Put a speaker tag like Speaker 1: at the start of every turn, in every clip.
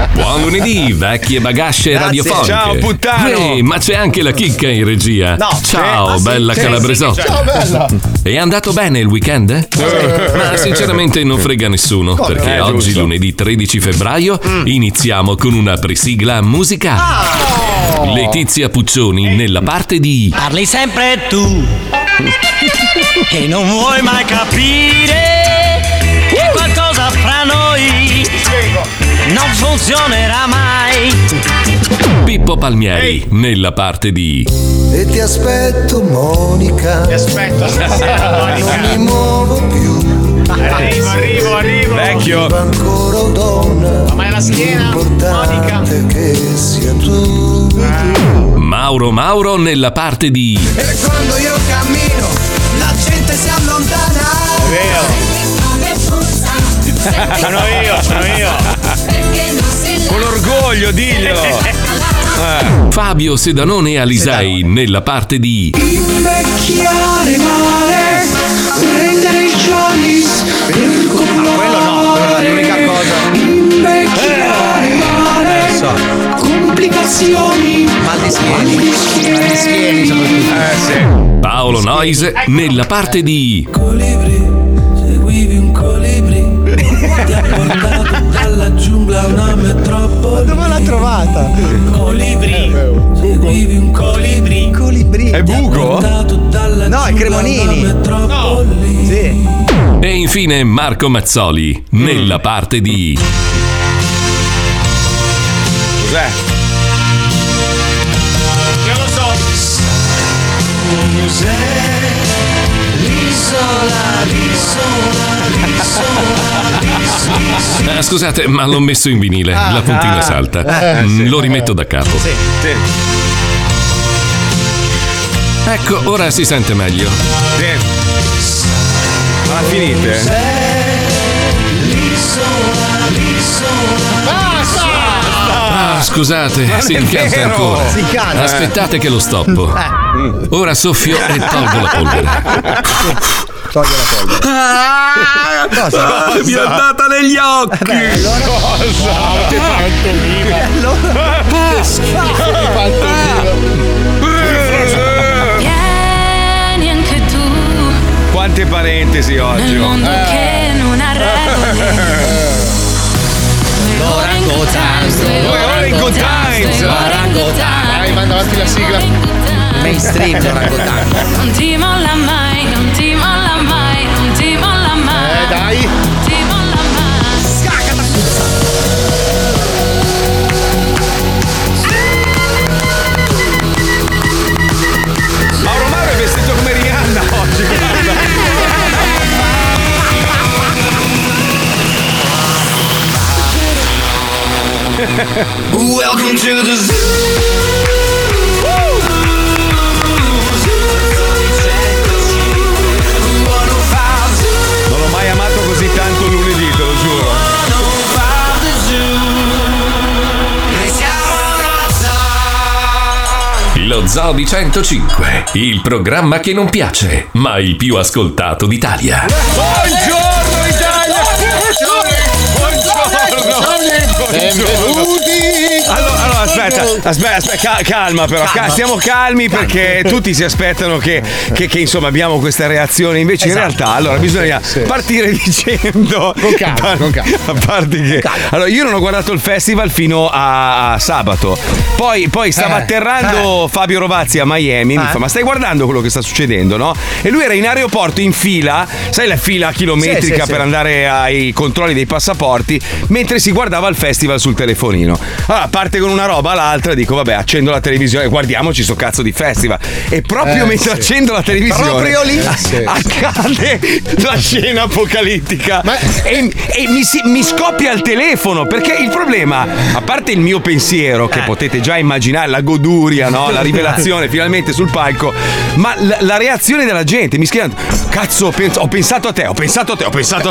Speaker 1: Buon lunedì, vecchie bagasce radiofoniche.
Speaker 2: Ciao puttano.
Speaker 1: Ma c'è anche la chicca in regia.
Speaker 2: No.
Speaker 1: Ciao, bella Calabresotta.
Speaker 3: Ciao, bella.
Speaker 1: È andato bene il weekend? Ma sinceramente non frega nessuno, perché oggi,
Speaker 2: giusto.
Speaker 1: lunedì 13 febbraio, iniziamo con una presigla musicale. Letizia Puccioni nella parte di
Speaker 4: Parli sempre tu e non vuoi mai capire che qualcosa fra noi non funzionerà mai.
Speaker 1: Pippo Palmieri nella parte di
Speaker 5: E ti aspetto, Monica.
Speaker 3: Ti aspetto stasera,
Speaker 5: Non mi muovo più.
Speaker 3: Arrivo.
Speaker 2: Vecchio.
Speaker 5: Ancora donna.
Speaker 3: Ma è la schiena, Monica.
Speaker 5: Importante che sia tu.
Speaker 1: Mauro nella parte di
Speaker 5: E quando io cammino, la gente si allontana.
Speaker 2: Sono io. Con orgoglio, diglielo.
Speaker 1: Fabio Sedanone Alisei nella parte di
Speaker 5: Invecchiare male, prendere il Johnny's per
Speaker 3: Quello no, quella è l'unica cosa.
Speaker 5: invecchiare male, complicazioni,
Speaker 3: Mal di schieni soprattutto.
Speaker 1: Paolo Noise nella parte di
Speaker 5: colibri, seguivi un colibri, ti ha portato dalla giungla una metropoli.
Speaker 3: Dove l'ha trovata?
Speaker 5: Colibri, seguivi un colibri,
Speaker 2: È Bugo?
Speaker 3: No, è Cremonini.
Speaker 5: No.
Speaker 3: Sì.
Speaker 1: e infine Marco Mazzoli nella parte di
Speaker 2: Cos'è?
Speaker 3: Io lo so.
Speaker 1: Scusate, ma l'ho messo in vinile, la puntina salta. Lo rimetto da capo.
Speaker 2: Sì.
Speaker 1: Ecco, ora si sente meglio.
Speaker 2: Sì. Ma finite?
Speaker 1: Scusate, si incanta
Speaker 2: vero?
Speaker 1: ancora.
Speaker 3: Si incanta.
Speaker 1: Aspettate che lo stoppo. Ora soffio e tolgo la polvere.
Speaker 3: Togli la polvere. Cosa?
Speaker 1: Mi è andata negli occhi.
Speaker 6: Vieni anche tu
Speaker 2: Quante parentesi oggi.
Speaker 6: nel mondo che non ha regole.
Speaker 2: Orango Times.
Speaker 3: Dai, manda avanti la sigla. Mainstream Orangotan.
Speaker 6: Non ti molla mai, non ti molla mai, non ti molla mai.
Speaker 3: Dai.
Speaker 6: Non ti molla mai.
Speaker 2: Mauro è vestito come Rihanna oggi.
Speaker 5: Welcome to the zoo.
Speaker 2: Non l'ho mai amato così tanto lunedì, te lo giuro.
Speaker 1: Lo Zoo di 105, il programma che non piace, ma il più ascoltato d'Italia.
Speaker 2: Buongiorno Italia!
Speaker 3: Benvenuti.
Speaker 2: Allora, aspetta, calma però, stiamo calmi perché tutti si aspettano che insomma abbiamo questa reazione, invece in realtà allora bisogna partire dicendo
Speaker 3: Con calma.
Speaker 2: a parte che allora io non ho guardato il festival fino a sabato, poi stava atterrando Fabio Rovazzi a Miami, mi fa ma stai guardando quello che sta succedendo, no? E lui era in aeroporto in fila, sai la fila chilometrica per andare ai controlli dei passaporti, mentre si guardava il festival sul telefonino. Allora parte con una roba all'altra, dico vabbè, accendo la televisione, guardiamoci sto cazzo di festival, e proprio mentre accendo la televisione
Speaker 3: Proprio lì
Speaker 2: accade la scena apocalittica e mi scoppia il telefono, perché il problema, a parte il mio pensiero che potete già immaginare, la goduria, no? La rivelazione finalmente sul palco, ma la reazione della gente mi scrive cazzo, ho pensato a te,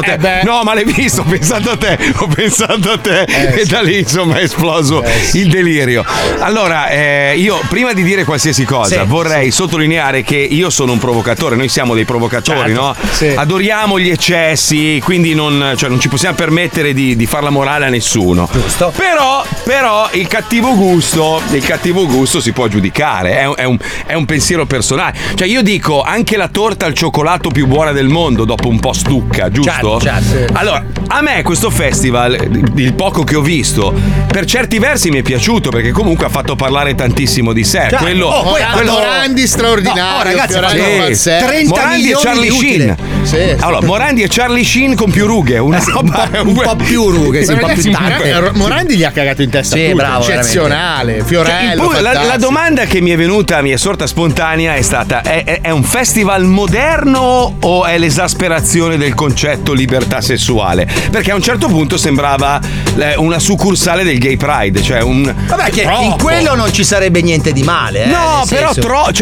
Speaker 2: no ma l'hai visto, ho pensato a te e da lì insomma è esploso il delirio. delirio. Allora, io prima di dire qualsiasi cosa vorrei sottolineare che io sono un provocatore, noi siamo dei provocatori, no? Sì. Adoriamo gli eccessi, quindi non ci possiamo permettere di far la morale a nessuno. Giusto. Però il cattivo gusto si può giudicare, è un pensiero personale. Cioè io dico, anche la torta al cioccolato più buona del mondo dopo un po' stucca, giusto? Certo. Allora, a me questo festival, il poco che ho visto, per certi versi mi è piaciuto perché comunque ha fatto parlare tantissimo di sé. Quello
Speaker 3: Morandi straordinario,
Speaker 2: ragazzi, 30 Morandi e Charlie Sheen. Sì. Allora, Morandi e Charlie Sheen con più rughe, un
Speaker 3: po' più rughe, un po' più tante. Morandi gli ha cagato in testa tutto, bravo, eccezionale. Fiorello,
Speaker 2: la domanda che mi è sorta spontanea è stata: è un festival moderno o è l'esasperazione del concetto libertà sessuale? Perché a un certo punto sembrava una succursale del Gay Pride, cioè
Speaker 7: vabbè, che in quello non ci sarebbe niente di male,
Speaker 2: no, però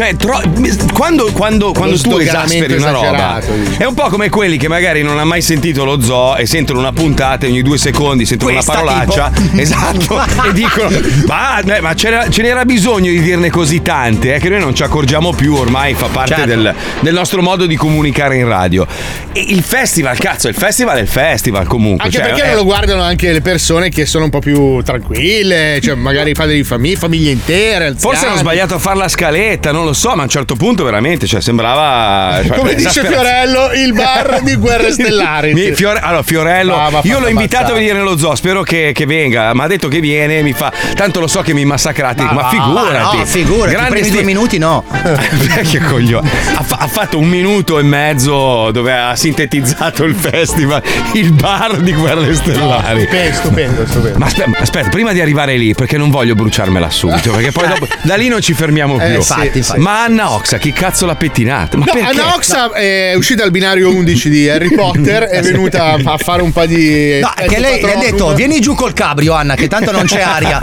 Speaker 2: quando tu esasperi una roba è un po' come quelli che magari non hanno mai sentito lo zoo e sentono una puntata e ogni 2 secondi sentono una parolaccia, esatto, e dicono ma ce n'era bisogno di dirne così tante, che noi non ci accorgiamo più, ormai fa parte del nostro modo di comunicare in radio. E il festival è il festival comunque,
Speaker 3: anche perché non lo guardano anche le persone che sono un po' più tranquille, cioè magari padri di famiglie intere, anziani.
Speaker 2: Forse hanno sbagliato a fare la scaletta, non lo so, ma a un certo punto veramente, sembrava
Speaker 3: come dice Fiorello, il bar di Guerre Stellari.
Speaker 2: Fiorello, io l'ho invitato a venire nello zoo, spero che venga, ma ha detto che viene, mi fa tanto lo so che mi massacrate, ma figurati.
Speaker 7: No, figurati, i primi 2 minuti no.
Speaker 2: Che coglione. Ha fatto 1 minuto e mezzo dove ha sintetizzato il festival, il bar di Guerre Stellari.
Speaker 3: Stupendo.
Speaker 2: Ma aspetta, prima di arrivare lì, perché non voglio bruciarmela subito, perché poi dopo da lì non ci fermiamo più.
Speaker 7: Infatti.
Speaker 2: Ma Anna Oxa, chi cazzo l'ha pettinata? Ma perché?
Speaker 3: Anna Oxa è uscita al binario 11 di Harry Potter, è venuta a fare un po' di.
Speaker 7: No, che lei le ha detto: vieni giù col cabrio, Anna, che tanto non c'è aria.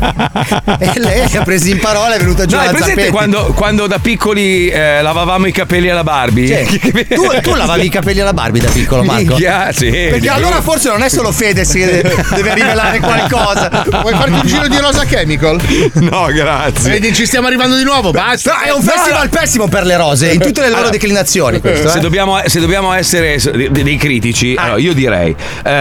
Speaker 7: E lei ha preso in parola, è venuta giù.
Speaker 2: No, hai presente quando da piccoli lavavamo i capelli alla Barbie?
Speaker 7: Tu lavavi i capelli alla Barbie da piccolo, Marco?
Speaker 2: Sì.
Speaker 7: Perché allora forse non è solo Fedez che deve rivelare qualcosa.
Speaker 3: Vuoi farti un giro di Rosa Chemical?
Speaker 2: No, grazie.
Speaker 3: Vedi, ci stiamo arrivando di nuovo, basta.
Speaker 7: No, è un festival pessimo per le rose, in tutte le loro declinazioni. Questo,
Speaker 2: se dobbiamo essere dei critici, allora io direi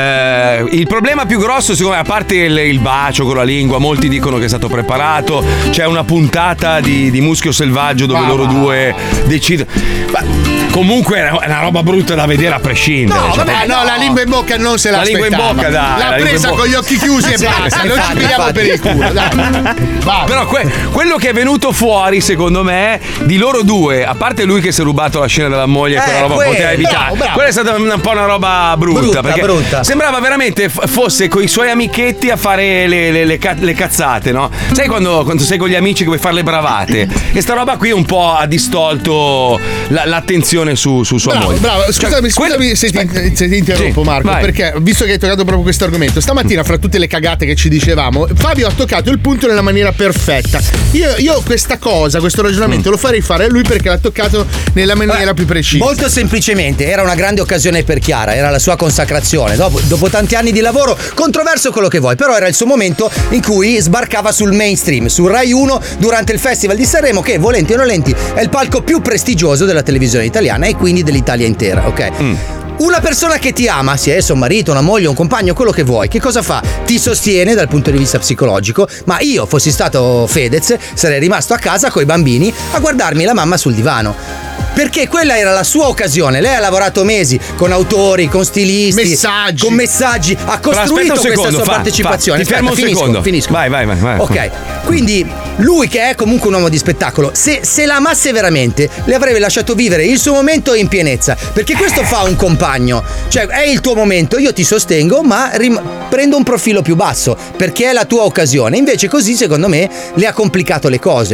Speaker 2: il problema più grosso, secondo me, a parte il bacio con la lingua, molti dicono che è stato preparato, c'è una puntata di Muschio Selvaggio dove loro due decidono. Comunque è una roba brutta da vedere a prescindere.
Speaker 3: No, la lingua in bocca non se l'ha
Speaker 2: lingua in bocca, dai.
Speaker 3: L'ha presa con gli occhi chiusi e basta. Non ci pigliamo per il culo, dai.
Speaker 2: Però quello che è venuto fuori, secondo me, di loro due, a parte lui che si è rubato la scena della moglie, quella roba poteva evitare. Bravo. Quella è stata un po' una roba brutta perché sembrava veramente fosse con i suoi amichetti a fare le cazzate, no? Sai quando sei con gli amici che vuoi fare le bravate? E sta roba qui un po' ha distolto l'attenzione su sua moglie.
Speaker 3: Bravo, scusami se ti interrompo, Marco, vai. Perché visto che hai toccato proprio questo argomento, stamattina fra tutte le cagate che ci dicevamo, Fabio ha toccato il punto nella maniera perfetta. Io questo ragionamento lo farei fare a lui perché l'ha toccato nella maniera più precisa.
Speaker 7: Molto semplicemente, era una grande occasione per Chiara, era la sua consacrazione. Dopo tanti anni di lavoro, controverso quello che vuoi, però era il suo momento in cui sbarcava sul mainstream, su Rai 1 durante il Festival di Sanremo, che volenti o nolenti è il palco più prestigioso della televisione italiana e quindi dell'Italia intera, ok? Una persona che ti ama, sia esso un marito, una moglie, un compagno, quello che vuoi, che cosa fa? Ti sostiene dal punto di vista psicologico, ma io fossi stato Fedez sarei rimasto a casa coi bambini a guardarmi la mamma sul divano. Perché quella era la sua occasione. Lei ha lavorato mesi con autori, con stilisti, con messaggi, ha costruito questa sua partecipazione.
Speaker 2: Ti fermo un secondo.
Speaker 7: Finisco.
Speaker 2: Vai.
Speaker 7: Ok, quindi lui che è comunque un uomo di spettacolo, se la amasse veramente, le avrebbe lasciato vivere il suo momento in pienezza. Perché questo fa un compagno. Cioè, è il tuo momento, io ti sostengo, ma prendo un profilo più basso, perché è la tua occasione. Invece così, secondo me, le ha complicato le cose.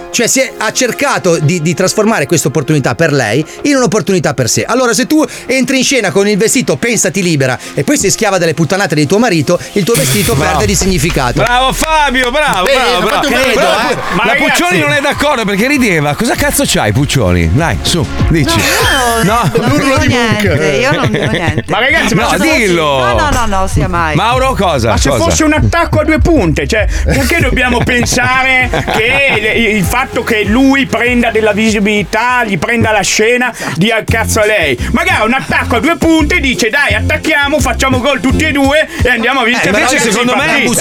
Speaker 7: Cioè ha cercato di trasformare questa opportunità per lei in un'opportunità per sé. Allora se tu entri in scena con il vestito pensati libera e poi sei schiava delle puttanate di tuo marito, il tuo vestito perde di significato.
Speaker 2: Bravo Fabio, bravo.
Speaker 7: Credo,
Speaker 2: Ma la Puccioni non è d'accordo perché rideva. Cosa cazzo c'hai Puccioni? Dai, su, dici.
Speaker 8: No,
Speaker 2: l'urlo di
Speaker 8: niente, io non dico niente.
Speaker 9: Ma ragazzi,
Speaker 2: no, dillo.
Speaker 8: No, sia mai.
Speaker 2: Mauro, cosa?
Speaker 9: Ma se fosse un attacco a 2 punte, cioè, perché dobbiamo pensare che il fatto che lui prenda della visibilità, gli prenda la scena, dia il cazzo a lei? Magari un attacco a 2 punte dice dai, attacchiamo, facciamo gol tutti e due e andiamo a vincere.
Speaker 2: Invece secondo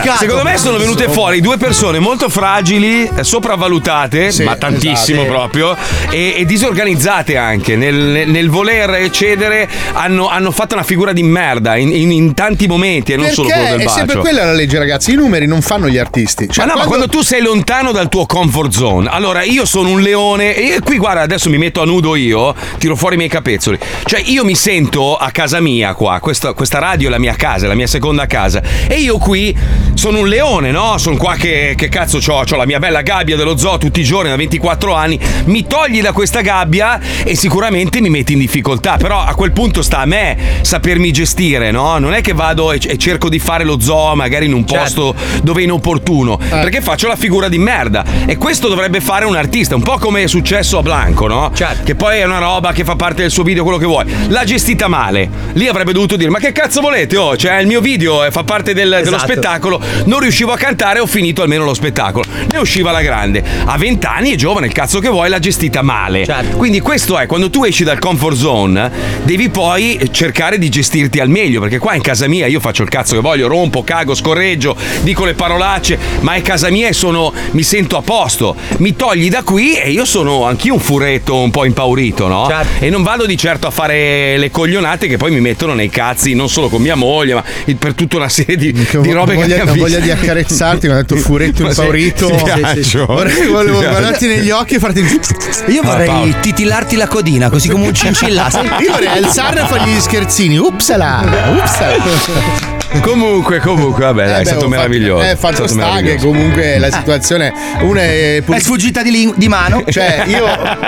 Speaker 2: me sono venute fuori 2 persone molto fragili, sopravvalutate, ma tantissimo proprio, e disorganizzate anche nel voler eccedere. Hanno fatto una figura di merda in tanti momenti e non solo quello del bacio.
Speaker 3: È sempre quella la legge, ragazzi. I numeri non fanno gli artisti. Cioè,
Speaker 2: ma quando tu sei lontano dal tuo comfort zone, allora io sono un leone e qui guarda, adesso mi metto a nudo io, tiro fuori i miei capezzoli. Cioè io mi sento a casa mia qua, questa radio è la mia casa, è la mia seconda casa, e io qui sono un leone, no? Sono qua che cazzo c'ho la mia bella gabbia dello zoo tutti i giorni da 24 anni, mi togli da questa gabbia e sicuramente mi metti in difficoltà, però a quel punto sta a me sapermi gestire, no? Non è che vado e cerco di fare lo zoo magari in un posto dove è inopportuno, perché faccio la figura di merda, e questo dovrebbe fare un artista, un po' come è successo a Blanco, no? Che poi è una roba che fa parte del suo video, quello che vuoi. L'ha gestita male, lì avrebbe dovuto dire ma che cazzo volete, cioè il mio video fa parte dello spettacolo, non riuscivo a cantare, ho finito almeno lo spettacolo, ne usciva la grande, a 20 anni è giovane, il cazzo che vuoi, l'ha gestita male. Quindi questo è, quando tu esci dal comfort zone devi poi cercare di gestirti al meglio, perché qua in casa mia io faccio il cazzo che voglio, rompo, cago, scorreggio, dico le parolacce, ma è casa mia e mi sento a posto. Mi togli da qui e io sono anch'io un furetto un po' impaurito, no? E non vado di certo a fare le coglionate che poi mi mettono nei cazzi, non solo con mia moglie, ma per tutta una serie di robe che abbiamo visto.
Speaker 3: Voglia di accarezzarti, mi ha detto furetto impaurito. Volevo guardarti negli occhi e farti.
Speaker 7: Io vorrei titillarti la codina, così come un cincillato.
Speaker 3: Io vorrei alzarne e fargli gli scherzini. Upsala.
Speaker 2: Comunque, vabbè, dai, è stato meraviglioso.
Speaker 3: Fatto sta che comunque la situazione una è
Speaker 7: sfuggita di mano.
Speaker 3: Cioè, io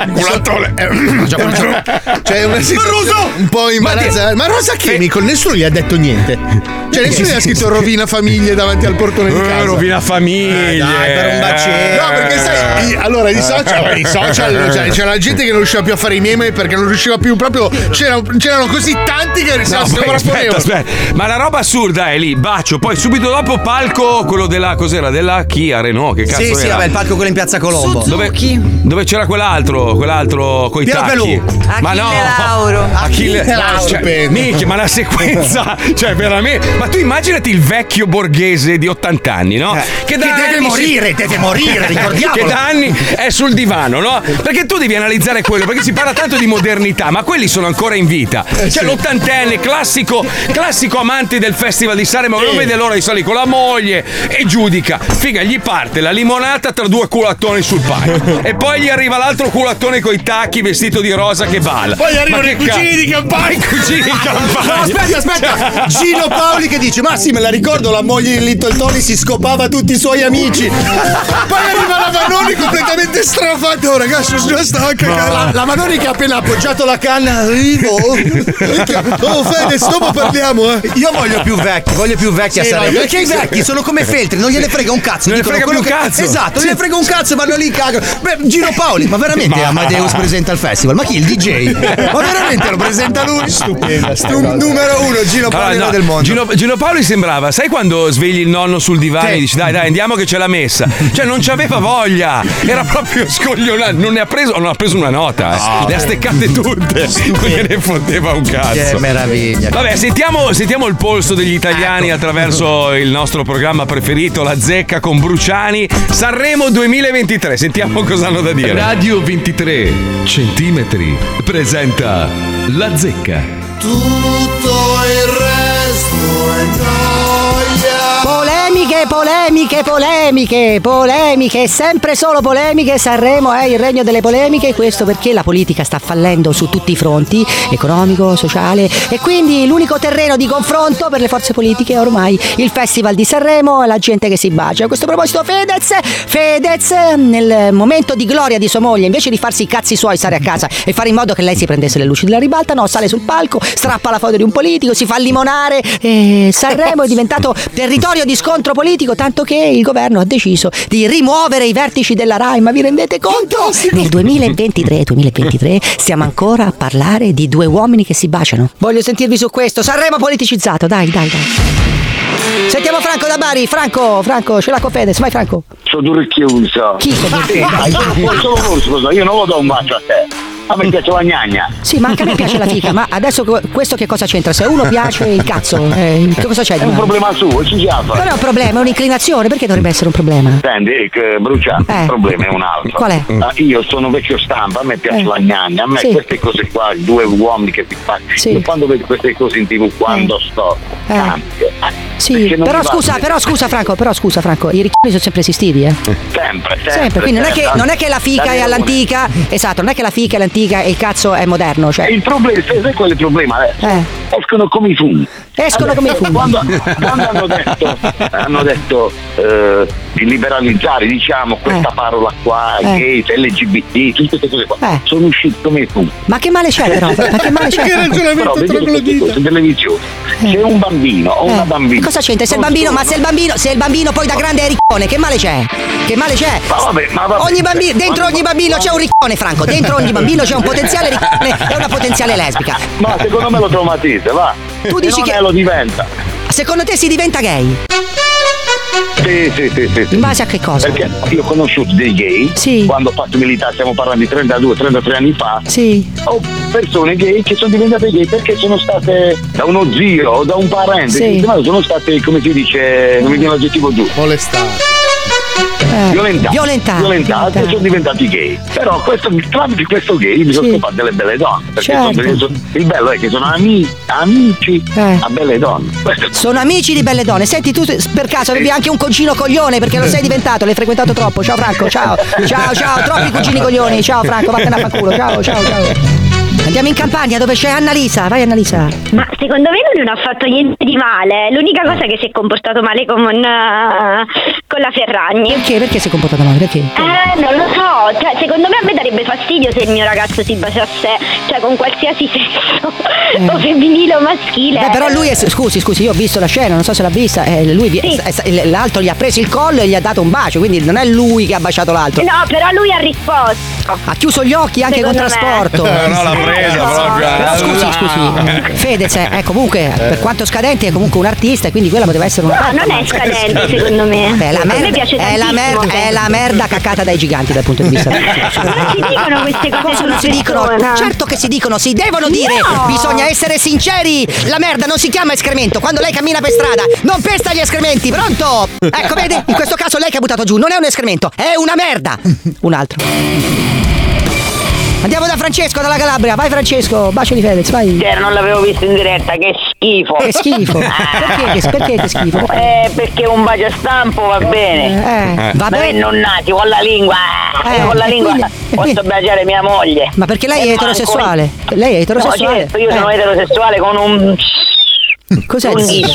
Speaker 3: cioè una situazione un po' imbarazzante. Ma Rosa Chemical nessuno gli ha detto niente. Cioè nessuno gli ha scritto rovina famiglie davanti al portone di casa.
Speaker 2: Rovina famiglie.
Speaker 7: Dai, per un bacetto.
Speaker 3: No, perché sai, allora i social cioè, c'era la gente che non riusciva più a fare i meme perché non riusciva più proprio. C'erano così tanti che
Speaker 2: aspetta. Ma la roba assurda è lì, bacio, poi subito dopo palco quello della della Kia Renault, che cazzo era?
Speaker 7: Sì, vabbè, il palco quello in Piazza Colombo.
Speaker 2: Dove c'era quell'altro coi tacchi.
Speaker 8: Ma no,
Speaker 2: Achille Lauro. Minchia, ma la sequenza, cioè veramente. Ma tu immaginati il vecchio borghese di 80 anni, no? Che
Speaker 7: deve morire, ricordiamolo.
Speaker 2: Che da anni è sul divano, no? Perché tu devi analizzare quello, perché si parla tanto di modernità, ma quelli sono ancora in vita. Cioè l'80enne, classico amante del Festival di Sanremo, non vede l'ora di salire con la moglie e giudica. Figa, gli parte la limonata tra 2 culattoni sul palco e poi gli arriva l'altro culattone coi tacchi vestito di rosa che balla.
Speaker 3: Poi arrivano i cugini di campagna.
Speaker 7: No, aspetta. Gino Paoli che dice: ma sì, me la ricordo, la moglie di Little Tony si scopava tutti i suoi amici.
Speaker 3: Poi arriva la Vanoni completamente strafata. Oh ragazzi, sono stanca.
Speaker 7: La Vanoni che ha appena appoggiato la canna.
Speaker 3: Oh Fede, dopo parliamo.
Speaker 7: Io voglio più vecchi a Sanremo. Perché i vecchi sono come Feltri, non gliene frega un cazzo.
Speaker 2: Non gliene frega più un cazzo.
Speaker 7: Esatto, non gliene frega un cazzo, vanno lì, cagano. Beh, Gino Paoli, ma veramente Amadeus presenta il festival? Ma chi? Il DJ? Ma veramente lo presenta lui?
Speaker 3: Stupenda.
Speaker 7: Numero 1, Gino Paoli del mondo.
Speaker 2: Gino Paoli sembrava, sai quando svegli il nonno sul divano e dici dai andiamo che c'è la messa. Cioè non c'aveva voglia, era proprio scoglionato, non ha preso una nota, le ha steccate tutte. Non gliene fotteva un cazzo.
Speaker 7: Che meraviglia.
Speaker 2: Vabbè, sentiamo il polso degli italiani attraverso il nostro programma preferito, La Zecca con Bruciani. Sanremo 2023, sentiamo cosa hanno da dire.
Speaker 1: Radio 23 centimetri presenta La Zecca.
Speaker 5: Tutto il resto è noia.
Speaker 10: polemiche, sempre solo polemiche. Sanremo è il regno delle polemiche, questo perché la politica sta fallendo su tutti i fronti, economico, sociale, e quindi l'unico terreno di confronto per le forze politiche è ormai il Festival di Sanremo e la gente che si bacia. A questo proposito Fedez, nel momento di gloria di sua moglie, invece di farsi i cazzi suoi, stare a casa e fare in modo che lei si prendesse le luci della ribalta, no, sale sul palco, strappa la foto di un politico, si fa limonare e Sanremo è diventato territorio di scontro politico, tanto che il governo ha deciso di rimuovere i vertici della Rai. Ma vi rendete conto? Nel 2023 stiamo ancora a parlare di due uomini che si baciano. Voglio sentirvi su questo. Sanremo politicizzato, dai. Sentiamo Franco da Bari. Franco, ce l'ha con Fedez, vai Franco.
Speaker 11: Sono ricchiuso.
Speaker 10: Chi?
Speaker 11: Scusa, io non lo do un bacio a te. A me piace la gnagna.
Speaker 10: Sì, ma anche a me piace la fica, ma adesso questo che cosa c'entra? Se a uno piace il cazzo, che cosa c'è?
Speaker 11: È un problema suo, ci chiama.
Speaker 10: Non è un problema, è un'inclinazione, perché dovrebbe essere un problema?
Speaker 11: Senti, Brucia, il problema è un altro.
Speaker 10: Qual è?
Speaker 11: Io sono vecchio stampa, a me piace la gnagna, a me queste cose qua, due uomini che ti fanno. Io quando vedo queste cose in TV, quando sto, cambio.
Speaker 10: Sì, però scusa Franco, i ricchioni sono sempre esistiti, Sempre, quindi non è che la fica è all'antica, esatto, non è che la fica è l'antica e il cazzo è moderno, cioè.
Speaker 11: Il problema, sai qual è il problema? Escono come i funghi. Quando hanno detto di liberalizzare, diciamo, questa parola qua, gay, LGBT, tutte queste cose qua, sono usciti come i funghi.
Speaker 10: Ma che male c'è però? Che
Speaker 11: ragionamento troglodita. In televisione, se un bambino o una bambina.
Speaker 10: Cosa c'entra? Se il bambino poi da grande è riccone, che male c'è?
Speaker 11: Ma vabbè.
Speaker 10: Dentro ogni bambino c'è un riccone, Franco. Dentro ogni bambino c'è un potenziale riccone e una potenziale lesbica.
Speaker 11: Ma secondo me lo traumatizza, va.
Speaker 10: Tu dici che
Speaker 11: lo diventa.
Speaker 10: Secondo te si diventa gay?
Speaker 11: Sì.
Speaker 10: In base a che cosa?
Speaker 11: Perché io ho conosciuto dei gay quando ho fatto militare, stiamo parlando di 32-33 anni fa. Ho persone gay che sono diventate gay perché sono state da uno zio o da un parente, sono state, come si dice, non mi viene l'aggettivo giusto,
Speaker 3: molestate.
Speaker 11: Violentati e sono diventati gay. Però tramite questo gay mi sono scopate delle belle donne. Perché il bello è che sono amici a belle donne.
Speaker 10: Sono amici di belle donne. Senti, tu per caso avevi anche un cugino coglione, perché lo sei diventato, l'hai frequentato troppo. Ciao Franco, ciao, troppi cugini coglioni. Ciao Franco, vattene a fanculo. Ciao. Andiamo in campagna dove c'è Annalisa. Vai Annalisa.
Speaker 12: Ma secondo me non ha fatto niente di male. L'unica cosa è che si è comportato male con la Ferragni.
Speaker 10: Perché si è comportato male? Perché?
Speaker 12: Non lo so. Cioè, secondo me darebbe fastidio se il mio ragazzo si baciasse, cioè con qualsiasi sesso o femminile o maschile.
Speaker 10: Però lui è, scusi, io ho visto la scena, non so se l'ha vista. L'altro gli ha preso il collo e gli ha dato un bacio, quindi non è lui che ha baciato l'altro.
Speaker 12: No, però lui ha risposto.
Speaker 10: Ha chiuso gli occhi anche con trasporto.
Speaker 2: No, l'ha presa proprio.
Speaker 10: Però scusi. Fedez comunque per quanto scadente è comunque un artista, e quindi quella poteva essere una.
Speaker 12: No, non è scadente secondo me.
Speaker 10: A me piace tantissimo. È la merda cacata dai giganti dal punto di vista.
Speaker 12: Non si dicono queste cose.
Speaker 10: Cosa non si dicono? Certo che si dicono, si devono dire. Bisogna essere sinceri. La merda non si chiama escremento. Quando lei cammina per strada non pesta gli escrementi, pronto? Ecco, vedi? In questo caso lei che ha buttato giù non è un escremento, è una merda. Un altro. Andiamo da Francesco dalla Calabria. Vai Francesco, bacio di Fedez, vai.
Speaker 13: Non l'avevo visto in diretta, che schifo.
Speaker 10: Che schifo? Perché che schifo?
Speaker 13: Perché un bacio stampo va bene.
Speaker 10: Va bene.
Speaker 13: Non nati con la lingua. Io con la lingua posso baciare mia moglie.
Speaker 10: Ma perché lei è eterosessuale? Lei è eterosessuale?
Speaker 13: No, certo, io sono eterosessuale con un.
Speaker 10: Cos'è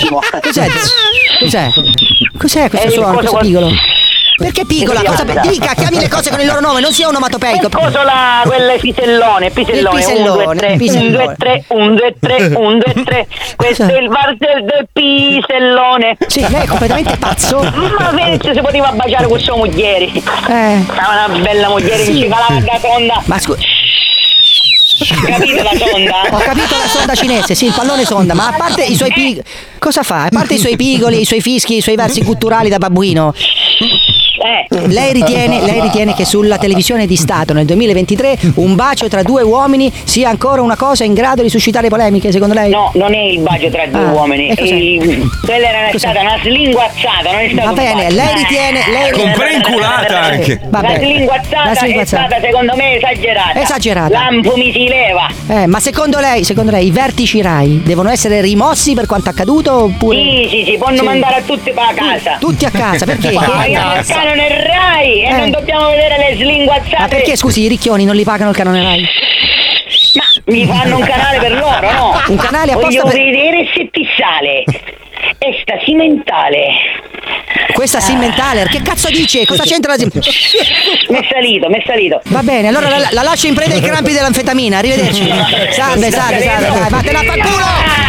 Speaker 10: questo suono? Questo piccolo? Perché piccola? Dica, chiami le cose con il loro nome, non sia onomatopeico.
Speaker 13: Cosa quella è pisellone. 1, 2, 3, 1, 2, 3, 1, 2, 3. Questo è il bar del pisellone.
Speaker 10: Sì, lei è completamente pazzo.
Speaker 13: Ma penso si poteva baciare con sua moglie. Stava una bella moglie in cicalata tonda.
Speaker 10: Ma scusa.
Speaker 13: Capito la sonda?
Speaker 10: Ho capito la sonda cinese, sì, il pallone sonda, ma a parte i suoi pigoli. Cosa fa? A parte i suoi pigoli, i suoi fischi, i suoi versi culturali da babbuino. Lei ritiene che sulla televisione di Stato nel 2023 un bacio tra due uomini sia ancora una cosa in grado di suscitare polemiche, secondo lei?
Speaker 13: No, non è il bacio tra due uomini. Quella era stata una slinguazzata, non è stato.
Speaker 10: Va bene, lei ritiene.
Speaker 2: Comprenculata anche.
Speaker 13: La slinguazzata è stata secondo me esagerata. Lampo mi si leva.
Speaker 10: Ma secondo lei i vertici Rai devono essere rimossi per quanto accaduto oppure?
Speaker 13: Sì, possono mandare a tutti a casa.
Speaker 10: Tutti a casa, perché?
Speaker 13: Pagano il canone Rai e non dobbiamo vedere le slinguazzate.
Speaker 10: Ma perché, scusi, i ricchioni non li pagano il canone Rai?
Speaker 13: Ma mi fanno un canale per loro, no?
Speaker 10: Un canale apposta
Speaker 13: Voglio
Speaker 10: per...
Speaker 13: vedere se ti sale. E sta Simmentale.
Speaker 10: Questa Simmentale, che cazzo dice? Cosa c'entra la Simmentale?
Speaker 13: Mi è salito.
Speaker 10: Va bene, allora la lascio in preda ai crampi dell'anfetamina, arrivederci. Salve, dai, vattene a fanculo!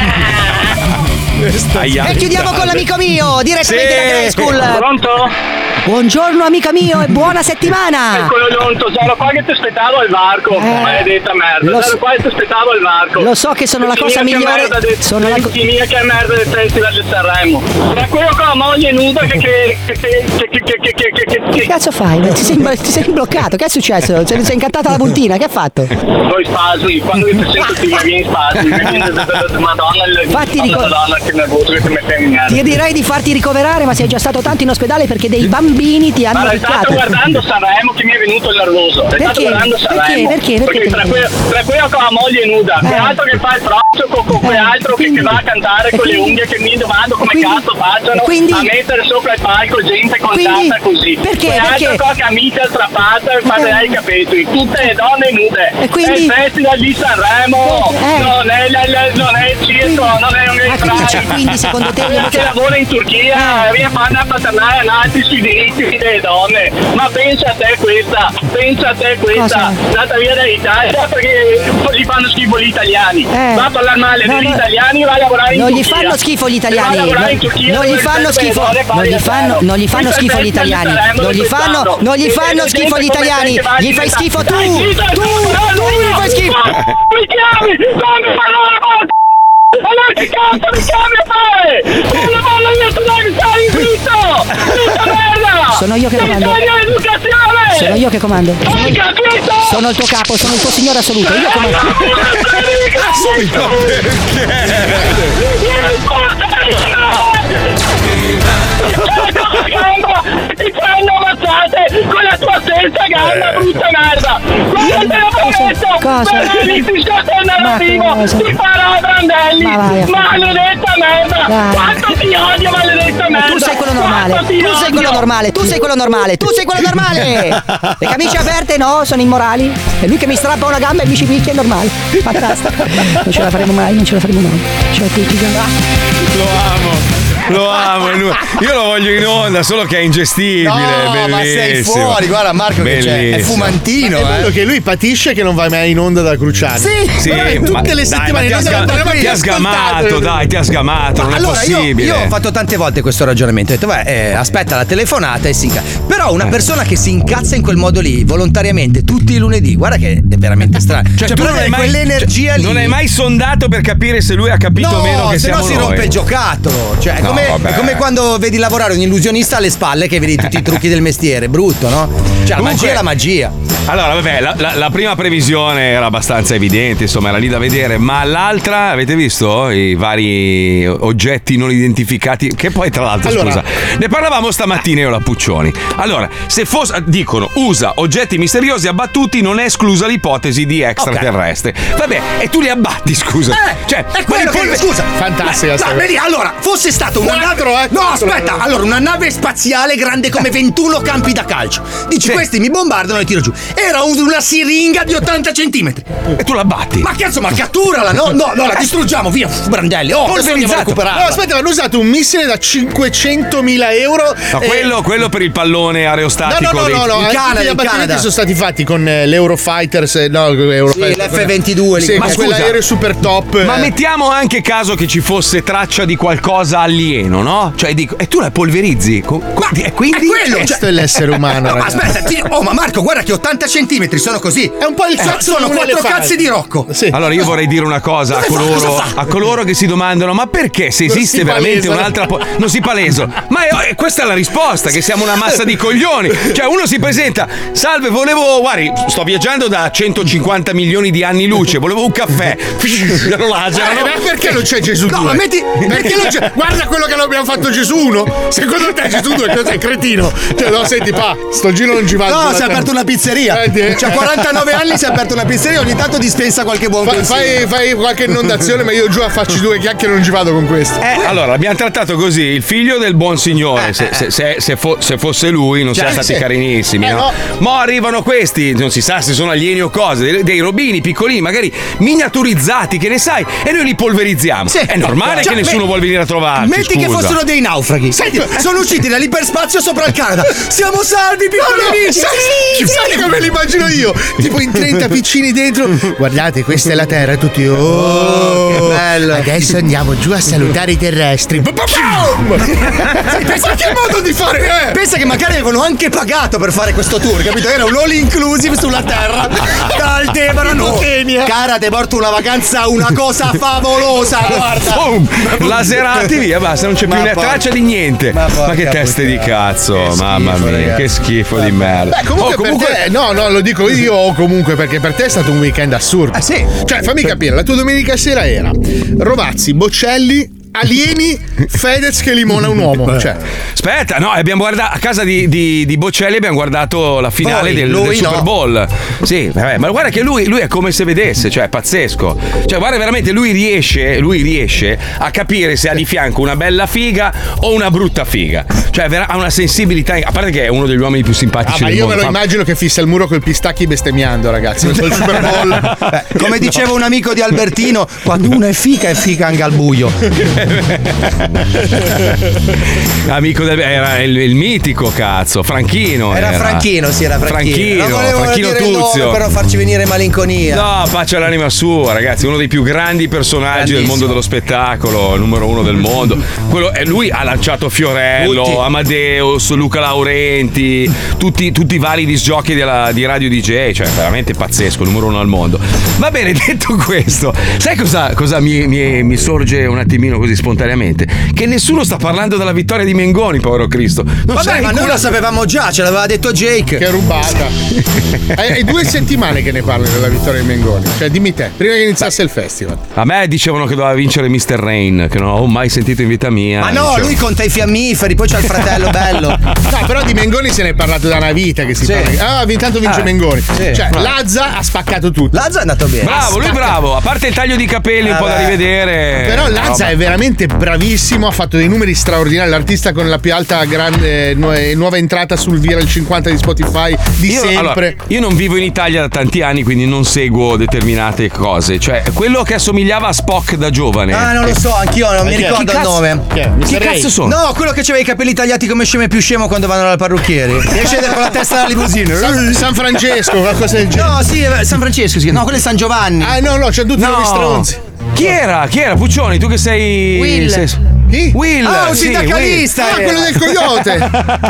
Speaker 10: E chiudiamo con l'amico mio, direttamente da Grey School.
Speaker 14: Pronto?
Speaker 10: Buongiorno amico mio e buona settimana.
Speaker 14: Eccolo pronto, sono qua che ti aspettavo al varco, maledetta merda. Sono qua che ti aspettavo al varco.
Speaker 10: Lo so che sono la cosa migliore.
Speaker 14: Sono la che merda del festival di Sanremo. Tra quello con la moglie nuda che
Speaker 10: cazzo fai? Ti sei bloccato, che è successo? Sei incattata la puntina, che ha fatto?
Speaker 14: Poi spasmi, quando ti sento ti vieni spasmi. Madonna, Madonna che nervoso che ti mette in merda.
Speaker 10: Ti direi di farti ricoverare, ma sei già stato tanto in ospedale perché dei bambini ti hanno
Speaker 14: picchiato. Ma stai guardando Sanremo che mi è venuto il nervoso. Stai guardando Sanremo.
Speaker 10: Perché?
Speaker 14: Tra quello con la moglie nuda, quell'altro che fa il braccio con quell'altro che va a cantare con le unghie, che mi domando come cazzo facciano a mettere sopra il palco gente contata così.
Speaker 10: Perché?
Speaker 14: Quell'altro con la camicia strappata e fa i capelli, tutte le donne nude.
Speaker 10: E quindi?
Speaker 14: È il festival di Sanremo, non è il circo, non è un gay.
Speaker 10: Quindi secondo te
Speaker 14: che lavora in Turchia viene a paternare avanti sui diritti delle donne. Ma pensa a te questa, andata via dall'Italia perché gli fanno schifo gli italiani. Va a parlare male degli italiani, va a lavorare in Turchia.
Speaker 10: Non gli fanno schifo gli italiani. Non gli fanno schifo. Non gli fanno schifo gli italiani. Non gli fanno schifo gli italiani. Gli fai schifo tu. Tu gli fai schifo.
Speaker 14: Mi chiami, come fanno? Allora che cazzo mi chiami a fare? Non voglio io stare in zitto! Merda!
Speaker 10: Sono io che comando. Sono io che comando. Sono il tuo capo, sono il tuo signore assoluto. Io comando.
Speaker 14: Ti prendo ammazzate con la tua stessa gamba, brutta merda! Guarda te lo prometto! Bernelli narrativo! Ti farò Brandelli! Maledetta merda! Quanto ti odio, maledetta merda!
Speaker 10: Tu sei quello normale! Tu sei quello normale! Le camicie aperte no, sono immorali. È lui che mi strappa una gamba e mi ci picchia, è normale. Fantastico! Non ce la faremo mai. Ciao a tutti,
Speaker 2: Lo amo, io lo voglio in onda, solo che è ingestibile.
Speaker 7: No, ma sei fuori, guarda Marco che è fumantino.
Speaker 3: È bello che lui patisce che non va mai in onda da Cruciani.
Speaker 2: Sì,
Speaker 3: tutte le settimane
Speaker 2: ti ha sgamato, ti ha sgamato, non
Speaker 7: allora,
Speaker 2: è possibile.
Speaker 7: Io ho fatto tante volte questo ragionamento, ho detto aspetta la telefonata e si incazza. Però una persona che si incazza in quel modo lì, volontariamente, tutti i lunedì, guarda che è veramente strano. Cioè
Speaker 2: tu non hai mai,
Speaker 7: quell'energia lì.
Speaker 2: Non hai mai sondato per capire se lui ha capito o meno che siamo noi.
Speaker 7: No, se no si rompe il giocattolo. Cioè, è come quando vedi lavorare un illusionista alle spalle che vedi tutti i trucchi del mestiere, brutto, no? Cioè,
Speaker 2: Comunque,
Speaker 7: la magia.
Speaker 2: Allora, vabbè, la prima previsione era abbastanza evidente, insomma, era lì da vedere, ma l'altra, avete visto? I vari oggetti non identificati, che poi tra l'altro, scusa, ne parlavamo stamattina io la Puccioni. Allora, se fosse, dicono, usa oggetti misteriosi abbattuti, non è esclusa l'ipotesi di extraterrestre. Vabbè, e tu li abbatti, scusa.
Speaker 7: È quello che, scusa.
Speaker 3: Fantastica.
Speaker 7: Vedi, allora, fosse stato un aspetta, allora una nave spaziale grande come 21 campi da calcio. Dici, questi mi bombardano e tiro giù. Era una siringa di 80 centimetri.
Speaker 2: E tu la batti.
Speaker 7: Ma cazzo, ma catturala, no, la distruggiamo, via, Brandelli.
Speaker 2: Polverizzato.
Speaker 3: No, aspetta, hanno usato un missile da 500.000 euro.
Speaker 2: No, quello per il pallone aerostatico.
Speaker 3: No,
Speaker 7: in Canada,
Speaker 3: gli abbattimenti sono stati fatti con l'Eurofighters,
Speaker 7: l'F-22
Speaker 3: sì, ma quell'aereo super top.
Speaker 2: Ma mettiamo anche caso che ci fosse traccia di qualcosa alieno, no? Cioè dico, e tu la polverizzi. E quindi
Speaker 3: questo è l'essere umano.
Speaker 7: Ma aspetta, ma Marco, guarda che 80 centimetri sono così.
Speaker 3: È un po' il
Speaker 7: sono 4 cazzi di Rocco.
Speaker 3: Sì.
Speaker 2: Allora io vorrei dire una cosa a coloro che si domandano: ma perché se esiste veramente un'altra non si palesano? Ma questa è la risposta, che siamo una massa di coglioni. Cioè uno si presenta: salve, guardi, sto viaggiando da 150 milioni di anni luce, volevo un caffè.
Speaker 3: Ma perché non c'è Gesù 2?
Speaker 7: No, ma perché
Speaker 3: non c'è? Guarda quello che abbiamo fatto Gesù 1. Secondo te Gesù 2 sei cretino. Cioè, no, senti, sto giro non ci vado.
Speaker 7: No, si è aperto una pizzeria. C'ha 49 anni, si è aperto una pizzeria, ogni tanto dispensa qualche buon consiglio.
Speaker 3: Fai qualche inondazione, ma io giù a farci 2 chiacchiere non ci vado con questo.
Speaker 2: Allora, abbiamo trattato così il figlio del buon signore. Se fosse lui, non siamo stati carinissimi, no? Ma arrivano questi, non si sa se sono alieni o cose, dei robini piccolini, magari miniaturizzati, che ne sai, e noi li polverizziamo. È normale che nessuno vuole venire a trovarci.
Speaker 7: Metti che fossero dei naufraghi. Senti, sono usciti dall'iperspazio sopra il Canada. Siamo salvi, piccoli amici.
Speaker 3: Sai come li immagino io? Tipo in 30 piccini dentro. Guardate, questa è la Terra, tutti. Che bello. Adesso andiamo giù a salutare i terrestri. Pensa che modo di fare,
Speaker 7: Pensa che magari avevano anche pagato per fare questo tour, capito? Era un all inclusive sulla Terra. Dal Tebrano. Cara, ti porto una vacanza, una cosa favolosa, guarda.
Speaker 2: Laserati via, basta, non c'è più una traccia di niente. Ma che teste di cazzo, mamma mia, che schifo di merda.
Speaker 3: Beh, comunque per te, no, lo dico io comunque, perché per te è stato un weekend assurdo.
Speaker 7: Sì.
Speaker 3: Cioè, fammi capire, la tua domenica sera era Rovazzi, Bocelli, alieni, Fedez che limona un uomo. Cioè.
Speaker 2: Aspetta, no, abbiamo guardato a casa di Bocelli, abbiamo guardato la finale del Super Bowl. Sì, vabbè, ma guarda che lui è come se vedesse, cioè è pazzesco. Cioè, guarda, veramente lui riesce a capire se ha di fianco una bella figa o una brutta figa. Cioè, ha una sensibilità, a parte che è uno degli uomini più simpatici del mondo.
Speaker 3: Ma io me lo immagino che fissa il muro col pistacchi bestemmiando, ragazzi. Col Super Bowl.
Speaker 7: Come diceva un amico di Albertino, quando uno è figa anche al buio.
Speaker 2: Amico era il mitico, cazzo, Franchino.
Speaker 7: Era Franchino.
Speaker 2: Franchino Tuzio.
Speaker 7: Per non farci venire malinconia.
Speaker 2: No, pace all'anima sua, ragazzi, uno dei più grandi personaggi del mondo dello spettacolo, numero 1 del mondo. Lui ha lanciato Fiorello, Amadeus, Luca Laurenti, tutti i vari disgiochi di Radio DJ, cioè veramente pazzesco, numero 1 al mondo. Va bene, detto questo, sai cosa mi sorge un attimino così spontaneamente? Che nessuno sta parlando della vittoria di Mengoni, povero Cristo.
Speaker 7: Vabbè, ma noi lo sapevamo già, ce l'aveva detto Jake.
Speaker 3: Che rubata. È 2 settimane che ne parli della vittoria di Mengoni. Cioè, dimmi te, prima che iniziasse il festival.
Speaker 2: A me dicevano che doveva vincere Mr. Rain, che non ho mai sentito in vita mia.
Speaker 7: Ma no, lui conta i fiammiferi, poi c'ha il fratello bello.
Speaker 3: No, però di Mengoni se ne è parlato da una vita che si parla. Intanto vince Mengoni. Sì. Cioè, Lazza ha spaccato tutto.
Speaker 7: Lazza è andato bene.
Speaker 2: Bravo, lui bravo. A parte il taglio di capelli un po' da rivedere.
Speaker 3: Però Lazza è veramente bravissimo, ha fatto dei numeri straordinari. L'artista con la più alta nuova entrata sul Viral 50 di Spotify sempre.
Speaker 2: Allora, io non vivo in Italia da tanti anni, quindi non seguo determinate cose. Cioè, quello che assomigliava a Spock da giovane.
Speaker 7: Ah, non lo so, anch'io non mi ricordo il nome.
Speaker 2: Che cazzo sono?
Speaker 7: No, quello che aveva i capelli tagliati come scemo e più scemo quando vanno dal parrucchiere. Esce con la testa della limousine.
Speaker 3: San Francesco, qualcosa del genere.
Speaker 7: No, sì, San Francesco, sì. No, quello è San Giovanni.
Speaker 3: Ah, no, c'è tutti i stronzi.
Speaker 2: Chi era, Puccioni? Tu che sei.
Speaker 3: Will. Chi?
Speaker 2: Will.
Speaker 7: Ah, un sindacalista.
Speaker 3: Quello del coyote.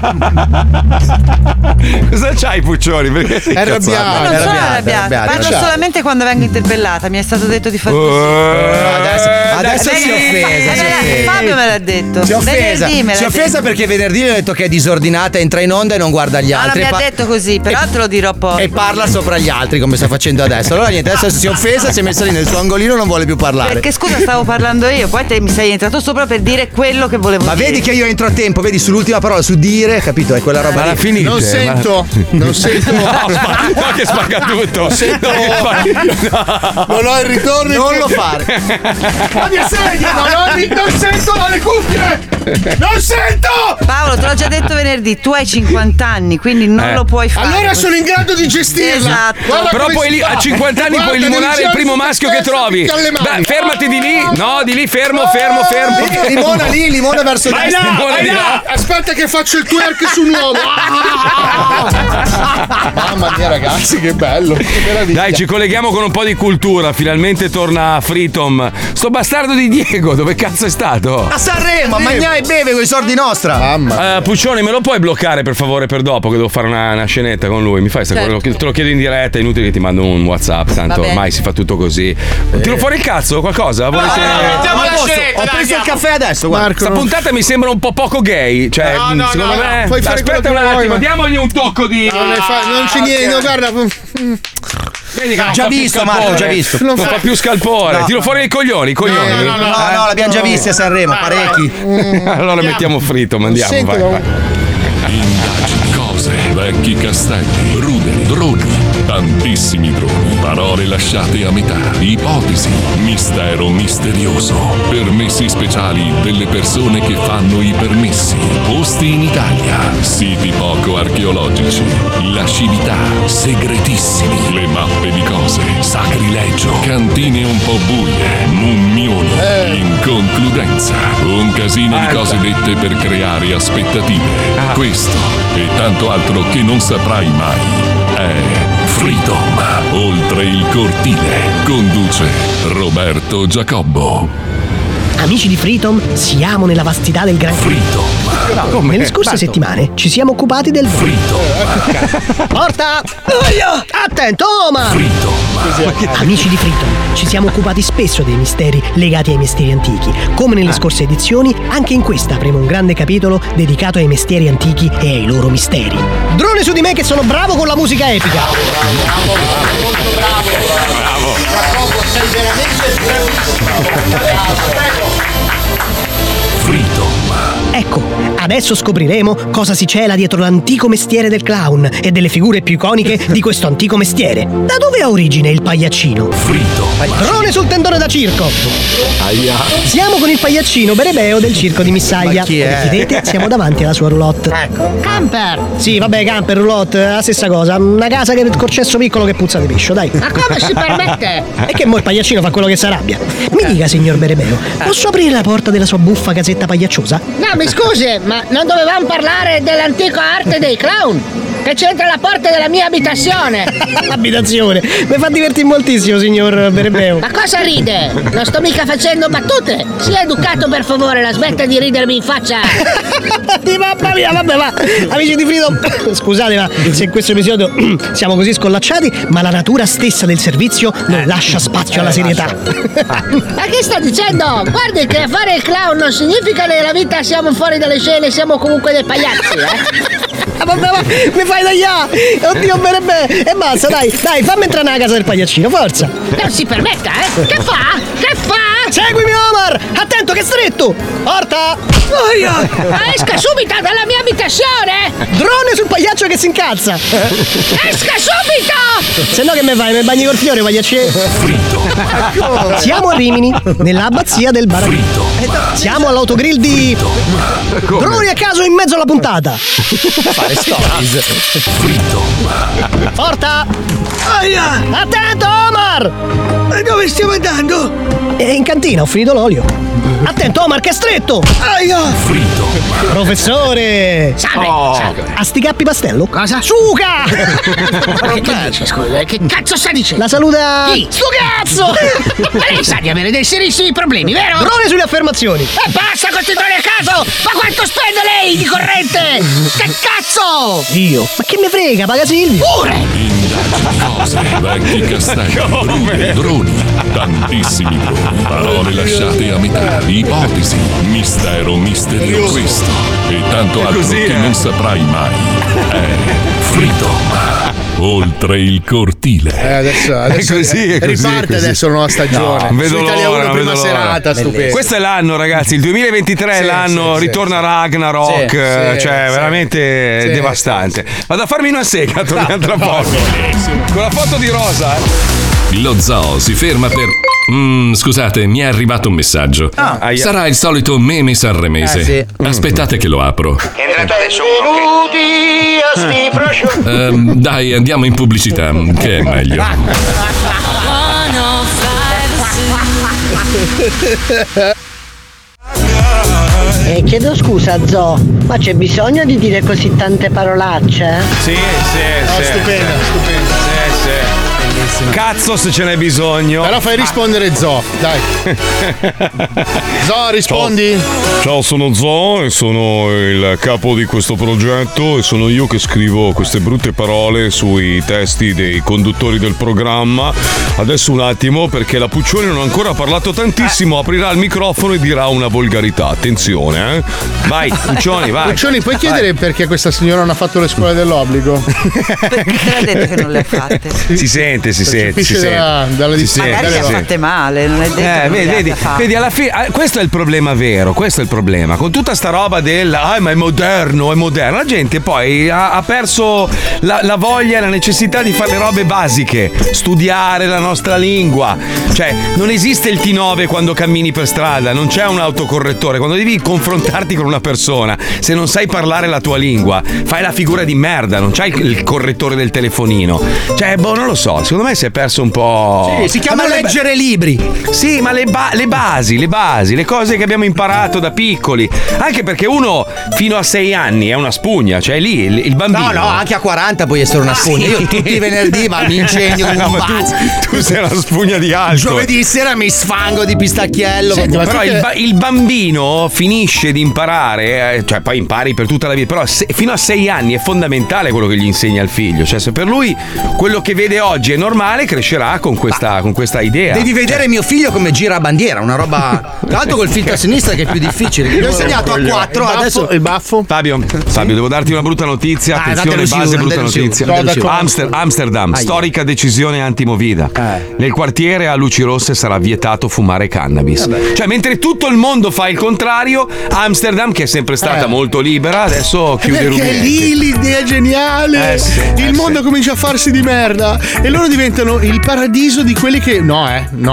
Speaker 2: Cosa c'hai, Puccioni? Perché sei
Speaker 8: arrabbiato? Non sono arrabbiata. Parlo solamente quando vengo interpellata. Mi è stato detto di fare così.
Speaker 7: Adesso si è offesa.
Speaker 8: Fabio me l'ha detto.
Speaker 7: Si è offesa perché venerdì mi ha detto che è disordinata, entra in onda e non guarda gli altri.
Speaker 8: Non mi ha detto così, però te lo dirò poi.
Speaker 7: E parla sopra gli altri come sta facendo adesso. Allora niente, adesso si è offesa, si è messa lì nel suo angolino e non vuole più parlare.
Speaker 8: Perché scusa, stavo parlando io, poi te mi sei entrato sopra per dire quello che volevo dire.
Speaker 7: Ma vedi che io entro a tempo, vedi sull'ultima parola, su dire, capito? È quella roba.
Speaker 2: Ma la finite.
Speaker 3: Non sento.
Speaker 2: No, che spacca tutto.
Speaker 3: Non sento. Non ho il ritorno.
Speaker 7: Non lo fare.
Speaker 3: La mia sedia, non sento dalle cuffie. Non sento!
Speaker 8: Paolo, te l'ho già detto venerdì, tu hai 50 anni, quindi non lo puoi fare.
Speaker 3: Allora sono in grado di gestirla.
Speaker 8: Esatto.
Speaker 2: Però poi a 50 anni puoi limonare il primo maschio che trovi. Beh, fermati di lì. No, di lì, fermo.
Speaker 7: Limona verso destra.
Speaker 3: Aspetta che faccio il twerk su un uomo. Mamma mia, ragazzi, che bello. Che meraviglia.
Speaker 2: Dai, ci colleghiamo con un po' di cultura. Finalmente torna Freedom. Sto bastardo di Diego, dove cazzo è stato?
Speaker 7: A Sanremo, a mangiare e beve con i soldi nostra.
Speaker 3: Mamma.
Speaker 2: Puccioni, me lo puoi bloccare per favore per dopo, che devo fare una scenetta con lui? Mi fai sta cosa? Te lo chiedo in diretta, è inutile che ti mando un WhatsApp, tanto ormai si fa tutto così. Tiro fuori il cazzo, qualcosa? Volete...
Speaker 7: mettiamo la scenetta. Ho preso il caffè adesso, guarda.
Speaker 2: Questa puntata mi sembra un po' poco gay. Cioè, secondo me. Aspetta un attimo, diamogli un tocco di.
Speaker 3: Non c'è niente, guarda.
Speaker 2: Vedi che
Speaker 7: già visto, Marco, già visto.
Speaker 2: Non fa più scalpore. Tiro fuori i coglioni,
Speaker 7: No, l'abbiamo già visti a Sanremo, parecchi.
Speaker 2: Allora mettiamo fritto, andiamo, vai.
Speaker 1: vecchi castelli, ruderi, droni, tantissimi droni, parole lasciate a metà, ipotesi, mistero misterioso, permessi speciali delle persone che fanno i permessi, posti in Italia, siti poco archeologici, lascività, segretissimi, le mappe di cose, sacrilegio, cantine un po' buie, mummioni, inconcludenza, un casino di cose dette per creare aspettative. Questo e tanto altro che non saprai mai è Freedom, oltre il cortile, conduce Roberto Giacobbo.
Speaker 15: Amici di Freedom, siamo nella vastità del Gran
Speaker 1: Freedom.
Speaker 15: Nelle scorse settimane ci siamo occupati del Freedom. Porta! Attento, Omar! Amici di Freedom, ci siamo occupati spesso dei misteri legati ai mestieri antichi. Come nelle scorse edizioni, anche in questa avremo un grande capitolo dedicato ai mestieri antichi e ai loro misteri. Drone su di me che sono bravo con la musica epica.
Speaker 14: Molto bravo. Giacobbo, sei veramente bravo.
Speaker 1: Freedom.
Speaker 15: Ecco, adesso scopriremo cosa si cela dietro l'antico mestiere del clown e delle figure più iconiche di questo antico mestiere. Da dove ha origine il pagliaccino? Drone sul tendone da circo. Siamo con il pagliaccino berebeo del circo di Missaglia. Come vedete, siamo davanti alla sua roulotte.
Speaker 10: Ecco. Camper!
Speaker 15: Sì, vabbè, camper, roulotte, la stessa cosa. Una casa che col cesso piccolo che puzza di pescio, dai.
Speaker 10: Ma come si permette?
Speaker 15: E che mo il pagliaccino fa quello che si arrabbia. Mi dica, signor berebeo, posso aprire la porta della sua buffa casetta pagliacciosa?
Speaker 10: No, mi scusi, ma non dovevamo parlare dell'antica arte dei clown? Che c'entra la porta della mia abitazione?
Speaker 15: Abitazione? Mi fa divertire moltissimo, signor berebeo.
Speaker 10: Ma cosa ride? Non sto mica facendo battute. Sia educato, per favore, la smetta di ridermi in faccia.
Speaker 15: Mamma mia, vabbè, va. Amici di Freedom, scusate, ma se in questo episodio siamo così scollacciati, ma la natura stessa del servizio non lascia spazio alla serietà.
Speaker 10: Ma che sta dicendo? Guardi che a fare il clown non significa che nella vita siamo fuori dalle scene, siamo comunque dei pagliazzi,
Speaker 15: Vabbè, va, mi fai tagliare! Oddio, bene. E basta, dai, fammi entrare nella casa del pagliaccino, forza!
Speaker 10: Non si permetta, Che fa?
Speaker 15: Seguimi, Omar! Attento, che stretto! Porta!
Speaker 10: Ma esca subito dalla mia abitazione!
Speaker 15: Drone sul pagliaccio che si incazza!
Speaker 10: Esca subito!
Speaker 15: Se no che me fai? Me bagni col fiore, pagliacce? Siamo a Rimini, nell'abbazia del Baravito. Siamo all'autogrill di... Droni a caso in mezzo alla puntata!
Speaker 7: Fare stories.
Speaker 15: Porta! Attento, Omar!
Speaker 14: E dove stiamo andando?
Speaker 15: In cantina, ho finito l'olio. Attento, Omar, che è stretto! Professore!
Speaker 10: Salve!
Speaker 15: A sti cappi pastello?
Speaker 10: Cosa?
Speaker 15: Suca!
Speaker 10: Che dice, scusa? Che cazzo sta dicendo?
Speaker 15: La saluta...
Speaker 10: Chi? Sto cazzo! Ma lei sa di avere dei serissimi problemi, vero?
Speaker 15: Drone sulle affermazioni!
Speaker 10: E basta con questi droni a caso! Ma quanto spende lei di corrente? Che cazzo?
Speaker 15: Io? Ma che me frega, paga Silvio!
Speaker 10: Pure!
Speaker 1: Cose, vecchi castelli, ruderi, droni, tantissimi droni, parole lasciate a metà, ipotesi, mistero misterioso, questo e tanto altro che non saprai mai è Freedom, oltre il cortile.
Speaker 3: Adesso
Speaker 2: è così.
Speaker 3: Riparte adesso una nuova stagione.
Speaker 2: No,
Speaker 3: Su Italia 1 prima serata, stupendo.
Speaker 2: Questo è l'anno, ragazzi, il 2023 è l'anno, ritorna Ragnarok, veramente devastante. Vado a farmi una sega, torniamo tra poco. Con la foto di Rosa,
Speaker 1: Lo zoo si ferma per... scusate, mi è arrivato un messaggio. Sarà il solito meme sanremese. Aspettate che lo apro.
Speaker 14: È entrato adesso uno che...
Speaker 1: Dai, andiamo in pubblicità, che è meglio.
Speaker 10: Chiedo scusa, Zo, ma c'è bisogno di dire così tante parolacce?
Speaker 2: Sì.
Speaker 3: Stupenda.
Speaker 2: Cazzo se ce n'è bisogno.
Speaker 3: Però fai rispondere Zo, dai. Zo, rispondi.
Speaker 2: Ciao, sono Zo e sono il capo di questo progetto e sono io che scrivo queste brutte parole sui testi dei conduttori del programma. Adesso un attimo, perché la Puccioni non ha ancora parlato tantissimo, aprirà il microfono e dirà una volgarità. Attenzione, Vai, Puccioni, vai.
Speaker 3: Puccioni, puoi chiedere perché questa signora non ha fatto le scuole dell'obbligo?
Speaker 8: Perché ha detto che non le ha fatte?
Speaker 2: Si sente. si sente.
Speaker 3: Dalla distanza.
Speaker 8: Magari le ha fatte male, non è detto.
Speaker 2: Vedi, alla fine questo è il problema vero, questo è il problema. Con tutta sta roba ma è moderno, la gente poi ha perso la voglia e la necessità di fare le robe basiche, studiare la nostra lingua. Cioè, non esiste il T9 quando cammini per strada, non c'è un autocorrettore. Quando devi confrontarti con una persona, se non sai parlare la tua lingua, fai la figura di merda, non c'hai il correttore del telefonino. Cioè, non lo so, secondo me si è perso un po'.
Speaker 7: Sì, si chiama leggere libri.
Speaker 2: Sì, ma le basi, le cose che abbiamo imparato da piccoli. Anche perché uno fino a 6 anni è una spugna, cioè lì il bambino.
Speaker 7: No, anche a 40 puoi essere una spugna. Io tutti i venerdì mi ingegno come un pazzo.
Speaker 2: Tu sei una spugna di alcol.
Speaker 7: Giovedì sera mi sfango di pistacchiello.
Speaker 2: Senti, però il bambino finisce di imparare, cioè poi impari per tutta la vita, però fino a 6 anni è fondamentale quello che gli insegna il figlio. Cioè, se per lui quello che vede oggi è normale, crescerà con questa idea.
Speaker 7: Devi vedere mio figlio come gira a bandiera, una roba. Tra l'altro col filtro a sinistra che è più difficile. L'ho insegnato a 4, adesso
Speaker 3: il baffo.
Speaker 2: Fabio, devo darti una brutta notizia. Attenzione, base brutta notizia. Amsterdam, storica decisione antimovida. Nel quartiere a luci rosse sarà vietato fumare cannabis. Cioè, mentre tutto il mondo fa il contrario, Amsterdam, che è sempre stata molto libera, adesso chiude i rubinetti.
Speaker 3: Perché lì l'idea è geniale. Il mondo comincia a farsi di merda e loro diventano il paradiso di quelli che. No,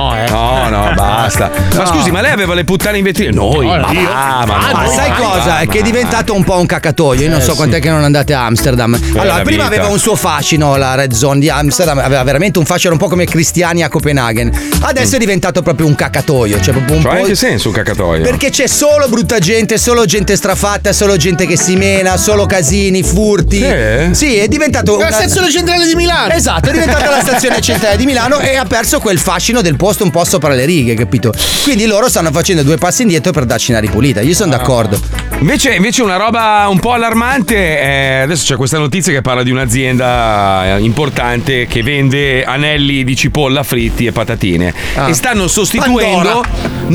Speaker 2: basta. Ma scusi, ma lei aveva le puttane in vetrina? Noi,
Speaker 7: ma sai cosa? È che è diventato un po' un cacatoio. Io non so quant'è che non andate a Amsterdam. Allora, prima aveva un suo fascino, la Red Zone di Amsterdam, aveva veramente un fascino un po' come Cristiani a Copenaghen. Adesso è diventato proprio un cacatoio. Cioè, proprio un po'.
Speaker 2: In che senso un cacatoio?
Speaker 7: Perché c'è solo brutta gente, solo gente strafatta, solo gente che si mena, solo casini, furti. Sì, è diventato
Speaker 3: la stazione centrale di Milano.
Speaker 7: Esatto, è diventata la stazione centrale di Milano e ha perso quel fascino del posto un po' sopra le righe, capito? Quindi loro stanno facendo 2 passi indietro per darci una ripulita. Io sono d'accordo.
Speaker 2: Invece una roba un po' allarmante, adesso c'è questa notizia che parla di un'azienda importante che vende anelli di cipolla fritti e patatine e stanno sostituendo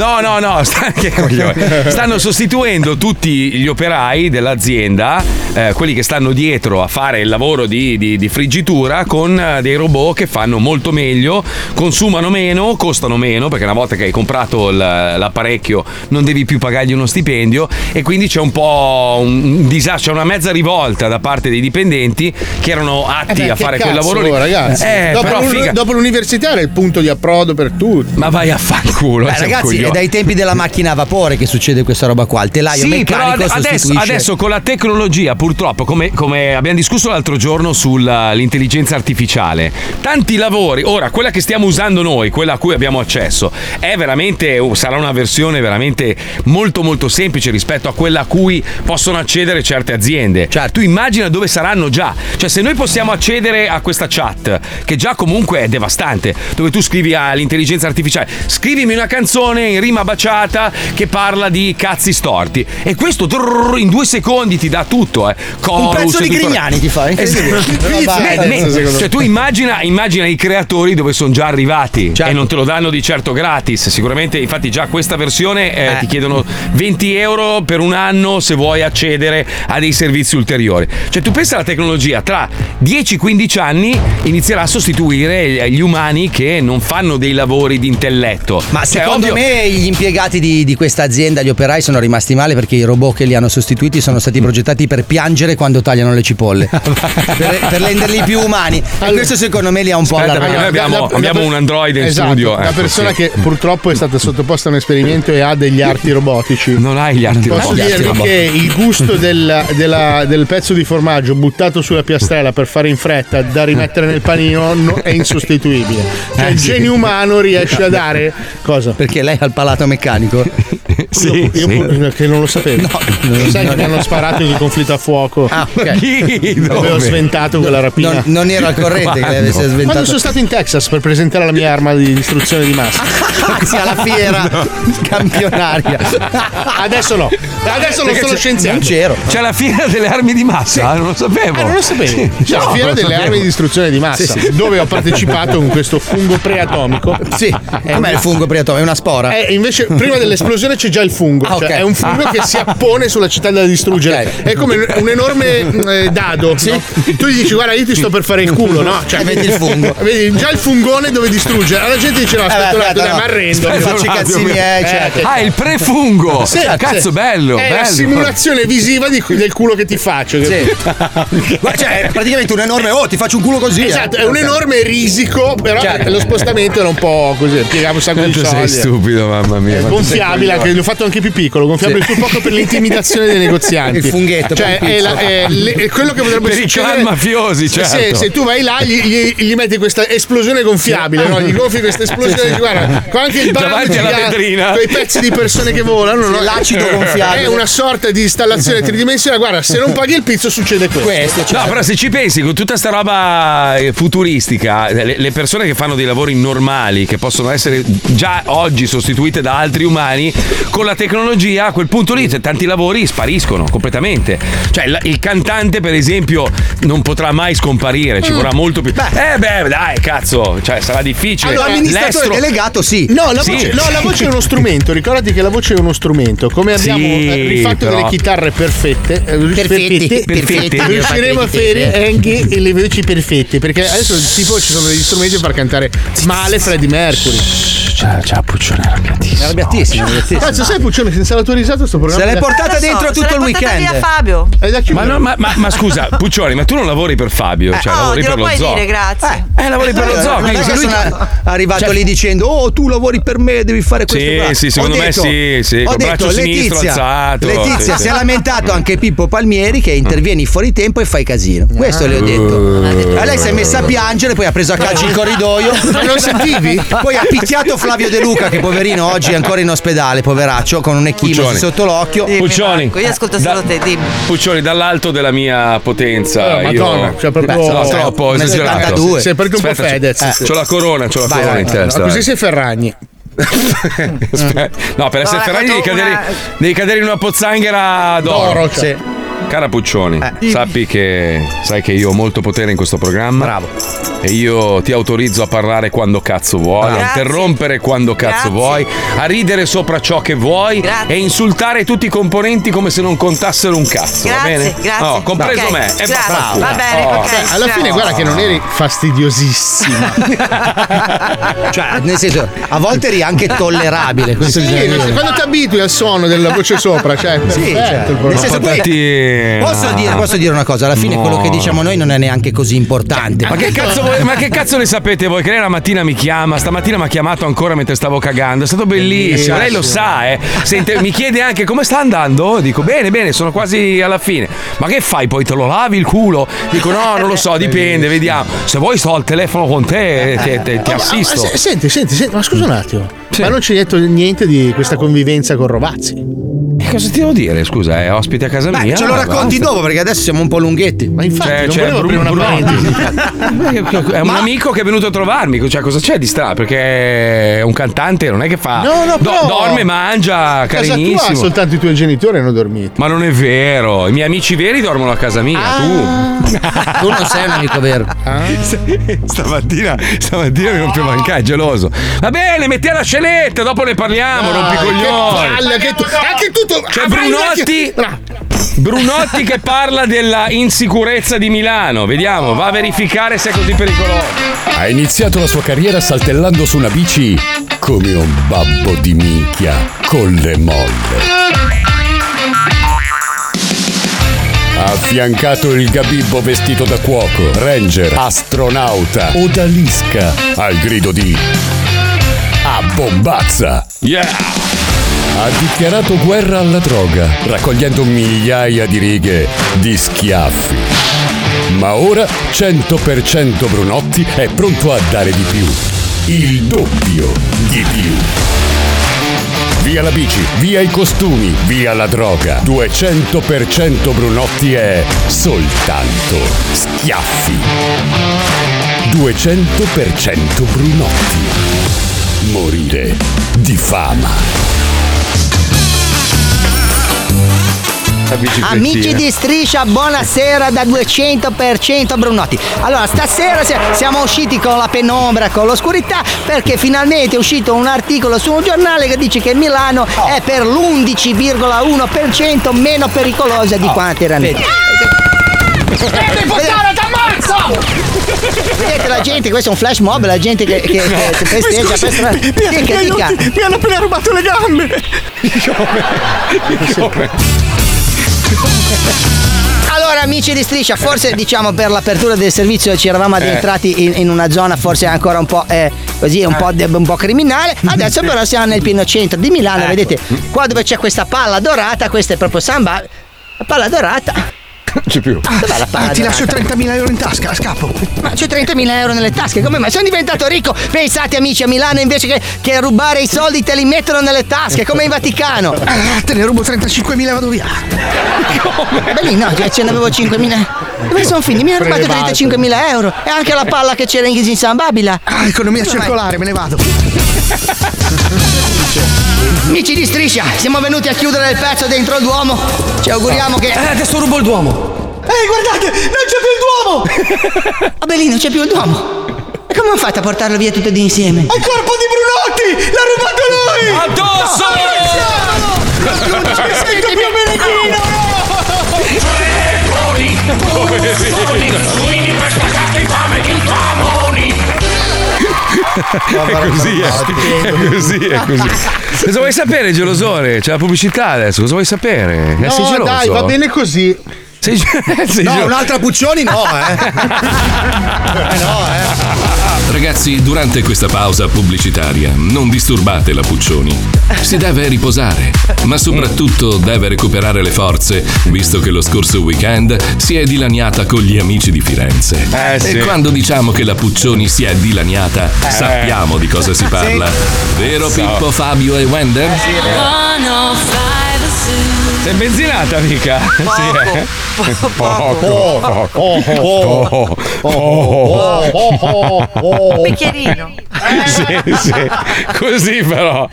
Speaker 2: stanno sostituendo tutti gli operai dell'azienda, quelli che stanno dietro a fare il lavoro di friggitura, con dei robot che fanno molto meglio, consumano meno, costano meno, perché una volta che hai comprato l'apparecchio non devi più pagargli uno stipendio, e quindi c'è un po' un disastro, c'è una mezza rivolta da parte dei dipendenti che erano atti a fare quel lavoro lì.
Speaker 3: Ragazzi, dopo l'università era il punto di approdo per tutti.
Speaker 2: Ma vai a fanculo.
Speaker 7: Ragazzi, è dai tempi della macchina a vapore che succede questa roba qua. Il telaio meccanico sostituisce.
Speaker 2: Adesso con la tecnologia, purtroppo, come abbiamo discusso l'altro giorno sull'intelligenza artificiale, tanti lavori, ora quella che stiamo usando noi, quella a cui abbiamo accesso, è veramente, sarà una versione veramente molto molto semplice rispetto a quella a cui possono accedere certe aziende. Tu immagina dove saranno già. Cioè, se noi possiamo accedere a questa chat, che già comunque è devastante, dove tu scrivi all'intelligenza artificiale: scrivimi una canzone in rima baciata che parla di cazzi storti, e questo in 2 secondi ti dà tutto, chorus,
Speaker 7: un pezzo di Grignani ti fai.
Speaker 2: Cioè, tu immagina i creatori dove sono già arrivati, e non te lo danno di certo gratis sicuramente. Infatti già questa versione ti chiedono 20 euro per un anno se vuoi accedere a dei servizi ulteriori. Cioè, tu pensa alla tecnologia, tra 10-15 anni inizierà a sostituire gli umani che non fanno dei lavori di intelletto.
Speaker 7: Ma secondo me gli impiegati di questa azienda, gli operai, sono rimasti male, perché i robot che li hanno sostituiti sono stati progettati per piangere quando tagliano le cipolle per renderli più umani. E questo secondo me li ha un po' allarmati.
Speaker 2: Noi abbiamo un androide in studio.
Speaker 3: La persona che purtroppo è stata sottoposta a un esperimento e ha degli arti robotici.
Speaker 2: Non hai gli arti robotici.
Speaker 3: Posso dirvi che il gusto del pezzo di formaggio buttato sulla piastrella per fare in fretta da rimettere nel panino è insostituibile. Cioè, il genio umano riesce a dare cosa?
Speaker 7: Perché lei ha il palato meccanico?
Speaker 3: Io che non lo sapevo. No, sai che mi hanno sparato di conflitto a fuoco. Avevo sventato quella rapina.
Speaker 7: Non ero al corrente che lei avesse sventato.
Speaker 3: Quando sono stato in Texas per presentare la mia arma di distruzione di massa.
Speaker 7: Sì, alla fiera campionaria.
Speaker 3: Adesso no. Adesso non sono scienziato.
Speaker 7: Non c'ero.
Speaker 2: C'è la fiera delle armi di massa? Non lo sapevo.
Speaker 3: Non lo sapevo. C'è la fiera delle armi di distruzione di massa, dove ho partecipato con questo fungo preatomico.
Speaker 7: Sì. Com'è il fungo preatomico? È una spora.
Speaker 3: Invece prima dell'esplosione c'è c'è già il fungo. Cioè,
Speaker 7: ok.
Speaker 3: è un fungo che si appone sulla città da distruggere. È come un enorme dado. Sì. No? Tu gli dici, guarda, io ti sto per fare il culo, no? Cioè,
Speaker 7: vedi il fungo.
Speaker 3: Vedi già il fungone dove distruggere. La gente dice, no, aspetta un attimo, ma arrendo.
Speaker 7: Faccio i cazzini, certo.
Speaker 2: Ah, il prefungo.
Speaker 3: Sì,
Speaker 2: cazzo, bello.
Speaker 3: È
Speaker 2: bello.
Speaker 3: la simulazione visiva del culo che ti faccio.
Speaker 7: Sì. Ma cioè, è praticamente un enorme, ti faccio un culo così.
Speaker 3: Esatto, è un enorme risico, però lo spostamento era un po' così, piegava un sacco di soldi.
Speaker 2: Sei stupido, mamma mia.
Speaker 3: È gonfiabile, anche l'ho fatto anche più piccolo, gonfiabile più poco per l'intimidazione dei negozianti.
Speaker 7: Il funghetto.
Speaker 3: Cioè, è quello che potrebbe
Speaker 2: per
Speaker 3: succedere.
Speaker 2: Per i mafiosi, certo.
Speaker 3: Se tu vai là, gli metti questa esplosione gonfiabile, no? Gli gonfi questa esplosione, guarda, con anche il
Speaker 2: davanti alla vetrina,
Speaker 3: quei pezzi di persone che volano, no?
Speaker 7: L'acido gonfiabile.
Speaker 3: È una sorta di installazione tridimensionale. Guarda, se non paghi il pizzo succede questo.
Speaker 2: No, però se ci pensi, con tutta sta roba futuristica, le persone che fanno dei lavori normali, che possono essere già oggi sostituite da altri umani, con la tecnologia a quel punto lì tanti lavori spariscono completamente. Cioè il cantante, per esempio, non potrà mai scomparire, ci vorrà molto più. Dai, cazzo, cioè sarà difficile.
Speaker 7: Allora, l'amministratore delegato sì.
Speaker 3: No, la voce è uno strumento. Ricordati che la voce è uno strumento. Come abbiamo rifatto delle chitarre perfette, riusciremo a fare anche le voci perfette. Perché adesso tipo ci sono degli strumenti per far cantare male Freddie Mercury.
Speaker 2: Ciao Puccione,
Speaker 7: arrabbiatissimo.
Speaker 3: Cazzo, sai Puccione, senza la tua risata sto programma.
Speaker 7: Se l'hai portata dentro tutto il weekend.
Speaker 8: Via Fabio.
Speaker 2: Ma scusa, Puccioni, ma tu non lavori per Fabio, cioè lavori per lo zoo.
Speaker 8: Dire, grazie.
Speaker 2: Lavori per lo zoo.
Speaker 7: Non è che
Speaker 2: lui
Speaker 7: sono arrivato lì dicendo, tu lavori per me, devi fare questo.
Speaker 2: Sì, secondo me sì,
Speaker 7: ho
Speaker 2: col
Speaker 7: detto,
Speaker 2: braccio sinistro alzato.
Speaker 7: Letizia, si è lamentato anche Pippo Palmieri che intervieni fuori tempo e fai casino. Questo le ho detto. A lei si è messa a piangere, poi ha preso a calci in corridoio.
Speaker 3: Ma non sentivi?
Speaker 7: Poi ha picchiato Flavio De Luca, che poverino oggi è ancora in ospedale, poveraccio, con un'echimosi sotto l'occhio.
Speaker 2: Puccioni,
Speaker 8: io ascolto solo te, dimmi.
Speaker 2: Puccioni, dall'alto della mia potenza,
Speaker 3: Madonna, cioè proprio
Speaker 2: troppo esagerato.
Speaker 3: Sei proprio un po' Fedez.
Speaker 2: C'ho la corona in testa.
Speaker 3: Così sei Ferragni.
Speaker 2: No, per essere Ferragni devi cadere in una pozzanghera d'oro.
Speaker 3: Sì.
Speaker 2: Cara Puccioni, sai che io ho molto potere in questo programma.
Speaker 7: Bravo.
Speaker 2: E io ti autorizzo a parlare quando cazzo vuoi, a interrompere quando cazzo vuoi, a ridere sopra ciò che vuoi e insultare tutti i componenti come se non contassero un cazzo. Va bene?
Speaker 8: Grazie.
Speaker 2: No, compreso me.
Speaker 8: Bravo. Va bene,
Speaker 3: alla fine guarda che non eri fastidiosissima.
Speaker 7: Cioè, nel senso, a volte eri anche tollerabile. Questo
Speaker 3: quando ti abitui al suono della voce sopra, cioè perfetto il programma.
Speaker 7: Posso dire una cosa, alla fine quello che diciamo noi non è neanche così importante.
Speaker 2: Ma che cazzo ne sapete voi? Che lei la mattina mi chiama, stamattina mi ha chiamato ancora mentre stavo cagando, è stato bellissimo, lei lo sa, Sente, mi chiede anche come sta andando, dico bene, sono quasi alla fine. Ma che fai poi, te lo lavi il culo? Dico no, non lo so, dipende, vediamo. Se vuoi sto al telefono con te, ti assisto.
Speaker 3: Senti, ma scusa un attimo, ma non ci hai detto niente di questa convivenza con Rovazzi?
Speaker 2: Cosa ti devo dire? Scusa, è ospite a casa mia.
Speaker 7: Ce lo racconti dopo perché adesso siamo un po' lunghetti.
Speaker 3: Ma infatti non volevo aprire una parentesi.
Speaker 2: È un amico che è venuto a trovarmi. Cioè, cosa c'è di strano? Perché è un cantante, non è che fa. Dorme, mangia, carinissimo.
Speaker 3: Casa tua soltanto i tuoi genitori hanno dormito.
Speaker 2: Ma non è vero. I miei amici veri dormono a casa mia.
Speaker 7: Tu non sei un amico vero.
Speaker 2: Stamattina mi rompeva anche, è geloso. Va bene, metti la scenetta, dopo ne parliamo. Rompi coglioni.
Speaker 3: Anche tutto.
Speaker 2: C'è Brunotti che parla della insicurezza di Milano. Vediamo, va a verificare se è così pericoloso.
Speaker 16: Ha iniziato la sua carriera saltellando su una bici come un babbo di minchia con le molle. Ha affiancato il gabibbo vestito da cuoco, ranger, astronauta, odalisca al grido di "A bombazza!"
Speaker 2: Yeah!
Speaker 16: Ha dichiarato guerra alla droga, raccogliendo migliaia di righe di schiaffi. Ma ora 100% Brunotti è pronto a dare di più. Il doppio di più. Via la bici, via i costumi, via la droga. 200% Brunotti è soltanto schiaffi. 200% Brunotti. Morire di fama.
Speaker 10: Amici di Striscia, buonasera da 200% Brunotti. Allora, stasera siamo usciti con la penombra, con l'oscurità, perché finalmente è uscito un articolo su un giornale che dice che Milano è per l'11,1% meno pericolosa di quanto era nel.
Speaker 14: Devi portare, t'ammazzo!
Speaker 10: Vedete la gente, questo è un flash mob, la gente che festeggia per strada.
Speaker 14: Mi hanno appena rubato le gambe!
Speaker 10: Allora, amici di Striscia, forse diciamo per l'apertura del servizio ci eravamo addentrati in una zona forse ancora un po' così, un po' criminale. Adesso però siamo nel pieno centro di Milano, vedete qua dove c'è questa palla dorata, questa è proprio Samba, la palla dorata.
Speaker 2: Non c'è più.
Speaker 10: Dov'è la palla?
Speaker 15: Ti lascio 30.000 euro in tasca, scappo.
Speaker 10: Ma c'ho 30.000 euro nelle tasche, come mai? Sono diventato ricco. Pensate, amici, a Milano invece che rubare i soldi te li mettono nelle tasche, come in Vaticano.
Speaker 15: Te ne rubo 35.000 e vado via.
Speaker 10: Beh lì no, ce ne avevo 5.000. Dove sono finiti? Mi hanno rubato 35.000 euro. E anche la palla che c'era in San Babila.
Speaker 15: Economia circolare, me ne vado.
Speaker 10: Amici di Striscia, siamo venuti a chiudere il pezzo dentro il Duomo. Ci auguriamo che.
Speaker 15: Adesso rubo il Duomo.
Speaker 14: Guardate, non c'è più il Duomo!
Speaker 10: Vabbè lì non c'è più il Duomo. E come hanno fatto a portarlo via tutto insieme?
Speaker 14: È il corpo di Brunotti! L'ha rubato lui!
Speaker 2: Addosso!
Speaker 14: Non mi sento più Meneghino!
Speaker 2: Poverino! È così. Cosa vuoi sapere, gelosone? C'è la pubblicità adesso, cosa vuoi sapere?
Speaker 3: No,
Speaker 2: sei geloso?
Speaker 3: dai, va bene così.
Speaker 2: Sei
Speaker 7: no, un'altra Puccioni no,
Speaker 1: Ragazzi, durante questa pausa pubblicitaria non disturbate la Puccioni. Si deve riposare, ma soprattutto deve recuperare le forze, visto che lo scorso weekend si è dilaniata con gli amici di Firenze.
Speaker 2: Sì.
Speaker 1: E quando diciamo che la Puccioni si è dilaniata, sappiamo di cosa si parla. Vero Pippo, Fabio e Wender?
Speaker 2: Sei benzinata, mica?
Speaker 8: Un bicchierino.
Speaker 2: Sì. Così però.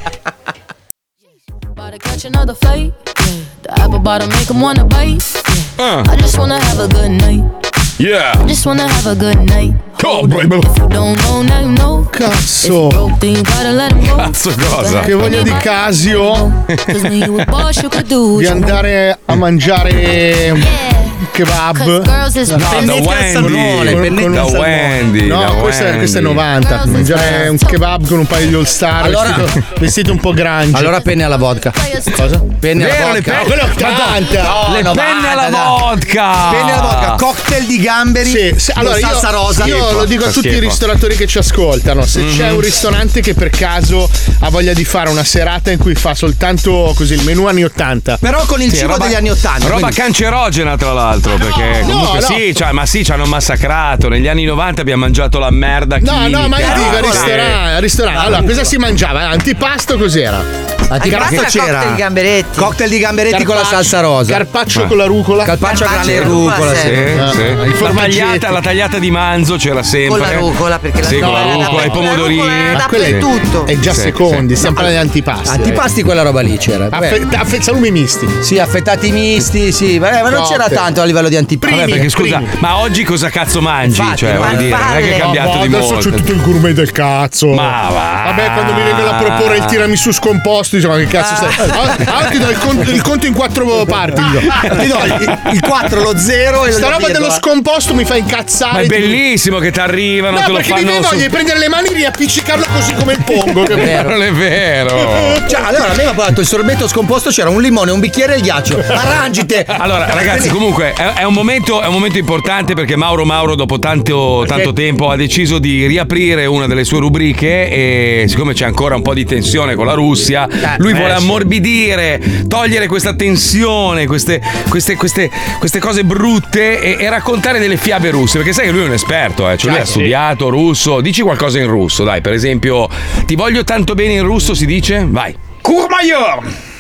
Speaker 6: Catch another fight. The apple bottom make him wanna bite. I just wanna have a good night.
Speaker 2: Yeah.
Speaker 6: I just wanna have a good night.
Speaker 2: Oh, baby.
Speaker 6: If you don't know, now you know.
Speaker 3: Cazzo.
Speaker 2: Cazzo cosa?
Speaker 3: Che voglia di Casio di andare a mangiare kebab.
Speaker 2: Da Wendy.
Speaker 3: No, questo è 90. Mangiare un kebab con un paio di all star,
Speaker 7: allora,
Speaker 3: vestito un po' grunge.
Speaker 7: Allora penne alla vodka.
Speaker 3: Cosa?
Speaker 7: Penne alla vodka.
Speaker 3: Quello è 80.
Speaker 2: Le penne alla vodka.
Speaker 7: Penne alla vodka. Cocktail di gamberi.
Speaker 3: Sì. Allora
Speaker 7: salsa rosa.
Speaker 3: Io lo dico a tutti i ristoratori che ci ascoltano. Se c'è un ristorante che per caso ha voglia di fare una serata in cui fa soltanto così il menù anni 80,
Speaker 7: però con il cibo degli anni 80.
Speaker 2: Roba cancerogena, tra l'altro, perché comunque ci hanno massacrato. Negli anni 90 abbiamo mangiato la merda chimica.
Speaker 3: No, ma io dico ristorante. Allora, cosa si mangiava? Antipasto cos'era?
Speaker 7: Antipasto c'era
Speaker 8: cocktail di gamberetti.
Speaker 7: Cocktail di gamberetti con la salsa rosa.
Speaker 3: Carpaccio con la rucola.
Speaker 7: Carpaccio grana e rucola,
Speaker 2: sì. La tagliata di manzo c'era sempre.
Speaker 8: Con la rucola, perché la
Speaker 2: rucola e i pomodorini.
Speaker 8: dappertutto.
Speaker 3: È già secondi, stiamo parlando di antipasti.
Speaker 7: Antipasti quella roba lì c'era.
Speaker 3: Salumi misti.
Speaker 7: Sì, affettati misti, sì. Ma non c'era tanto a livello di antipasti.
Speaker 2: Vabbè, perché scusa, ma oggi cosa cazzo mangi?
Speaker 7: Infatti,
Speaker 2: cioè, vuol dire, non è che è cambiato di molto.
Speaker 3: Adesso c'è tutto il gourmet del cazzo.
Speaker 2: Ma va.
Speaker 3: Vabbè, quando mi vengono a proporre il tiramisù scomposto, diciamo, che cazzo stai? Ti do il conto in 4 parti.
Speaker 7: Ti do il 4, lo 0 e
Speaker 3: sta roba dello scomposto mi fa incazzare.
Speaker 2: Ma è bellissimo che ti arrivano, te lo
Speaker 3: perché
Speaker 2: fanno.
Speaker 3: mi viene voglia di prendere le mani e riappiccicarlo così come il pongo.
Speaker 2: Non è vero.
Speaker 7: Cioè, allora a me mi ha dato il sorbetto scomposto, c'era un limone, un bicchiere e il ghiaccio. Arrangite.
Speaker 2: Allora, ragazzi, comunque è un momento importante perché Mauro dopo tanto tempo ha deciso di riaprire una delle sue rubriche e siccome c'è ancora un po' di tensione con la Russia, lui vuole ammorbidire, togliere questa tensione, queste cose brutte e raccontare delle fiabe russe, perché sai che lui è un esperto, cioè lui ha studiato russo. Dici qualcosa in russo, dai, per esempio, ti voglio tanto bene in russo si dice? Vai.
Speaker 9: Kurmayor!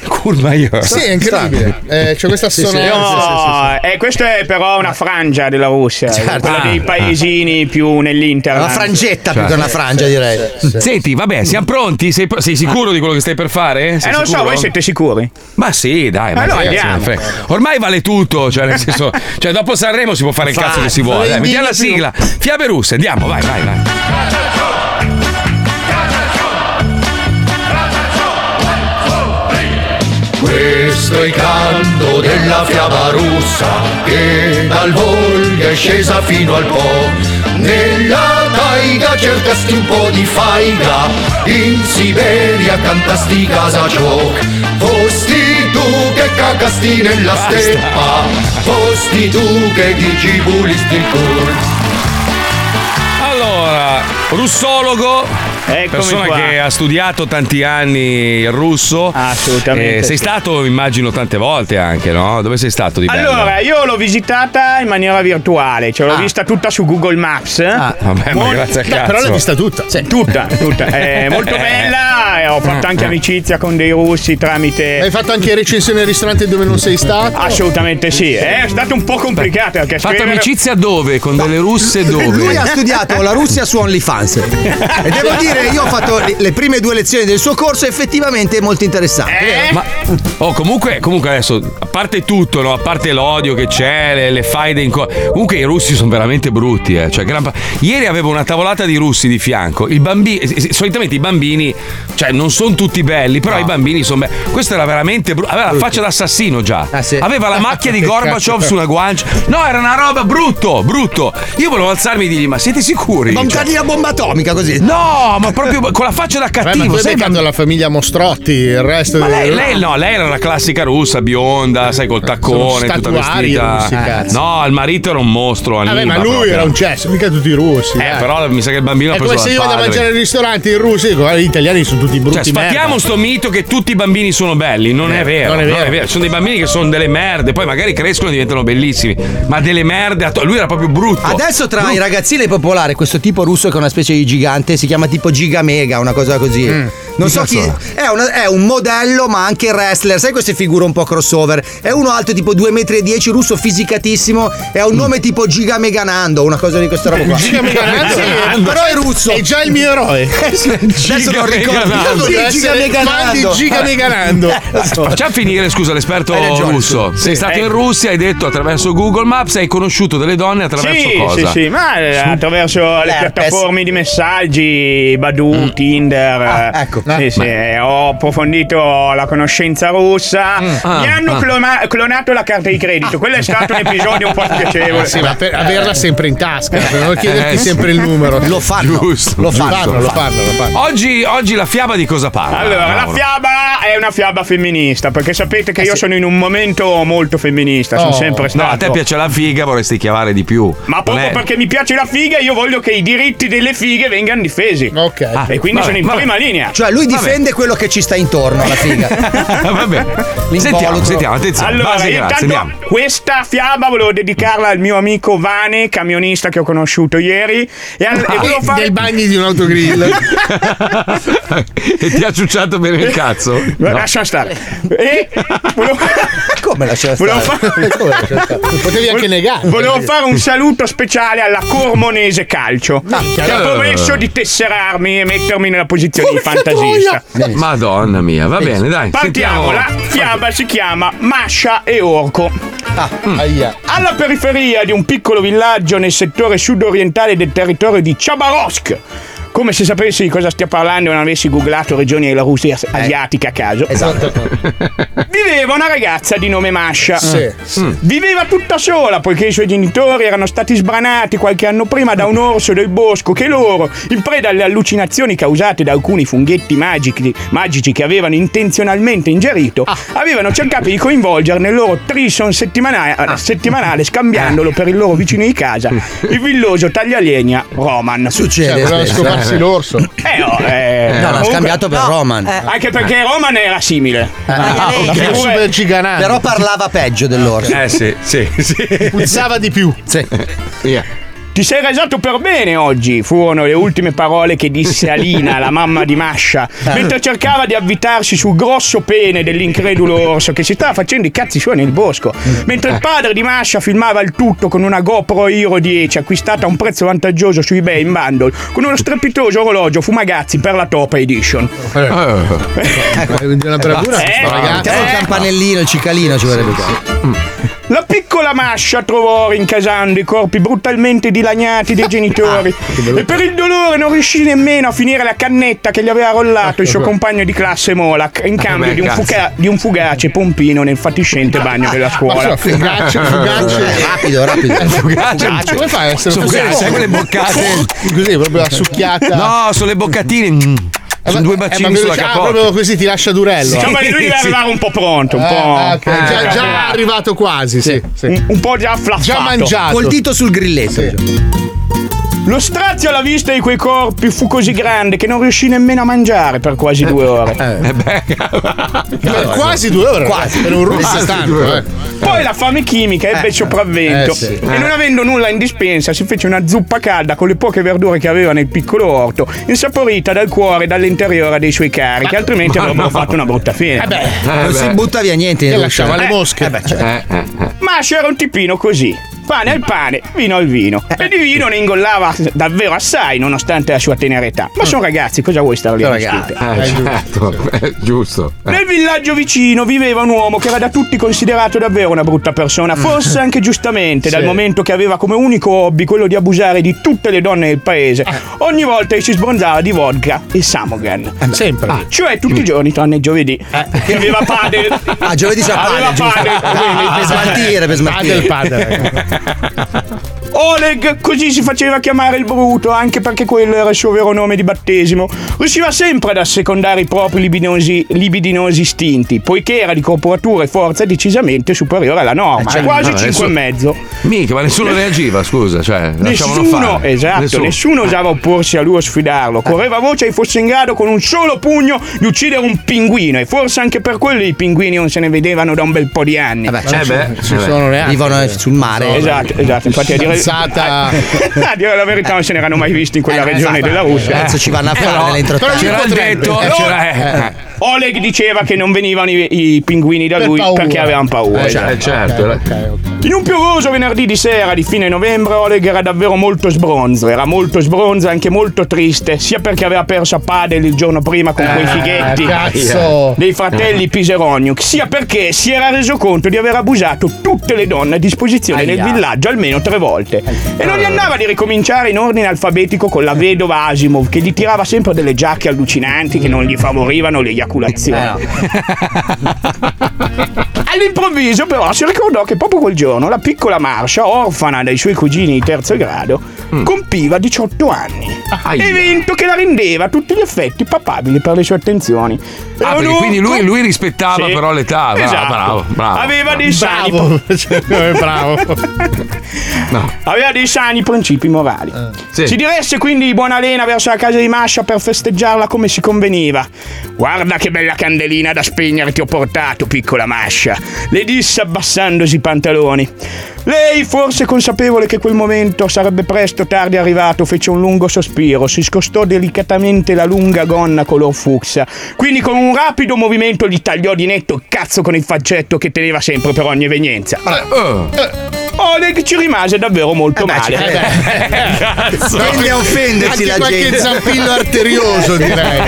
Speaker 2: Courmayeur.
Speaker 3: Sì, è incredibile. C'è questa
Speaker 9: sonora. Questa è però una frangia della Russia, quella dei paesini più nell'interno.
Speaker 7: Una frangetta più che una frangia, direi.
Speaker 2: Senti, vabbè, siamo pronti? Sei sicuro di quello che stai per fare? Sei
Speaker 9: non
Speaker 2: sicuro?
Speaker 9: so, voi siete sicuri?
Speaker 2: Ma sì, dai,
Speaker 9: allora andiamo.
Speaker 2: Ormai vale tutto, cioè nel senso, cioè dopo Sanremo si può fare il cazzo che si vuole. Dai, mettiamo la sigla. Fiabe russe, andiamo, vai.
Speaker 17: Questo è il canto della fiaba russa che dal Volga è scesa fino al Po. Nella taiga cercasti un po' di faiga, in Siberia cantasti Kazachok. Fosti tu che cagasti nella steppa, fosti tu che dici bulisti il cur.
Speaker 2: Allora, russologo. Persona che ha studiato tanti anni il russo.
Speaker 9: Assolutamente.
Speaker 2: Sei stato, immagino, tante volte anche, no? Dove sei stato di bello?
Speaker 9: Allora, io l'ho visitata in maniera virtuale, cioè l'ho vista tutta su Google Maps.
Speaker 2: Vabbè, ma grazie a cazzo.
Speaker 3: Però l'hai vista tutta.
Speaker 9: Sì, tutta. È molto bella e ho fatto anche amicizia con dei russi tramite.
Speaker 3: Hai fatto anche recensione al ristorante dove non sei stato?
Speaker 9: Assolutamente sì. È stato un po' complicato perché
Speaker 2: fatto amicizia dove? Con delle russe dove?
Speaker 7: Lui ha studiato la Russia su OnlyFans. E devo dire, io ho fatto le prime 2 lezioni del suo corso, effettivamente molto interessante.
Speaker 2: Ma comunque adesso, a parte tutto, no? A parte l'odio che c'è, le faide comunque i russi sono veramente brutti, cioè, ieri avevo una tavolata di russi di fianco. Solitamente i bambini, cioè, non sono tutti belli, però i bambini sono belli. Questo era veramente brutto. Aveva la faccia d'assassino già.
Speaker 7: Sì.
Speaker 2: Aveva la macchia di Gorbaciov su una guancia. No, era una roba brutto. Io volevo alzarmi e dirgli: ma siete sicuri?
Speaker 7: Montargli la bomba atomica così.
Speaker 2: No, ma proprio con la faccia da cattivo.
Speaker 3: Ma tu hai beccato la famiglia Mostrotti, il resto
Speaker 2: lei era la classica russa, bionda, sai, col taccone, tutta vestita. No, il marito era un mostro.
Speaker 3: Ma lui era un cesso, mica tutti i russi.
Speaker 2: Però mi sa che il bambino ha preso
Speaker 3: come se io vado a mangiare nei ristoranti in Russia, gli italiani sono tutti brutti.
Speaker 2: Cioè, sfattiamo sto mito che tutti i bambini sono belli. Non è vero. Ci sono dei bambini che sono delle merde, poi magari crescono e diventano bellissimi. Ma delle merde. Lui era proprio brutto.
Speaker 7: Adesso tra i ragazzini è popolare questo tipo russo che è una specie di gigante, si chiama tipo Giga Mega, una cosa così. Non so chi è un modello, ma anche wrestler. Sai queste figure un po' crossover? È uno alto tipo 2,10 metri, russo, fisicatissimo. E ha un nome tipo Giga Meganando, una cosa di questa roba qua.
Speaker 3: Giga Meganando?
Speaker 7: Però è russo.
Speaker 3: È già il mio eroe.
Speaker 7: Adesso non ricordo.
Speaker 3: Giga Meganando.
Speaker 2: Facciamo finire, scusa, l'esperto russo. Sei stato in Russia, hai detto attraverso Google Maps, hai conosciuto delle donne attraverso cosa?
Speaker 9: Sì, ma attraverso le piattaforme di messaggi, Badoo, Tinder.
Speaker 7: Ecco.
Speaker 9: Sì, ho approfondito la conoscenza russa. Mi hanno clonato la carta di credito. Quello è stato un episodio un po' spiacevole.
Speaker 3: Sì, ma per averla sempre in tasca, per non chiederti sempre il numero.
Speaker 7: Lo fanno.
Speaker 3: Lo fanno.
Speaker 2: Oggi la fiaba di cosa parla?
Speaker 9: Allora, la fiaba è una fiaba femminista, perché sapete che io sono in un momento molto femminista, sono sempre stato.
Speaker 2: No, a te piace la figa, vorresti chiavare di più.
Speaker 9: Ma proprio perché mi piace la figa, io voglio che i diritti delle fighe vengano difesi.
Speaker 3: Ok.
Speaker 9: E quindi sono in prima linea.
Speaker 7: Cioè lui difende quello che ci sta intorno alla figa.
Speaker 2: Vabbè. Sentiamo, attenzione.
Speaker 9: Allora, intanto questa fiaba volevo dedicarla al mio amico Vane, camionista che ho conosciuto ieri. E volevo fare
Speaker 3: dei bagni di un autogrill.
Speaker 2: E ti ha ciucciato bene il cazzo?
Speaker 9: No. Lascia stare. E
Speaker 7: come lascia stare?
Speaker 3: Potevi anche negare.
Speaker 9: Volevo fare un saluto speciale alla Cormonese Calcio, che ha promesso di tesserarmi e mettermi nella posizione di fantasista.
Speaker 2: Madonna mia, va bene, dai.
Speaker 9: Partiamo. La fiaba si chiama Masha e Orco. Alla periferia di un piccolo villaggio nel settore sud-orientale del territorio di Chabarovsk, come se sapessi di cosa stia parlando e non avessi googlato regioni della Russia asiatica a caso.
Speaker 7: Esatto.
Speaker 9: Viveva una ragazza di nome Masha. Viveva tutta sola poiché i suoi genitori erano stati sbranati qualche anno prima da un orso del bosco che loro, in preda alle allucinazioni causate da alcuni funghetti magici che avevano intenzionalmente ingerito, avevano cercato di coinvolgere nel loro threesome settimanale scambiandolo per il loro vicino di casa, il villoso taglialegna Roman.
Speaker 7: Succede.
Speaker 3: L'orso.
Speaker 7: No, l'ha scambiato per Roman.
Speaker 9: Anche perché Roman era simile.
Speaker 3: Super giganante.
Speaker 7: Però parlava peggio dell'orso.
Speaker 2: Sì.
Speaker 3: Puzzava di più.
Speaker 7: Sì.
Speaker 9: Ti sei rasato per bene oggi, furono le ultime parole che disse Alina, la mamma di Masha, mentre cercava di avvitarsi sul grosso pene dell'incredulo orso che si stava facendo i cazzi suoi nel bosco. Mentre il padre di Masha filmava il tutto con una GoPro Hero 10 acquistata a un prezzo vantaggioso su eBay in bundle, con uno strepitoso orologio Fumagazzi per la Top Edition.
Speaker 3: Una bravura questa ragazza.
Speaker 7: Il campanellino, il cicalino ci vorrebbe.
Speaker 9: La piccola Masha trovò rincasando i corpi brutalmente dilaniati dei genitori e per il dolore non riuscì nemmeno a finire la cannetta che gli aveva rollato il suo compagno di classe Molak in cambio di un fugace pompino nel fatiscente bagno della scuola.
Speaker 3: Fugace.
Speaker 7: Rapido.
Speaker 3: Fugace. Come fai a essere fugace?
Speaker 2: Sai quelle boccate?
Speaker 3: Così, proprio la succhiata.
Speaker 2: No, sono le boccatine. Sono due bacini sulla capote.
Speaker 3: Proprio così ti lascia durello.
Speaker 9: Diciamo che lui deve arrivare un po' pronto, un po'.
Speaker 3: Già arrivato quasi, sì.
Speaker 9: Un po' già flaffato.
Speaker 3: Già mangiato.
Speaker 7: Col dito sul grilletto.
Speaker 9: Lo strazio alla vista di quei corpi fu così grande che non riuscì nemmeno a mangiare per quasi 2 ore.
Speaker 3: Per quasi 2 ore? Quasi. Per un russo tanto.
Speaker 9: Poi la fame chimica ebbe il sopravvento e non avendo nulla in dispensa si fece una zuppa calda con le poche verdure che aveva nel piccolo orto, insaporita dal cuore e dall'interiore dei suoi cari, che altrimenti avrebbero fatto una brutta fine.
Speaker 7: Non si butta via niente.
Speaker 3: E lasciava le mosche.
Speaker 9: Masha era un tipino così. Pane al pane, vino al vino. E di vino ne ingollava davvero assai, nonostante la sua tenera età. Ma sono ragazzi, cosa vuoi stare lì a discutere?
Speaker 2: Giusto.
Speaker 9: Nel villaggio vicino viveva un uomo che era da tutti considerato davvero una brutta persona, forse anche giustamente, dal momento che aveva come unico hobby quello di abusare di tutte le donne del paese. Ogni volta che si sbronzava di vodka e Samogan.
Speaker 3: Sempre.
Speaker 9: Cioè tutti i giorni, tranne giovedì, che aveva padel.
Speaker 7: Giovedì c'è padel. Per smaltire.
Speaker 3: Padel.
Speaker 9: Oleg, così si faceva chiamare il bruto, anche perché quello era il suo vero nome di battesimo. Riusciva sempre ad assecondare i propri libidinosi istinti, poiché era di corporatura e forza decisamente superiore alla norma, quasi 5,5.
Speaker 2: Mica, ma nessuno reagiva, scusa, cioè lasciamolo fare.
Speaker 9: Esatto, nessuno osava opporsi a lui o sfidarlo. Correva voce che fosse in grado con un solo pugno di uccidere un pinguino, e forse anche per quello i pinguini non se ne vedevano da un bel po' di anni.
Speaker 7: Vivono sul mare.
Speaker 9: Esatto, infatti a dire la verità non se ne erano mai visti in quella regione della Russia.
Speaker 7: Cazzo ci vanno a fare nell'entroterra.
Speaker 2: C'era detto.
Speaker 9: Oleg diceva che non venivano i pinguini da lui perché avevano paura.
Speaker 2: Certo.
Speaker 9: In un piovoso venerdì di sera di fine novembre Oleg era davvero molto sbronzo. Era molto sbronzo e anche molto triste, sia perché aveva perso a padel il giorno prima con quei fighetti dei fratelli Piseroniuk, sia perché si era reso conto di aver abusato tutte le donne a disposizione nel villaggio almeno 3 volte. E non gli andava di ricominciare in ordine alfabetico con la vedova Asimov, che gli tirava sempre delle giacche allucinanti che non gli favorivano l'eiaculazione. All'improvviso però si ricordò che proprio quel giorno la piccola Masha, orfana dai suoi cugini di terzo grado, compiva 18 anni. Evento che la rendeva a tutti gli effetti papabile per le sue attenzioni.
Speaker 2: Quindi lui rispettava però l'età.
Speaker 9: Esatto.
Speaker 2: Bravo.
Speaker 9: Aveva dei sani aveva dei sani principi morali. Si diresse quindi di buona lena verso la casa di Masha per festeggiarla come si conveniva. Guarda che bella candelina da spegnere ti ho portato, piccola Masha, le disse abbassandosi i pantaloni. Lei, forse consapevole che quel momento sarebbe presto tardi arrivato, fece un lungo sospiro, si scostò delicatamente la lunga gonna color fucsia, quindi con un rapido movimento gli tagliò di netto il cazzo con il faccetto che teneva sempre per ogni evenienza. Oleg ci rimase davvero molto male.
Speaker 7: Tende a offendersi la gente.
Speaker 3: Qualche zampillo arterioso, direi.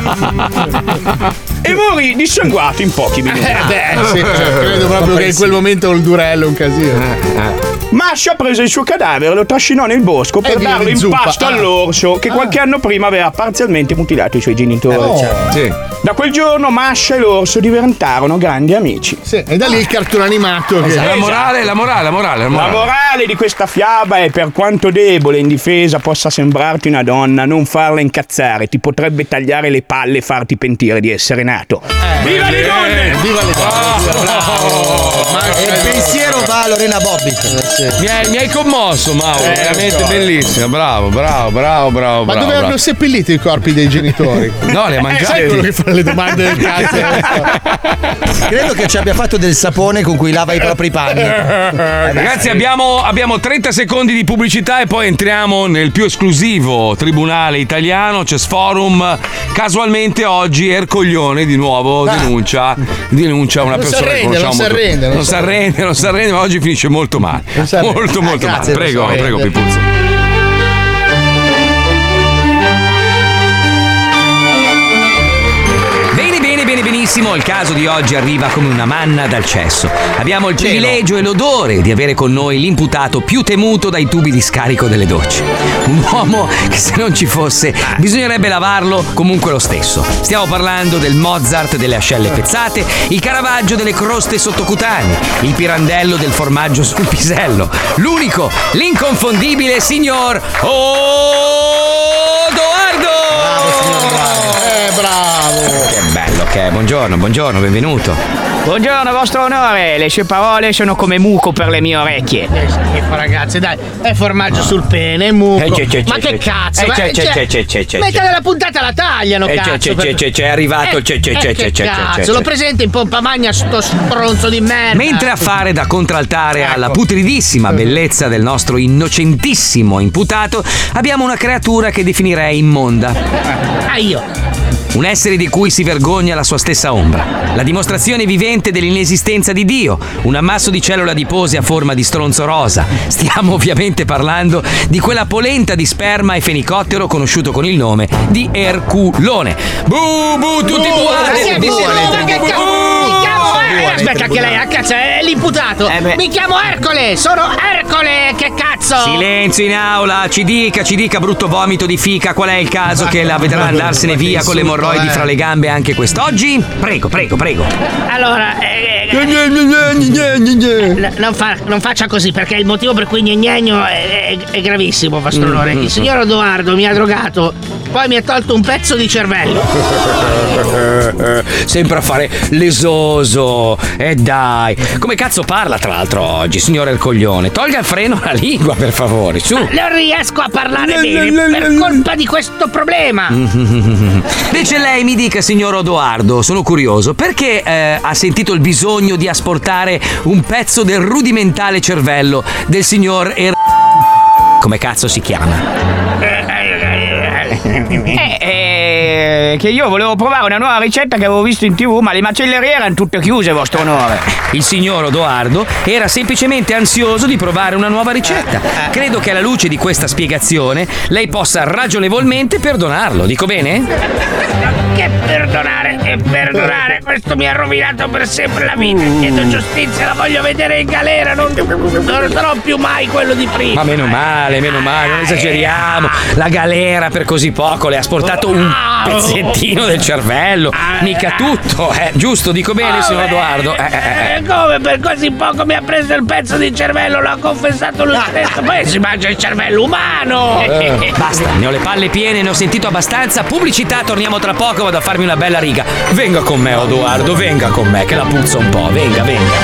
Speaker 9: E morì dissanguato in pochi minuti.
Speaker 3: Credo proprio che in quel momento il durello è un casino.
Speaker 9: Masha prese il suo cadavere e lo trascinò nel bosco per darlo in pasto all'orso che qualche anno prima aveva parzialmente mutilato i suoi genitori. Da quel giorno Masha e l'orso diventarono grandi amici.
Speaker 3: E da lì il cartone animato.
Speaker 2: La morale
Speaker 9: di questa fiaba è: per quanto debole e indifesa possa sembrarti una donna, non farla incazzare, ti potrebbe tagliare le palle e farti pentire di essere nata. Renato. Viva le donne!
Speaker 3: Viva le donne!
Speaker 7: E il pensiero va a Lorena Bobbi.
Speaker 2: Mi hai commosso, Mauro, veramente bellissima. Bravo.
Speaker 3: Ma dove hanno seppellito i corpi dei genitori?
Speaker 2: No, li ha mangiati.
Speaker 3: Sai quello che fa le domande del cazzo?
Speaker 7: Credo che ci abbia fatto del sapone con cui lava i propri panni.
Speaker 2: Ragazzi, abbiamo 30 secondi di pubblicità e poi entriamo nel più esclusivo tribunale italiano, CES Forum. Casualmente oggi Ercoglione di nuovo denuncia una persona che conosciamo. Non si arrende, ma oggi finisce molto male. Molto male. Prego, Pipuzzo. Benissimo, il caso di oggi arriva come una manna dal cesso. Abbiamo il privilegio e l'odore di avere con noi l'imputato più temuto dai tubi di scarico delle docce. Un uomo che se non ci fosse bisognerebbe lavarlo comunque lo stesso. Stiamo parlando del Mozart delle ascelle pezzate, il Caravaggio delle croste sottocutanee, il Pirandello del formaggio sul pisello, l'unico, l'inconfondibile signor Odoardo!
Speaker 3: Bravo!
Speaker 2: Che bello che è, buongiorno, benvenuto.
Speaker 9: Buongiorno, vostro onore, le sue parole sono come muco per le mie orecchie.
Speaker 15: Schifo, ragazzi, dai, è formaggio sul pene, è muco. Ma che cazzo? Metà della puntata la tagliano, cazzo.
Speaker 2: C'è arrivato il
Speaker 15: cazzo, lo presenta in pompa magna sto stronzo di merda.
Speaker 2: Mentre a fare da contraltare alla putridissima bellezza del nostro innocentissimo imputato, abbiamo una creatura che definirei immonda.
Speaker 15: Io.
Speaker 2: Un essere di cui si vergogna la sua stessa ombra. La dimostrazione vivente dell'inesistenza di Dio. Un ammasso di cellule adipose a forma di stronzo rosa. Stiamo ovviamente parlando di quella polenta di sperma e fenicottero conosciuto con il nome di Erculone. Tutti
Speaker 15: Aspetta che lei cazzo è l'imputato. Mi chiamo Ercole, sono Ercole, che cazzo?
Speaker 2: Silenzio in aula, ci dica brutto vomito di fica qual è il caso che la vedrà andarsene via con le emorroidi fra le gambe anche quest'oggi? Prego.
Speaker 15: Allora, non faccia così, perché il motivo per cui gnegno è gravissimo, vostro onore. Il signor Odoardo mi ha drogato, poi mi ha tolto un pezzo di cervello.
Speaker 2: Sempre a fare l'esoso. Dai, come cazzo parla tra l'altro oggi, signore Ercoglione? Tolga il freno alla lingua, per favore, su.
Speaker 15: Non riesco a parlare bene per colpa di questo problema.
Speaker 2: Invece lei mi dica, signor Odoardo, sono curioso, perché ha sentito il bisogno di asportare un pezzo del rudimentale cervello del signor come cazzo si chiama?
Speaker 9: Che io volevo provare una nuova ricetta che avevo visto in TV, ma le macellerie erano tutte chiuse, vostro onore.
Speaker 2: Il signor Odoardo era semplicemente ansioso di provare una nuova ricetta. Credo che alla luce di questa spiegazione lei possa ragionevolmente perdonarlo, dico bene?
Speaker 15: Che perdonare, questo mi ha rovinato per sempre la vita. Chiedo giustizia, la voglio vedere in galera, non sarò più mai quello di prima.
Speaker 2: Ma meno male, non esageriamo. La galera per così poco le ha sportato un pezzettino del cervello, mica tutto, giusto, dico bene, signor Odoardo?
Speaker 15: Come per così poco mi ha preso il pezzo di cervello, l'ha confessato lui stesso, poi si mangia il cervello umano.
Speaker 2: Basta, ne ho le palle piene, ne ho sentito abbastanza. Pubblicità, torniamo tra poco, vado a farmi una bella riga. Venga con me, Odoardo, venga con me, che la puzza un po', venga.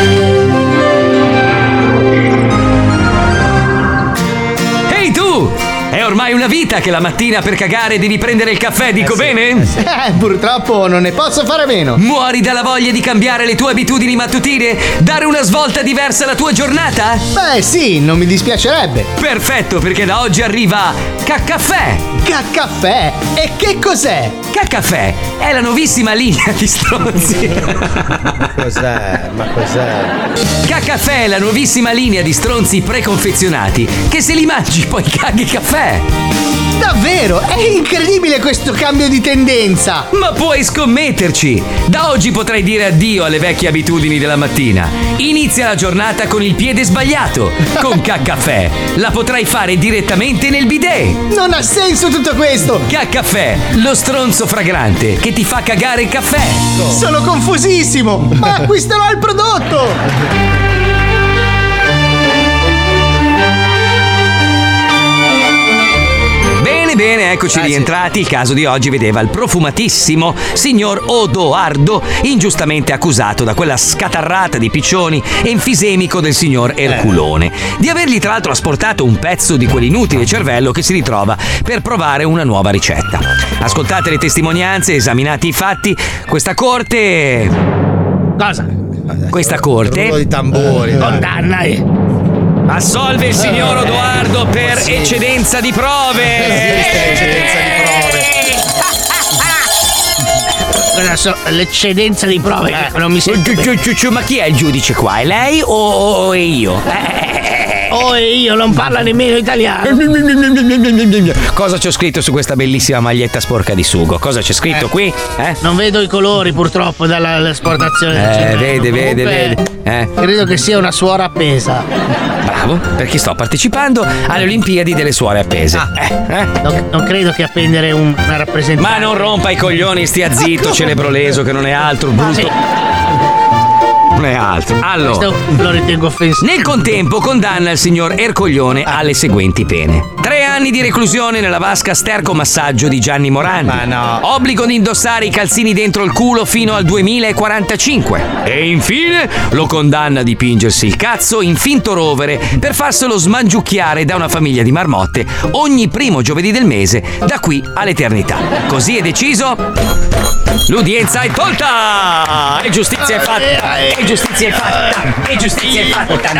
Speaker 2: Ehi tu! È ormai una vita che la mattina per cagare devi prendere il caffè, dico bene?
Speaker 15: Purtroppo non ne posso fare a meno.
Speaker 2: Muori dalla voglia di cambiare le tue abitudini mattutine? Dare una svolta diversa alla tua giornata?
Speaker 15: Beh sì, non mi dispiacerebbe.
Speaker 2: Perfetto, perché da oggi arriva Cacaffè.
Speaker 15: Cacaffè? E che cos'è?
Speaker 2: Cacaffè è la nuovissima linea di stronzi.
Speaker 7: Cos'è?
Speaker 2: Cacaffè è la nuovissima linea di stronzi preconfezionati che se li mangi poi caghi caffè.
Speaker 15: Davvero? È incredibile questo cambio di tendenza.
Speaker 2: Ma puoi scommetterci. Da oggi potrai dire addio alle vecchie abitudini della mattina. Inizia la giornata con il piede sbagliato. Con Cacaffè la potrai fare direttamente nel bidet.
Speaker 15: Non ha senso tutto questo.
Speaker 2: Cacaffè, lo stronzo fragrante che ti fa cagare il caffè.
Speaker 15: Sono confusissimo. Ma acquisterò il prodotto.
Speaker 18: bene, eccoci rientrati. Il caso di oggi vedeva il profumatissimo signor Odoardo ingiustamente accusato da quella scatarrata di piccioni enfisemico del signor Erculone di avergli tra l'altro asportato un pezzo di quell'inutile cervello che si ritrova per provare una nuova ricetta. Ascoltate le testimonianze, esaminati i fatti, questa corte...
Speaker 15: Cosa?
Speaker 18: Questa corte...
Speaker 7: Rullo di tamburi.
Speaker 15: Condanna.
Speaker 18: Assolve il signor Odoardo per eccedenza di prove.
Speaker 7: Eccedenza di prove.
Speaker 15: L'eccedenza di prove. Non mi sento.
Speaker 18: Ma chi è il giudice qua? È lei o è io?
Speaker 15: Oh, e io non parla nemmeno italiano.
Speaker 18: Cosa c'ho scritto su questa bellissima maglietta sporca di sugo? Cosa c'è scritto qui?
Speaker 15: Non vedo i colori purtroppo dall'esportazione.
Speaker 18: Vede.
Speaker 15: Credo che sia una suora appesa.
Speaker 18: Bravo, perché sto partecipando alle Olimpiadi delle suore appese.
Speaker 15: Non credo che appendere una rappresentante.
Speaker 18: Ma non rompa i coglioni, stia zitto, celebro leso, che non è altro, brutto. Non è altro. Allora,
Speaker 15: questo lo ritengo offensivo.
Speaker 18: Nel contempo condanna il signor Ercoglione alle seguenti pene: 3 anni di reclusione nella vasca stercomassaggio di Gianni Morandi.
Speaker 7: Ma no.
Speaker 18: Obbligo di indossare i calzini dentro il culo fino al 2045. E infine lo condanna a dipingersi il cazzo in finto rovere per farselo smangiucchiare da una famiglia di marmotte ogni primo giovedì del mese da qui all'eternità. Così è deciso. L'udienza è tolta! E giustizia è fatta! E giustizia è fatta! E giustizia è fatta!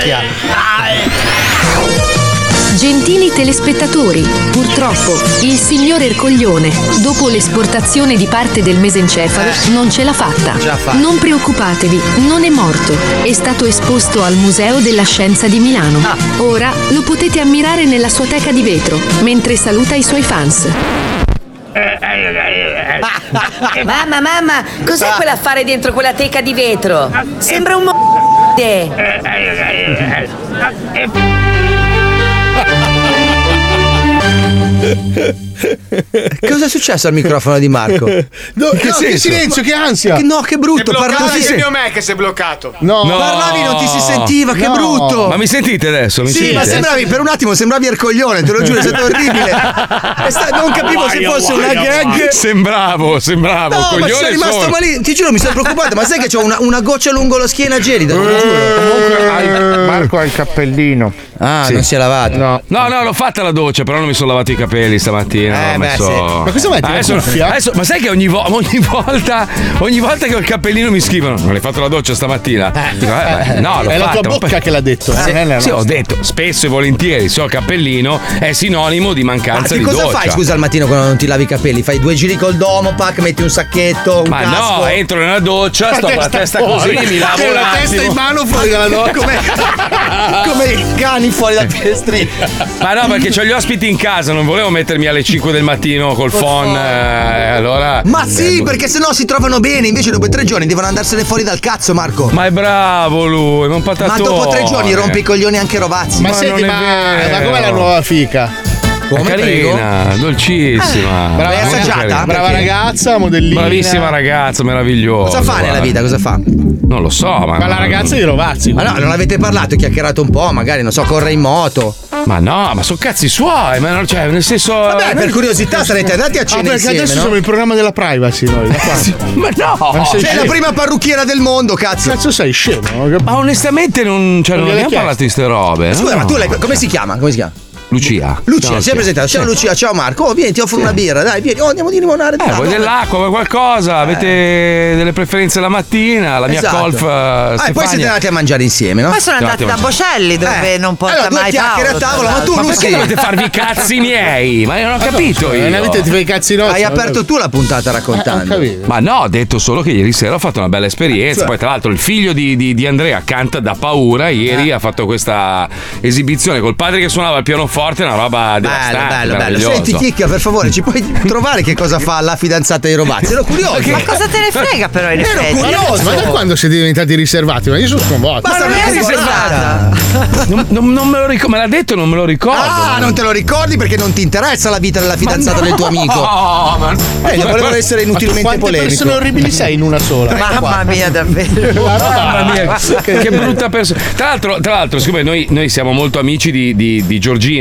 Speaker 19: Gentili telespettatori, purtroppo il signor Ercoglione, dopo l'esportazione di parte del mesencefalo, non ce l'ha fatta. Non preoccupatevi, non è morto. È stato esposto al Museo della Scienza di Milano. Ora lo potete ammirare nella sua teca di vetro, mentre saluta i suoi fans.
Speaker 20: Mamma, cos'è quell'affare dentro quella teca di vetro? Sembra un
Speaker 7: Cosa è successo al microfono di Marco?
Speaker 3: Che silenzio, che ansia!
Speaker 7: No, che brutto,
Speaker 21: parlavi. È mio me che si è bloccato.
Speaker 7: No. Parlavi, non ti si sentiva, che brutto.
Speaker 2: Ma mi sentite adesso?
Speaker 7: Ma sembravi, per un attimo sembravi Ercoglione, te lo giuro, è stato orribile. Non capivo se fosse una gag.
Speaker 2: Sembravo.
Speaker 7: No, ma sono rimasto malissimo. Ti giuro, mi sono preoccupato. Ma sai che c'ho una goccia lungo la schiena gelida? Te lo giuro.
Speaker 21: Comunque Marco ha il cappellino.
Speaker 7: Non si è lavato.
Speaker 2: No, l'ho fatta la doccia, però non mi sono lavato i capelli stamattina.
Speaker 3: Ma cosa metti?
Speaker 2: Adesso, ma sai che ogni volta che ho il cappellino mi scrivono: non hai fatto la doccia stamattina? Dico, no, l'ho
Speaker 3: è
Speaker 2: fatta.
Speaker 3: la tua bocca che l'ha detto.
Speaker 2: Sì, ho detto spesso e volentieri, se ho il cappellino è sinonimo di mancanza di doccia.
Speaker 7: Cosa fai, scusa, al mattino quando non ti lavi i capelli? Fai 2 giri col domopac, metti un sacchetto, un casco?
Speaker 2: No, entro nella doccia, sto con la testa così, mi lavo un
Speaker 3: la
Speaker 2: attimo.
Speaker 3: testa in mano fuori dalla doccia.
Speaker 7: Come i cani fuori dal finestrino.
Speaker 2: Ma no, perché ho gli ospiti in casa, non volevo mettermi alle 5 del mattino col phone. Allora.
Speaker 7: Ma sì, perché sennò si trovano bene, invece dopo 3 giorni devono andarsene fuori dal cazzo, Marco.
Speaker 2: Ma è bravo lui, ma un patatone.
Speaker 7: Ma dopo 3 giorni rompe i coglioni anche Rovazzi.
Speaker 3: Ma senti, ma com'è la nuova fica?
Speaker 2: Come carina, dolcissima.
Speaker 7: Brava assaggiata?
Speaker 3: Brava ragazza, modellina.
Speaker 2: Bravissima ragazza, meravigliosa.
Speaker 7: Cosa fa nella vita? Cosa fa?
Speaker 2: Non lo so, ma
Speaker 3: la ragazza di Rovazzi.
Speaker 7: Ma no, non avete parlato, chiacchierato un po', magari, non so, corre in moto.
Speaker 2: Ma no, ma sono cazzi suoi, ma non, cioè, nel senso.
Speaker 7: Vabbè, per curiosità sarete andati a cena
Speaker 3: perché
Speaker 7: insieme,
Speaker 3: adesso
Speaker 7: no?
Speaker 3: siamo il programma della privacy noi.
Speaker 2: Ma no!
Speaker 7: Sei la prima parrucchiera del mondo, cazzo.
Speaker 3: Cazzo sei scemo?
Speaker 2: Ma onestamente non abbiamo parlato di ste robe.
Speaker 7: Scusa,
Speaker 2: no?
Speaker 7: ma tu come si chiama?
Speaker 2: Lucia,
Speaker 7: si è presentata. Ciao Lucia, ciao Marco. Oh, vieni, ti offro una birra, dai, vieni. Oh, andiamo di limonare.
Speaker 2: Vuoi dell'acqua, vuoi qualcosa? Avete delle preferenze la mattina? La mia golf.
Speaker 7: E poi siete andati a mangiare insieme, no?
Speaker 8: Poi sono andati da Bocelli, dove non porta mai
Speaker 7: chiacchiere a tavola, ma tu
Speaker 2: ma perché dovete farvi i cazzi miei? Ma non ho capito io.
Speaker 3: Non avete ti fai i cazzi nostri.
Speaker 7: Hai aperto tu la puntata raccontando.
Speaker 2: Ma no, ho detto solo che ieri sera ho fatto una bella esperienza. Poi, tra l'altro, il figlio di Andrea canta da paura. Ieri ha fatto questa esibizione col padre che suonava il pianoforte, una roba.
Speaker 7: Bello. Senti, Chicca, per favore, ci puoi trovare che cosa fa la fidanzata di Rovazzi? Ero curioso.
Speaker 8: Ma cosa te ne frega, però? In
Speaker 7: Ero
Speaker 8: effetti.
Speaker 7: curioso.
Speaker 3: Ma da quando siete diventati riservati? Ma io sono sconvolto.
Speaker 7: Ma non è riservata.
Speaker 2: Non me lo ricordo, me l'ha detto, non me lo ricordo.
Speaker 7: Non te lo ricordi perché non ti interessa la vita della fidanzata del tuo amico.
Speaker 2: No, ma
Speaker 7: volevo essere inutilmente polemico.
Speaker 3: Quante persone orribili sei in una sola?
Speaker 8: Mamma mia, davvero.
Speaker 2: Mamma mia, che brutta persona. Tra l'altro, siccome noi siamo molto amici di Giorgino,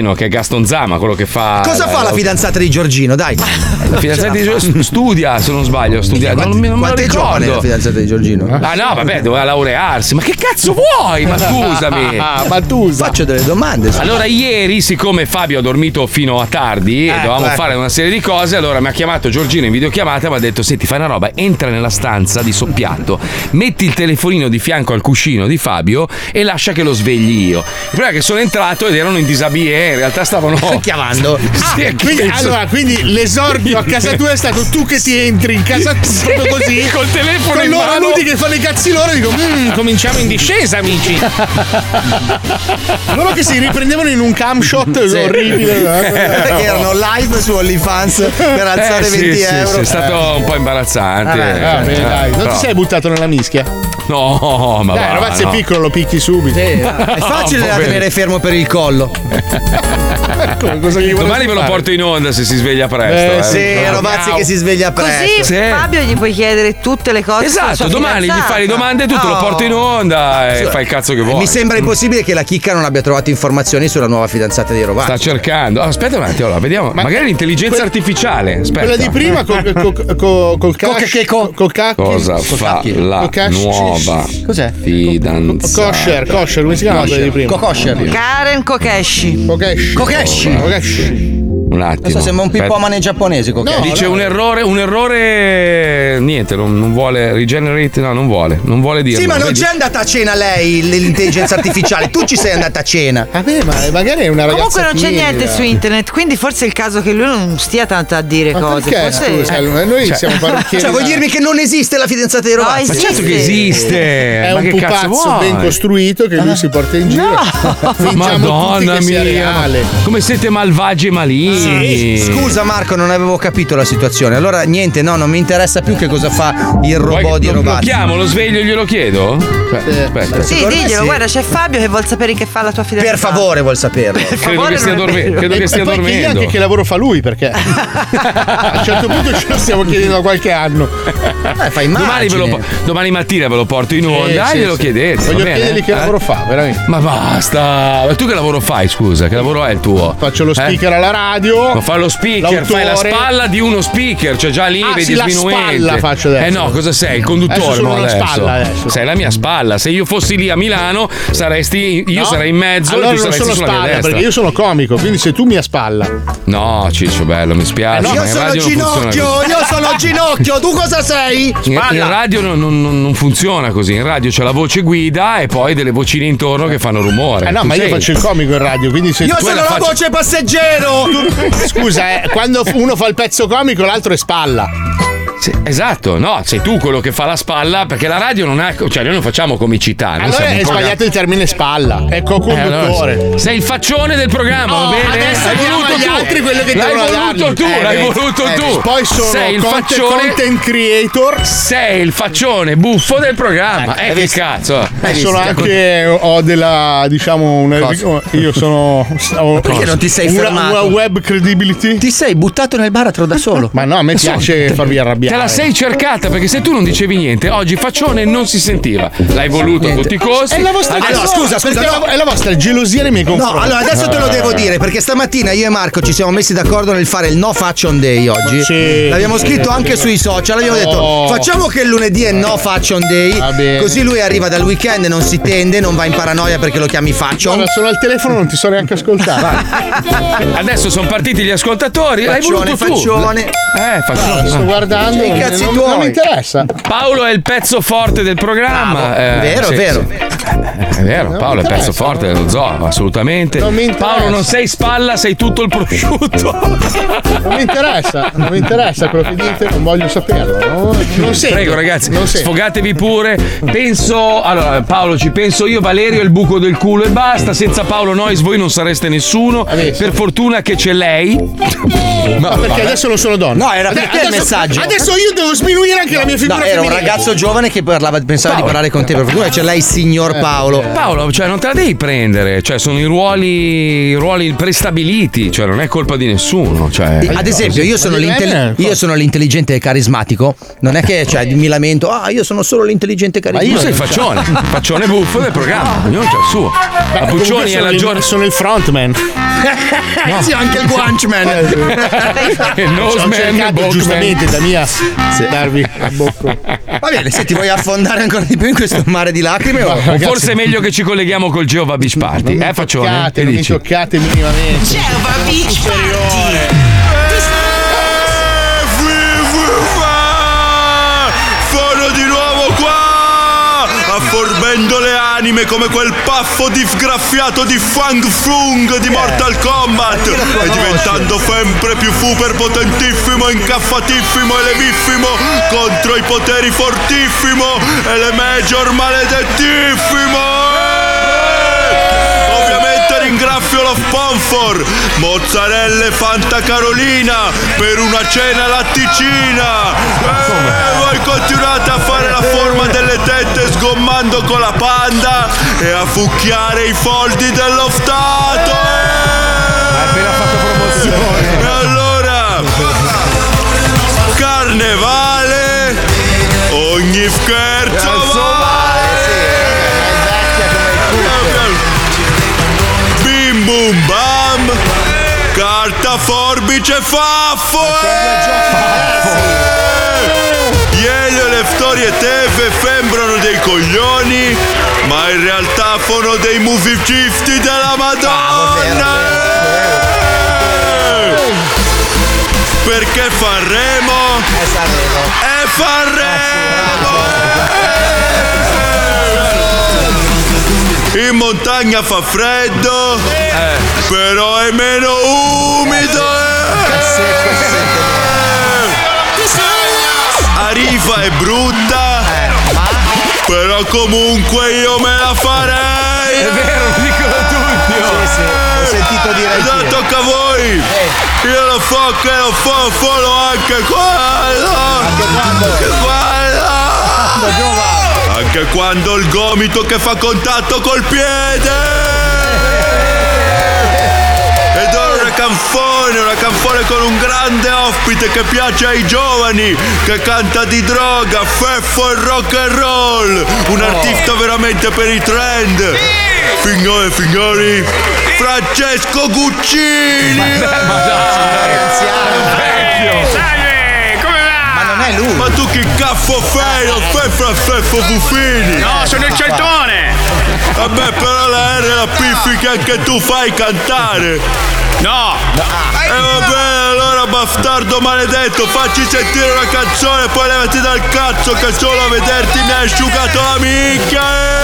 Speaker 2: Giorgino, che è Gaston Zama, quello che fa.
Speaker 7: Cosa fa la fidanzata di Giorgino? Dai.
Speaker 2: La fidanzata di Giorgino studia, se non sbaglio, studia. Non me lo
Speaker 7: Quanto è giovane
Speaker 2: ricordo.
Speaker 7: la fidanzata di Giorgino?
Speaker 2: Ah no, vabbè, doveva laurearsi. Ma che cazzo vuoi? Ma scusami.
Speaker 3: Ma tu
Speaker 7: faccio delle domande.
Speaker 2: Allora, ieri, siccome Fabio ha dormito fino a tardi e dovevamo fare una serie di cose, allora mi ha chiamato Giorgino in videochiamata e mi ha detto: senti, fai una roba, entra nella stanza di soppiatto, metti il telefonino di fianco al cuscino di Fabio e lascia che lo svegli io. Il problema è che sono entrato ed erano in disabillé, in realtà stavano
Speaker 7: chiamando.
Speaker 2: Sì,
Speaker 3: quindi l'esordio a casa tua è stato tu che ti entri in casa proprio così
Speaker 2: col telefono
Speaker 3: con
Speaker 2: in
Speaker 3: loro
Speaker 2: mano,
Speaker 3: nudi che fanno i cazzi loro, dico cominciamo in discesa, amici. Loro che si riprendevano in un cam shot orribile.
Speaker 7: Perché erano live su OnlyFans per alzare 20 euro.
Speaker 2: Sì, è stato un po' imbarazzante.
Speaker 3: Dai. Non ti sei buttato nella mischia?
Speaker 2: No, ma
Speaker 3: dai, ragazzi,
Speaker 2: no.
Speaker 3: È piccolo, lo picchi subito.
Speaker 7: È facile da tenere fermo per il collo.
Speaker 2: Domani ve lo porto in onda se si sveglia presto.
Speaker 7: Sì, Rovazzi che si sveglia presto.
Speaker 8: Così Fabio gli puoi chiedere tutte le cose.
Speaker 2: Esatto, domani gli fai le domande e tu te lo porti in onda e fai il cazzo che vuoi.
Speaker 7: Mi sembra impossibile che la chicca non abbia trovato informazioni sulla nuova fidanzata di Rovazzi.
Speaker 2: Sta cercando. Aspetta un attimo, allora, vediamo. Magari l'intelligenza artificiale. Aspetta.
Speaker 3: Quella di prima col cash.
Speaker 2: Cosa fa la nuova fidanzata?
Speaker 3: Kosher, come si chiama quella di prima?
Speaker 8: Karen Kokeshi.
Speaker 2: Un attimo.
Speaker 7: Adesso sembra un pippomane giapponese.
Speaker 2: Dice un errore. Niente, non vuole regenerate. No, non vuole dire.
Speaker 7: Sì, ma non c'è andata a cena lei, l'intelligenza artificiale. Tu ci sei andata a cena.
Speaker 3: Vabbè, ma magari è una ragazza.
Speaker 8: Comunque non c'è niente su internet, quindi forse è il caso che lui non stia tanto a dire cose.
Speaker 3: Perché?
Speaker 8: Forse...
Speaker 3: Scusa, noi siamo parrucchieri.
Speaker 7: Cioè, vuoi dirmi che non esiste la fidanzata di Rovazzi?
Speaker 2: Ma certo che esiste.
Speaker 3: È
Speaker 2: ma
Speaker 3: un
Speaker 2: che cazzo
Speaker 3: pupazzo
Speaker 2: vuoi?
Speaker 3: ben costruito che lui si porta in giro.
Speaker 2: Madonna mia, come siete malvagi e maligni.
Speaker 7: Scusa Marco, non avevo capito la situazione. Allora niente, no, non mi interessa più che cosa fa il robot di Rovazzi.
Speaker 2: Lo chiamo, lo sveglio e glielo chiedo? Aspetta.
Speaker 8: Sì, diglielo, guarda, c'è Fabio che vuol sapere che fa la tua fidanzata.
Speaker 7: Per favore, vuol saperlo.
Speaker 2: Credo che stia dormendo. Credo che stia dormendo.
Speaker 3: Chiedi anche che lavoro fa lui, perché a un certo punto ce lo stiamo chiedendo da qualche anno.
Speaker 7: Fai immagine.
Speaker 2: Domani mattina ve lo porto in onda e glielo chiedete.
Speaker 3: Voglio chiedergli che lavoro fa, veramente.
Speaker 2: Ma basta. Ma tu che lavoro fai, scusa? Che lavoro è il tuo?
Speaker 3: Faccio lo speaker alla radio.
Speaker 2: Ma fai lo speaker, fai la spalla di uno speaker, cioè già lì vedi
Speaker 3: la
Speaker 2: sminuente.
Speaker 3: spalla faccio adesso.
Speaker 2: No, cosa sei? Il conduttore,
Speaker 3: adesso sono
Speaker 2: no?
Speaker 3: una spalla adesso.
Speaker 2: Sei la mia spalla. Se io fossi lì a Milano, io sarei in mezzo
Speaker 3: allora
Speaker 2: e tu
Speaker 3: non
Speaker 2: saresti
Speaker 3: sono
Speaker 2: sulla mia
Speaker 3: spalla,
Speaker 2: destra.
Speaker 3: perché io sono comico, quindi sei tu mia spalla.
Speaker 2: No, Ciccio, bello, mi spiace.
Speaker 7: Io sono ginocchio, tu cosa sei?
Speaker 2: In radio non funziona così. In radio c'è la voce guida e poi delle vocine intorno che fanno rumore.
Speaker 3: No, ma io faccio il comico in radio, quindi se
Speaker 7: io sono la voce passeggero.
Speaker 3: Scusa, quando uno fa il pezzo comico, l'altro è spalla.
Speaker 2: Sì, esatto, no, sei tu quello che fa la spalla, perché la radio non ha, cioè noi non facciamo comicità.
Speaker 3: Allora è sbagliato il termine spalla, è co-conduttore.
Speaker 2: Allora, sei il faccione del programma, va bene?
Speaker 3: Adesso
Speaker 2: Hai voluto
Speaker 3: gli
Speaker 2: tu.
Speaker 3: altri quello che
Speaker 2: l'hai voluto tu, l'hai voluto tu.
Speaker 3: Poi sono
Speaker 2: sei il
Speaker 3: content creator.
Speaker 2: Sei il faccione buffo del programma. Che cazzo?
Speaker 3: Sono anche ho della, diciamo, io sono
Speaker 7: perché non ti sei fermato?
Speaker 3: Una web credibility.
Speaker 7: Ti sei buttato nel baratro da solo.
Speaker 3: Ma no, a me piace farvi arrabbiare.
Speaker 2: Te la sei cercata, perché se tu non dicevi niente, oggi faccione non si sentiva. L'hai voluto a tutti i costi.
Speaker 3: È la vostra
Speaker 7: scusa,
Speaker 3: è la vostra gelosia nei miei confronti.
Speaker 7: No, allora adesso te lo devo dire, perché stamattina io e Marco ci siamo messi d'accordo nel fare il No Fashion Day oggi.
Speaker 3: Sì.
Speaker 7: L'abbiamo scritto anche sui social. Abbiamo detto facciamo che il lunedì è No Fashion Day, così lui arriva dal weekend, non si tende, non va in paranoia perché lo chiami Fashion.
Speaker 3: Guarda, sono al telefono, non ti so neanche ascoltare.
Speaker 2: Adesso sono partiti gli ascoltatori. L'hai voluto tu.
Speaker 7: Faccione.
Speaker 2: Faccione.
Speaker 3: Sto guardando. Non mi interessa.
Speaker 2: Paolo è il pezzo forte del programma.
Speaker 7: Vero.
Speaker 2: È vero, Paolo è il pezzo forte dello zoo, assolutamente. Paolo, non sei spalla, sei tutto il prosciutto.
Speaker 3: Non mi interessa quello che dite, non voglio saperlo. Non sento.
Speaker 2: Prego, ragazzi, sfogatevi pure. Allora, Paolo, ci penso io, Valerio è il buco del culo e basta. Senza Paolo Nois voi non sareste nessuno. Per fortuna che c'è lei.
Speaker 3: Ma perché adesso non sono donna?
Speaker 7: No, era perché il messaggio.
Speaker 3: Adesso io devo sminuire anche la mia figura.
Speaker 7: No, era un ragazzo giovane che pensava di parlare con te. Per fortuna c'è lei, signor Paolo.
Speaker 2: Paolo, cioè non te la devi prendere, cioè sono i ruoli prestabiliti, cioè non è colpa di nessuno. Cioè,
Speaker 7: ad esempio, io sono l'intelligente e carismatico. Non è che mi lamento, io sono solo l'intelligente carismatico.
Speaker 2: Ma io sono il faccione buffo del programma, ognuno c'ha il suo. La Puccioni è la giornata.
Speaker 3: Sono il frontman.
Speaker 7: No. Sì, anche il guanchman.
Speaker 3: Ho cercato giustamente da mia darvi il bocco.
Speaker 7: Va bene, se ti vuoi affondare ancora di più in questo mare di lacrime,
Speaker 2: o forse è meglio che ci colleghiamo col Geova Beach Party, faccione?
Speaker 3: Non mi toccate minimamente.
Speaker 20: Geova Beach Party.
Speaker 4: Sono di nuovo qua, afforbendo le anime come quel paffo disgraffiato di Fang Fung di Mortal Kombat e diventando sempre più super potentissimo, incaffatissimo e levissimo contro i poteri fortissimo e le major maledettissimo. Ovviamente ringrazzio lo sponsor Mozzarella e Fanta Carolina per una cena latticina. Voi continuate a fare la forma delle tette sgommando con la panda e a fucchiare i foldi dello Stato.
Speaker 2: Hai appena fatto promozione.
Speaker 4: E allora, carnevale, ogni scherzo bim bum bam, carta forbice faffo. Ielio e le storie teve sembrano dei coglioni, ma in realtà sono dei musicisti della Madonna. Perché Sanremo? È Sanremo! In montagna fa freddo, però è meno umido. Arifa è brutta, però comunque io me la farei.
Speaker 2: È vero, lo dicono tutti.
Speaker 7: Sì, ho sentito dire.
Speaker 4: Adesso tocca a voi. Io lo so che lo so solo anche quello. Anche quando il gomito che fa contatto col piede. Ed ora una canzone con un grande ospite che piace ai giovani, che canta di droga, feffo e rock and roll, un artista veramente per i trend. Signore e signori, Francesco Guccini.
Speaker 7: Lui.
Speaker 4: Ma tu che caffo fai? Non fai Francesco Buffini?
Speaker 9: No, sono il Celtone.
Speaker 4: Vabbè, però la R e la Piffi che anche tu fai cantare.
Speaker 9: No.
Speaker 4: E va bene, allora bastardo maledetto, facci sentire una canzone e poi levati dal cazzo che solo a vederti mi hai asciugato la minchia.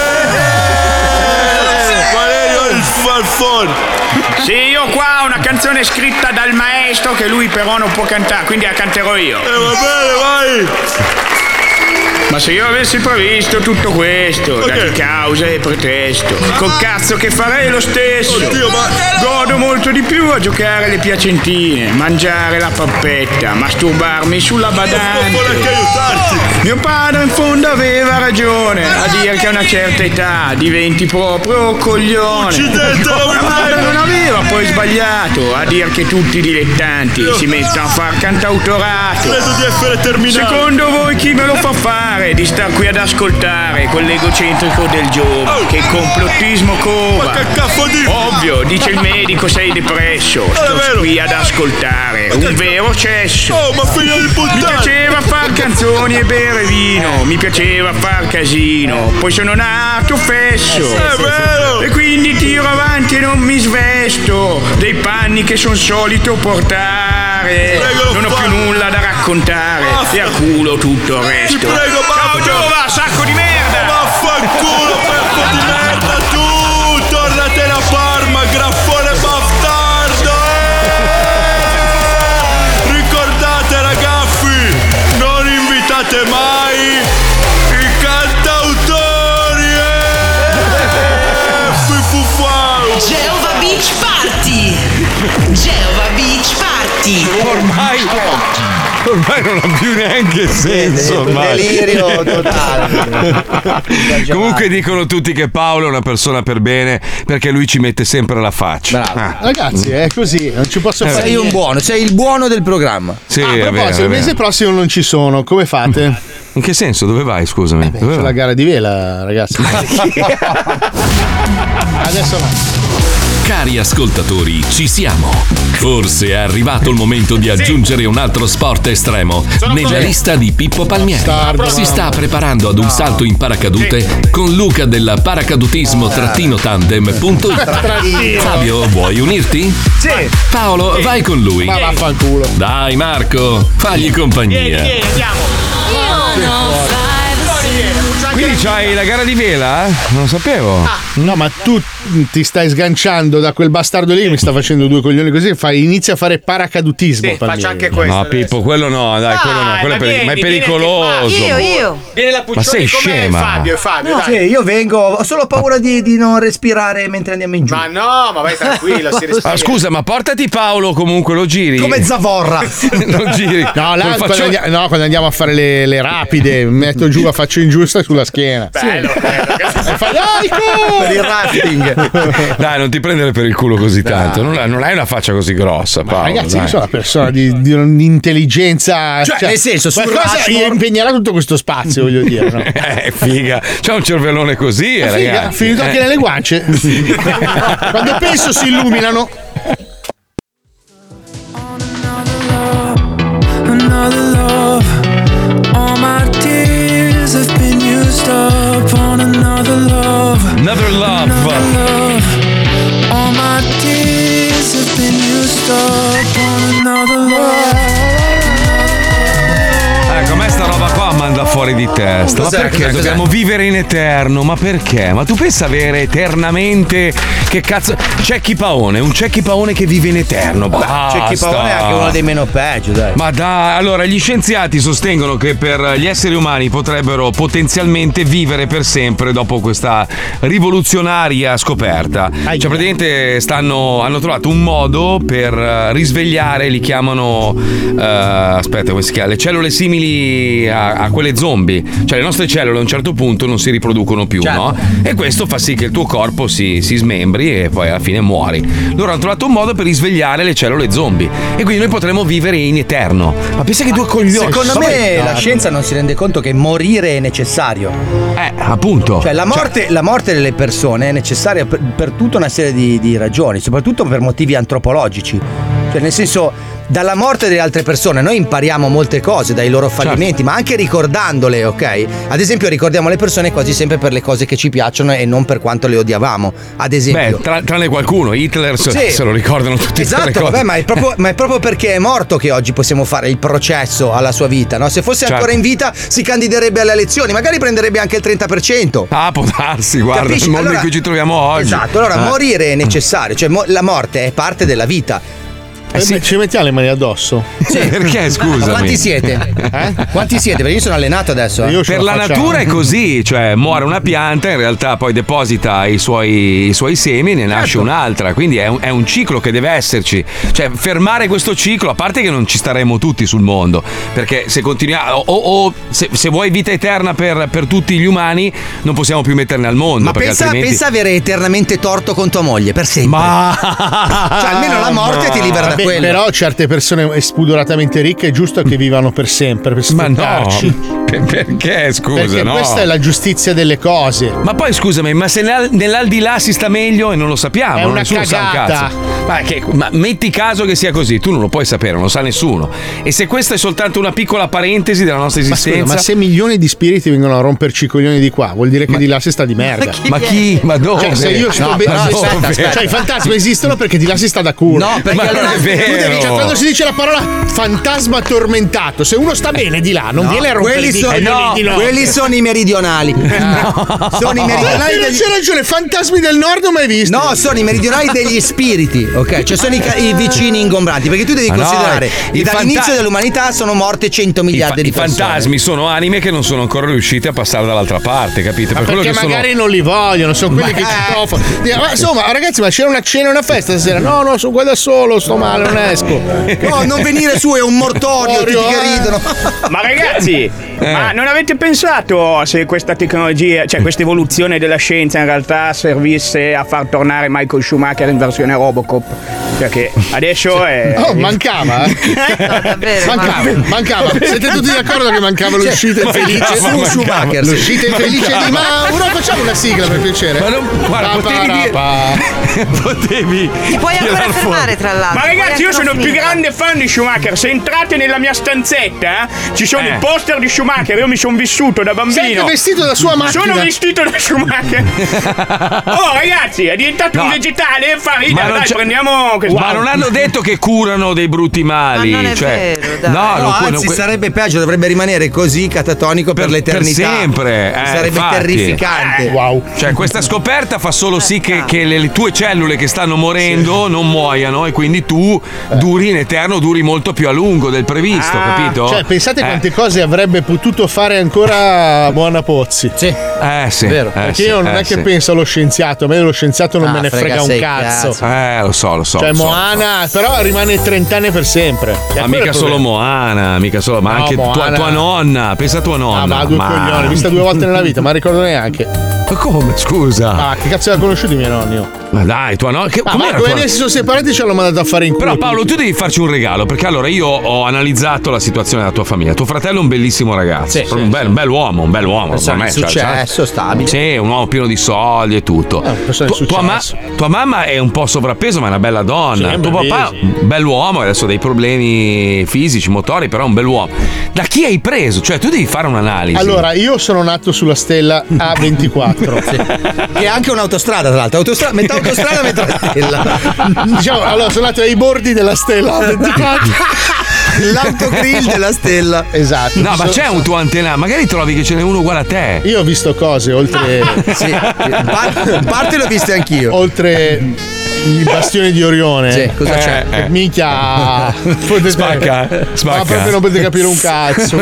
Speaker 4: Valerio il falfone.
Speaker 9: Sì, io qua ho una canzone scritta dal maestro che lui però non può cantare, quindi la canterò io.
Speaker 4: Va bene, vai!
Speaker 9: Ma se io avessi previsto tutto questo, da che causa e pretesto, col cazzo che farei lo stesso.
Speaker 4: Oddio, ma...
Speaker 9: Godo molto di più a giocare alle piacentine, mangiare la pappetta, masturbarmi sulla badante.
Speaker 4: Non può neanche aiutarti.
Speaker 9: Mio padre in fondo aveva ragione a dire che a una certa età diventi proprio coglione.
Speaker 4: Accidente,
Speaker 9: Mio padre non aveva poi sbagliato a dire che tutti i dilettanti si mettono a far cantautorato.
Speaker 4: Credo di essere terminato.
Speaker 9: Secondo voi chi me lo fa fare di star qui ad ascoltare quell'egocentrico del giovane che il complottismo cova?
Speaker 4: Ma che cazzo dici?
Speaker 9: Ovvio, dice il medico, sei depresso. Sto qui ad ascoltare un vero cesso.
Speaker 4: Oh, ma figlio di puttana!
Speaker 9: Mi piaceva far canzoni e bere vino, mi piaceva far casino, poi sono nato fesso.
Speaker 4: È vero!
Speaker 9: E quindi tiro avanti e non mi svesto dei panni che son solito portare. Non ho più nulla da raccontare e a culo tutto il resto.
Speaker 4: Ti prego,
Speaker 9: ciao Giova, sacco di merda!
Speaker 4: Vaffanculo, pezzo di merda tu! Tornate a Parma, graffone bastardo! Ricordate ragazzi, non invitate mai i cantautori!
Speaker 20: Geova Beach Party! Geova Beach Party!
Speaker 2: Ormai Ormai non ha più neanche senso.
Speaker 7: Delirio totale.
Speaker 2: Comunque dicono tutti che Paolo è una persona per bene perché lui ci mette sempre la faccia.
Speaker 3: Ragazzi, è così, non ci posso fare.
Speaker 7: Sei un buono, sei il buono del programma.
Speaker 2: Sì,
Speaker 3: a proposito, il mese prossimo non ci sono, come fate?
Speaker 2: In che senso? Dove vai, scusami? Dove
Speaker 3: C'è
Speaker 2: vai?
Speaker 3: la gara di vela, ragazzi. Adesso no.
Speaker 1: Cari ascoltatori, ci siamo. Forse è arrivato il momento di aggiungere un altro sport estremo nella lista di Pippo Palmieri. Si sta preparando ad un salto in paracadute con Luca della paracadutismo-tandem.it. Fabio, vuoi unirti?
Speaker 3: Sì.
Speaker 1: Paolo, vai con lui.
Speaker 3: Ma vaffanculo.
Speaker 1: Dai Marco, fagli compagnia.
Speaker 2: Quindi c'hai la gara di vela? Non lo sapevo.
Speaker 3: No, ma tu ti stai sganciando da quel bastardo lì che mi sta facendo due coglioni così. Inizia a fare paracadutismo.
Speaker 21: Sì, faccio anche questo.
Speaker 2: No, Pippo, quello no, dai, quello no. Quello ma è pericoloso.
Speaker 8: Io.
Speaker 21: Viene la Puccioni,
Speaker 2: Ma sei
Speaker 21: com'è
Speaker 2: scema?
Speaker 21: Fabio,
Speaker 7: No,
Speaker 21: dai.
Speaker 7: sì, io vengo, ho solo paura di non respirare mentre andiamo in giù.
Speaker 21: Ma no, ma vai tranquillo, si respira.
Speaker 2: Ah, scusa, ma portati Paolo comunque, lo giri.
Speaker 7: Come Zavorra.
Speaker 2: Lo giri.
Speaker 3: No, là, quando andiamo a fare le rapide, metto giù la faccia ingiusta sulla schiena.
Speaker 21: Bello.
Speaker 7: Per il rafting.
Speaker 2: Dai, non ti prendere per il culo così tanto. Non hai una faccia così grossa, Paolo.
Speaker 3: Ragazzi,
Speaker 2: dai.
Speaker 3: io sono una persona di un'intelligenza.
Speaker 7: Cioè, nel senso, sul
Speaker 3: qualcosa
Speaker 7: Rushmore
Speaker 3: impegnerà tutto questo spazio, voglio dire. No?
Speaker 2: Figa. C'ha un cervellone così,
Speaker 3: Figa,
Speaker 2: ragazzi.
Speaker 3: finito anche nelle guance. Quando penso si illuminano.
Speaker 5: Another love, all my tears have been used up on another love.
Speaker 2: Another love.
Speaker 5: All my tears have been used up on another love.
Speaker 2: Com'è sta roba qua? Manda fuori di testa. Ma
Speaker 7: Cos'è?
Speaker 2: perché
Speaker 7: Cos'è?
Speaker 2: dobbiamo vivere in eterno? Ma perché? Ma tu pensa avere eternamente. Che cazzo? Cecchi Paone, un Cecchi Paone che vive in eterno. Basta.
Speaker 7: Cecchi Paone è anche uno dei meno peggio, dai.
Speaker 2: Ma dai, allora gli scienziati sostengono che per gli esseri umani potrebbero potenzialmente vivere per sempre dopo questa rivoluzionaria scoperta. Cioè praticamente hanno trovato un modo per risvegliare, li chiamano aspetta, come si chiama? Le cellule simili a quelle zombie. Cioè le nostre cellule a un certo punto non si riproducono più,
Speaker 7: certo,
Speaker 2: no? E questo fa sì che il tuo corpo si smembri e poi alla fine muori. Loro hanno trovato un modo per risvegliare le cellule zombie e quindi noi potremo vivere in eterno. Ma pensa che due coglioni.
Speaker 7: Secondo me la scienza non si rende conto che morire è necessario.
Speaker 2: Appunto.
Speaker 7: Cioè la morte delle persone è necessaria per tutta una serie di ragioni, soprattutto per motivi antropologici. Cioè nel senso, dalla morte delle altre persone noi impariamo molte cose dai loro fallimenti, ma anche ricordandole, ok? Ad esempio ricordiamo le persone quasi sempre per le cose che ci piacciono e non per quanto le odiavamo. Ad esempio.
Speaker 2: Beh, tranne qualcuno, Hitler se lo ricordano tutti.
Speaker 7: Esatto,
Speaker 2: cose.
Speaker 7: vabbè, ma è proprio perché è morto che oggi possiamo fare il processo alla sua vita, no? Se fosse ancora in vita si candiderebbe alle elezioni, magari prenderebbe anche il 30%.
Speaker 2: Ah, può darsi, guarda,
Speaker 7: Capisci?
Speaker 2: il mondo
Speaker 7: Allora,
Speaker 2: in cui ci troviamo oggi.
Speaker 7: Esatto, allora morire è necessario, cioè la morte è parte della vita.
Speaker 3: Ci mettiamo le mani addosso.
Speaker 7: Sì.
Speaker 2: Perché, scusami?
Speaker 7: Quanti siete? Quanti siete? Perché io sono allenato adesso.
Speaker 2: Per la natura è così, cioè muore una pianta, in realtà poi deposita i suoi semi e ne nasce un'altra, quindi è un ciclo che deve esserci. Cioè fermare questo ciclo, a parte che non ci staremo tutti sul mondo, perché se continuiamo se vuoi vita eterna per tutti gli umani non possiamo più metterne al mondo.
Speaker 7: Ma
Speaker 2: pensa
Speaker 7: pensa avere eternamente torto con tua moglie per sempre. Cioè almeno la morte ti libera da quello.
Speaker 3: Però certe persone spudoratamente ricche è giusto che vivano per sempre, per sfruttarci.
Speaker 2: Ma no, perché scusa?
Speaker 3: Perché
Speaker 2: no.
Speaker 3: questa è la giustizia delle cose.
Speaker 2: Ma poi scusami, ma se nell'aldilà si sta meglio e non lo sappiamo,
Speaker 3: È una
Speaker 2: nessuno sa un
Speaker 3: cagata.
Speaker 2: cazzo. Ma metti caso che sia così, tu non lo puoi sapere, non lo sa nessuno. E se questa è soltanto una piccola parentesi della nostra esistenza.
Speaker 3: Ma se milioni di spiriti vengono a romperci i coglioni di qua, vuol dire che di là si sta di merda.
Speaker 2: Ma chi? Ma dove?
Speaker 3: Cioè, se io sto
Speaker 7: aspetta.
Speaker 3: Cioè, i fantasmi esistono perché di là si sta da culo.
Speaker 7: No, perché
Speaker 2: Ma non è vero.
Speaker 3: Cioè, quando si dice la parola fantasma tormentato, se uno sta bene di là, non viene a rompere
Speaker 7: quelli
Speaker 3: i
Speaker 7: sono,
Speaker 3: coglioni di là.
Speaker 7: quelli sono i meridionali. Sono i meridionali
Speaker 3: Non c'è ragione, fantasmi del nord non mai visti.
Speaker 7: No, sono i meridionali degli spiriti, ok? Cioè sono i vicini ingombranti, perché tu devi considerare che dall'inizio dell'umanità sono morte 100 miliardi di persone.
Speaker 2: I fantasmi sono anime che non sono ancora riuscite a passare dall'altra parte, capito?
Speaker 3: Ma
Speaker 2: per quello
Speaker 3: perché
Speaker 2: che
Speaker 3: magari non li vogliono, sono quelli che ci toffano. Ma insomma, ragazzi, ma c'era una cena, una festa stasera? No, sono qua da solo, sto male. male, non esco.
Speaker 7: No, non venire su, è un mortorio, tutti che ridono.
Speaker 9: Ma ragazzi, ma non avete pensato se questa tecnologia, cioè questa evoluzione della scienza in realtà servisse a far tornare Michael Schumacher in versione Robocop? Perché adesso è...
Speaker 3: Oh, mancava,
Speaker 8: No, davvero.
Speaker 3: Mancava. Siete tutti d'accordo che mancava l'uscita infelice?
Speaker 7: Su Schumacher.
Speaker 3: L'uscita infelice di Mauro. Facciamo una sigla per piacere.
Speaker 2: Ma non, guarda, potevi
Speaker 8: Ti puoi ancora fermare, tra l'altro.
Speaker 9: Ma ragazzi, io sono il più grande fan di Schumacher. Se entrate nella mia stanzetta, ci sono i poster di Schumacher. Io mi sono vissuto da bambino.
Speaker 3: Sei anche vestito da sua macchina.
Speaker 9: Sono vestito da Schumacher. Oh, ragazzi, è diventato un vegetale. Fa ridere, dai, prendiamo.
Speaker 2: Ma non hanno detto che curano dei brutti mali.
Speaker 8: Ma non è vero, dai.
Speaker 2: No,
Speaker 7: anzi, sarebbe peggio, dovrebbe rimanere così catatonico per l'eternità.
Speaker 2: Per sempre.
Speaker 7: Sarebbe
Speaker 2: infatti.
Speaker 7: terrificante.
Speaker 3: Wow.
Speaker 2: Cioè, questa scoperta fa solo sì che le tue cellule che stanno morendo non muoiano e quindi tu duri in eterno, duri molto più a lungo del previsto, capito?
Speaker 3: Cioè, pensate quante cose avrebbe potuto fare ancora Moana Pozzi.
Speaker 7: Sì.
Speaker 2: Sì.
Speaker 3: Vero. Perché io non è che penso allo scienziato, a me dello scienziato non me ne frega un cazzo.
Speaker 2: Lo so.
Speaker 3: Cioè, Moana, però rimane 30 anni per sempre.
Speaker 2: Ma mica solo Moana, ma anche tua nonna. Pensa a tua nonna.
Speaker 3: Ma due coglioni, vista 2 volte nella vita, ma ricordo neanche.
Speaker 2: Ma come? Scusa.
Speaker 3: Ma che cazzo l'ha conosciuto i miei nonni?
Speaker 2: Ma dai, tua nonna.
Speaker 3: Ma come si sono separati, ci hanno mandato a fare in culo.
Speaker 2: Però Paolo, tu devi farci un regalo, perché allora io ho analizzato la situazione della tua famiglia. Tuo fratello è un bellissimo ragazzo, un bel uomo.
Speaker 7: Un successo, stabile.
Speaker 2: Sì, un uomo pieno di soldi e tutto. Tua mamma è un po' sovrappeso, ma è una bella donna.
Speaker 3: Sì,
Speaker 2: tuo papà, un bell'uomo, adesso ha dei problemi fisici, motori, però è un bell'uomo. Da chi hai preso? Cioè, tu devi fare un'analisi.
Speaker 3: Allora, io sono nato sulla stella A24.
Speaker 7: Che è anche un'autostrada, tra l'altro. Metà autostrada, metà stella.
Speaker 3: Diciamo, allora sono nato ai bordi della stella A24.
Speaker 7: L'autogrill della stella.
Speaker 3: Esatto.
Speaker 2: No, ma c'è un tuo antenna, magari trovi che ce n'è uno uguale a te.
Speaker 3: Io ho visto cose oltre.
Speaker 7: Sì, in parte l'ho viste anch'io.
Speaker 3: Oltre i bastioni di Orione.
Speaker 7: Sì, cosa c'è?
Speaker 3: Minchia.
Speaker 2: Spacca.
Speaker 3: Ma proprio non potete capire un cazzo.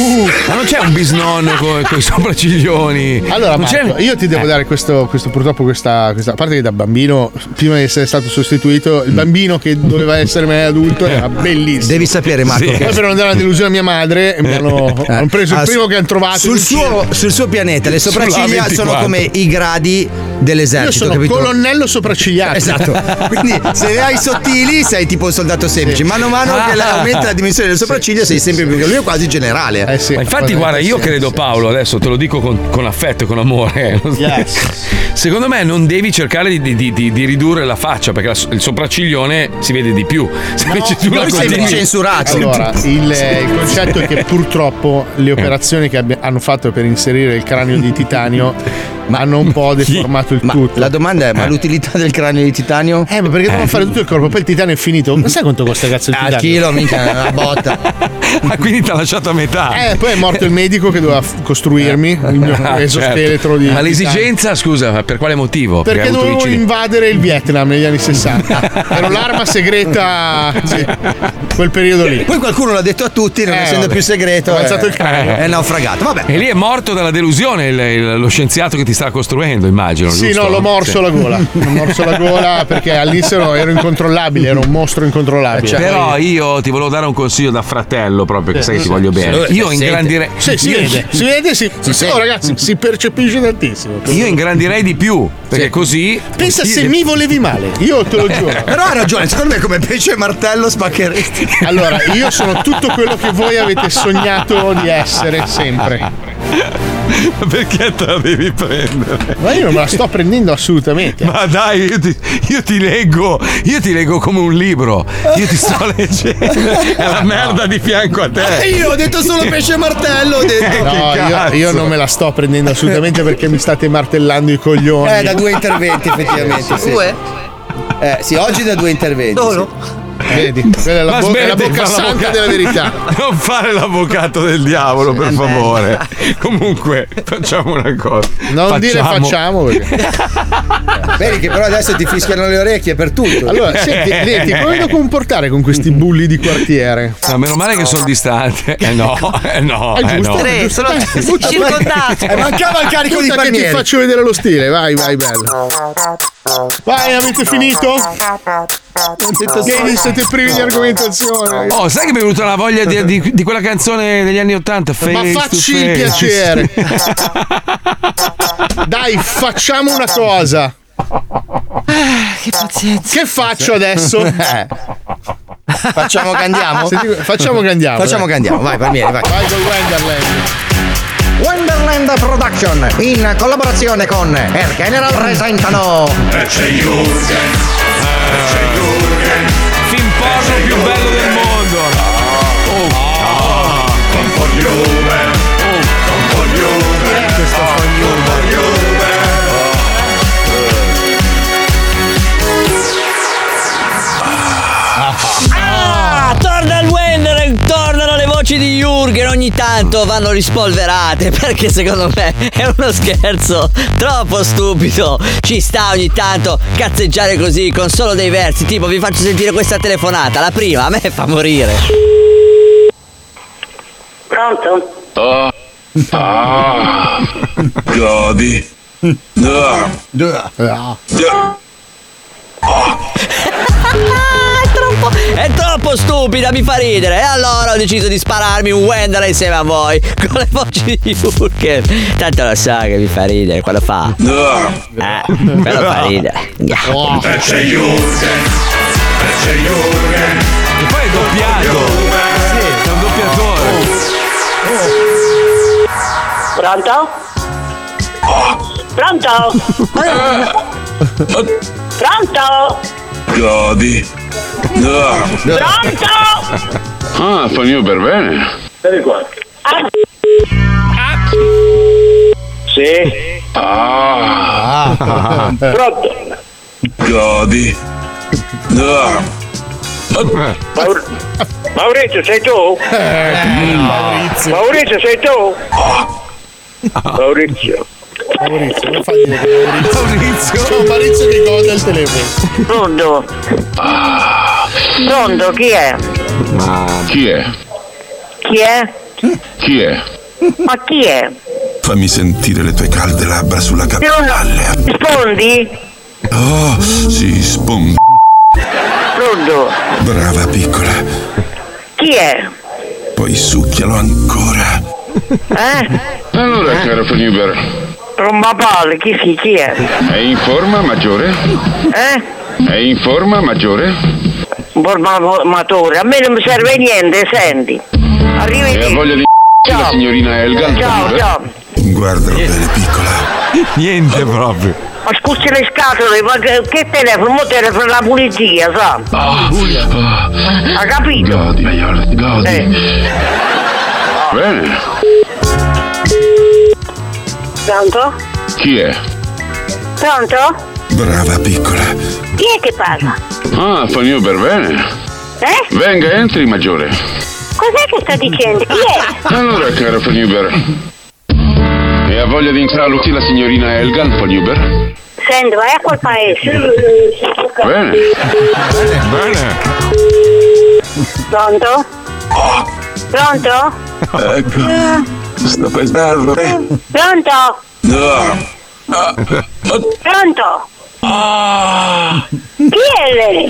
Speaker 2: Ma non c'è un bisnonno con i sopracciglioni.
Speaker 3: Allora, Marco, io ti devo dare questo purtroppo questa. A parte che da bambino, prima di essere stato sostituito, il bambino che doveva essere me adulto era bellissimo.
Speaker 7: Devi sapere, Marco.
Speaker 3: Poi per non dare una delusione a mia madre, mi hanno preso il primo che hanno trovato.
Speaker 7: Sul suo pianeta, le sopracciglia sono come i gradi dell'esercito.
Speaker 3: Io sono colonnello sopraccigliato.
Speaker 7: Esatto. Quindi se le hai sottili sei tipo un soldato semplice. Mano a mano che aumenta la dimensione delle sopracciglia sei sempre più. Lui è quasi generale.
Speaker 2: Ma infatti, guarda, io credo, Paolo, adesso te lo dico con affetto e con amore. Secondo me non devi cercare di ridurre la faccia, perché il sopracciglione si vede di più. Se invece tu la
Speaker 7: sei censurato.
Speaker 3: Allora, il concetto è che purtroppo le operazioni che hanno fatto per inserire il cranio di titanio hanno un po' deformato il tutto.
Speaker 7: La domanda è: ma l'utilità del cranio di titanio?
Speaker 3: Ma perché devono fare tutto il corpo? Poi il titanio è finito. Non sai quanto costa cazzo il titanio?
Speaker 7: Al chilo, minchia, una botta.
Speaker 2: Quindi ti ha lasciato a metà.
Speaker 3: Poi è morto il medico che doveva costruirmi il mio esoscheletro di.
Speaker 2: Ma l'esigenza, scusa, per quale motivo?
Speaker 3: Perché dovevo invadere il Vietnam negli anni 60. Ero l'arma segreta, quel periodo lì.
Speaker 7: Poi qualcuno l'ha detto a tutti, non essendo più segreto.
Speaker 3: Ho alzato il cranio.
Speaker 7: È naufragato. Vabbè.
Speaker 2: E lì è morto dalla delusione lo scienziato che ti sta costruendo, immagino.
Speaker 3: Sì,
Speaker 2: giusto?
Speaker 3: no, l'ho morso la gola. L'ho morso la gola perché all'inizio ero incontrollabile, ero un mostro incontrollabile.
Speaker 2: Però io ti volevo dare un consiglio da fratello, proprio che sai che ti voglio bene. Io ingrandirei.
Speaker 3: Si vede, oh, ragazzi, si percepisce tantissimo.
Speaker 2: Io ingrandirei di più, perché così.
Speaker 3: Pensa se mi volevi male, io te lo giuro.
Speaker 7: Però ha ragione, secondo me come pesce e martello spaccheresti.
Speaker 3: Allora, io sono tutto quello che voi avete sognato di essere sempre.
Speaker 2: Perché te la devi prendere?
Speaker 3: Ma io non me la sto prendendo assolutamente.
Speaker 2: Ma dai, io ti leggo come un libro. Io ti sto leggendo. È la merda di fianco a te.
Speaker 7: Io ho detto solo pesce e martello, ho detto.
Speaker 3: No, io non me la sto prendendo assolutamente perché mi state martellando i coglioni.
Speaker 7: Da 2 interventi, effettivamente. Sì. Sì, oggi da 2 interventi.
Speaker 3: Vedi, quella è la bocca santa della verità.
Speaker 2: Non fare l'avvocato del diavolo, per favore. Comunque, facciamo una cosa.
Speaker 3: Non dire facciamo perché.
Speaker 7: Vedi che però adesso ti fischiano le orecchie per tutto.
Speaker 3: Allora, senti, Leti, come devo comportare con questi bulli di quartiere?
Speaker 2: No, meno male che sono distante. No.
Speaker 3: Sono
Speaker 8: circondato.
Speaker 7: Mancava il carico di
Speaker 3: che ti faccio vedere lo stile. Vai, bello. Vai, avete finito? Siete privi di argomentazione.
Speaker 2: Oh, sai che mi è venuta la voglia di quella canzone degli anni '80?
Speaker 3: Ma facci il piacere. Dai, facciamo una cosa.
Speaker 8: Che pazienza.
Speaker 3: Che faccio adesso?
Speaker 7: Facciamo che andiamo?
Speaker 3: Facciamo che andiamo.
Speaker 7: Vai, Palmieri, vai.
Speaker 3: Vai col Wonderland.
Speaker 7: Wonderland Production in collaborazione con Air General presentano
Speaker 17: C'è Jürgen.
Speaker 2: Film porno più bello del mondo.
Speaker 11: Torna il Wender, tornano le voci di Jürgen, ogni tanto vanno rispolverate perché secondo me è uno scherzo troppo stupido. Ci sta ogni tanto cazzeggiare così con solo dei versi, tipo vi faccio sentire questa telefonata, la prima a me fa morire.
Speaker 13: Pronto?
Speaker 17: Godi.
Speaker 11: È troppo stupida, mi fa ridere. E allora ho deciso di spararmi un Wender insieme a voi con le voci di Jürgen. Tanto lo so che mi fa ridere quando fa. Quello fa ridere.
Speaker 17: C'è Jürgen.
Speaker 2: E poi è doppiato. Sì, è un doppiatore.
Speaker 13: Pronto? Pronto?
Speaker 17: Godi.
Speaker 13: Pronto?
Speaker 17: Fa io per bene.
Speaker 13: Vieni qua. Sì. Pronto?
Speaker 17: Godi.
Speaker 13: Maurizio, sei tu? Maurizio, sei tu? Maurizio,
Speaker 3: come fa a dire Maurizio? C'è un Maurizio che goda il telefono.
Speaker 13: Pronto? Pronto, chi è?
Speaker 17: Chi è?
Speaker 13: Chi è?
Speaker 17: Chi è?
Speaker 13: Ma chi è?
Speaker 17: Fammi sentire le tue calde labbra sulla capitale.
Speaker 13: Rispondi?
Speaker 17: Oh, sì, spondi.
Speaker 13: Pronto?
Speaker 17: Brava piccola.
Speaker 13: Chi è?
Speaker 17: Poi succhialo ancora. Allora, caro Feniber.
Speaker 13: Rombapalle, chi è?
Speaker 17: È in forma, maggiore? È in forma, maggiore?
Speaker 13: Formatore, a me non mi serve niente, senti. Arrivederci.
Speaker 17: E ha voglia di la signorina Elga?
Speaker 13: Ciao.
Speaker 17: Guardalo bene, piccola.
Speaker 2: Niente proprio.
Speaker 13: Ma scusi le scatole, ma che telefono? Mo telefono la pulizia, sa? Ha capito?
Speaker 17: Godi. Bene.
Speaker 13: Pronto?
Speaker 17: Chi è?
Speaker 13: Pronto?
Speaker 17: Brava piccola.
Speaker 13: Chi è che parla?
Speaker 17: Fa io per bene. Venga, entri, maggiore.
Speaker 13: Cos'è che sta dicendo? Chi è?
Speaker 17: Allora, caro Feniber. E ha voglia di entrare la signorina Elga, Feniber?
Speaker 13: Senti, vai a quel paese.
Speaker 17: Bene.
Speaker 13: Pronto? Pronto?
Speaker 17: Ecco. Sto pensando.
Speaker 13: Pronto? Pronto? Chi è lei?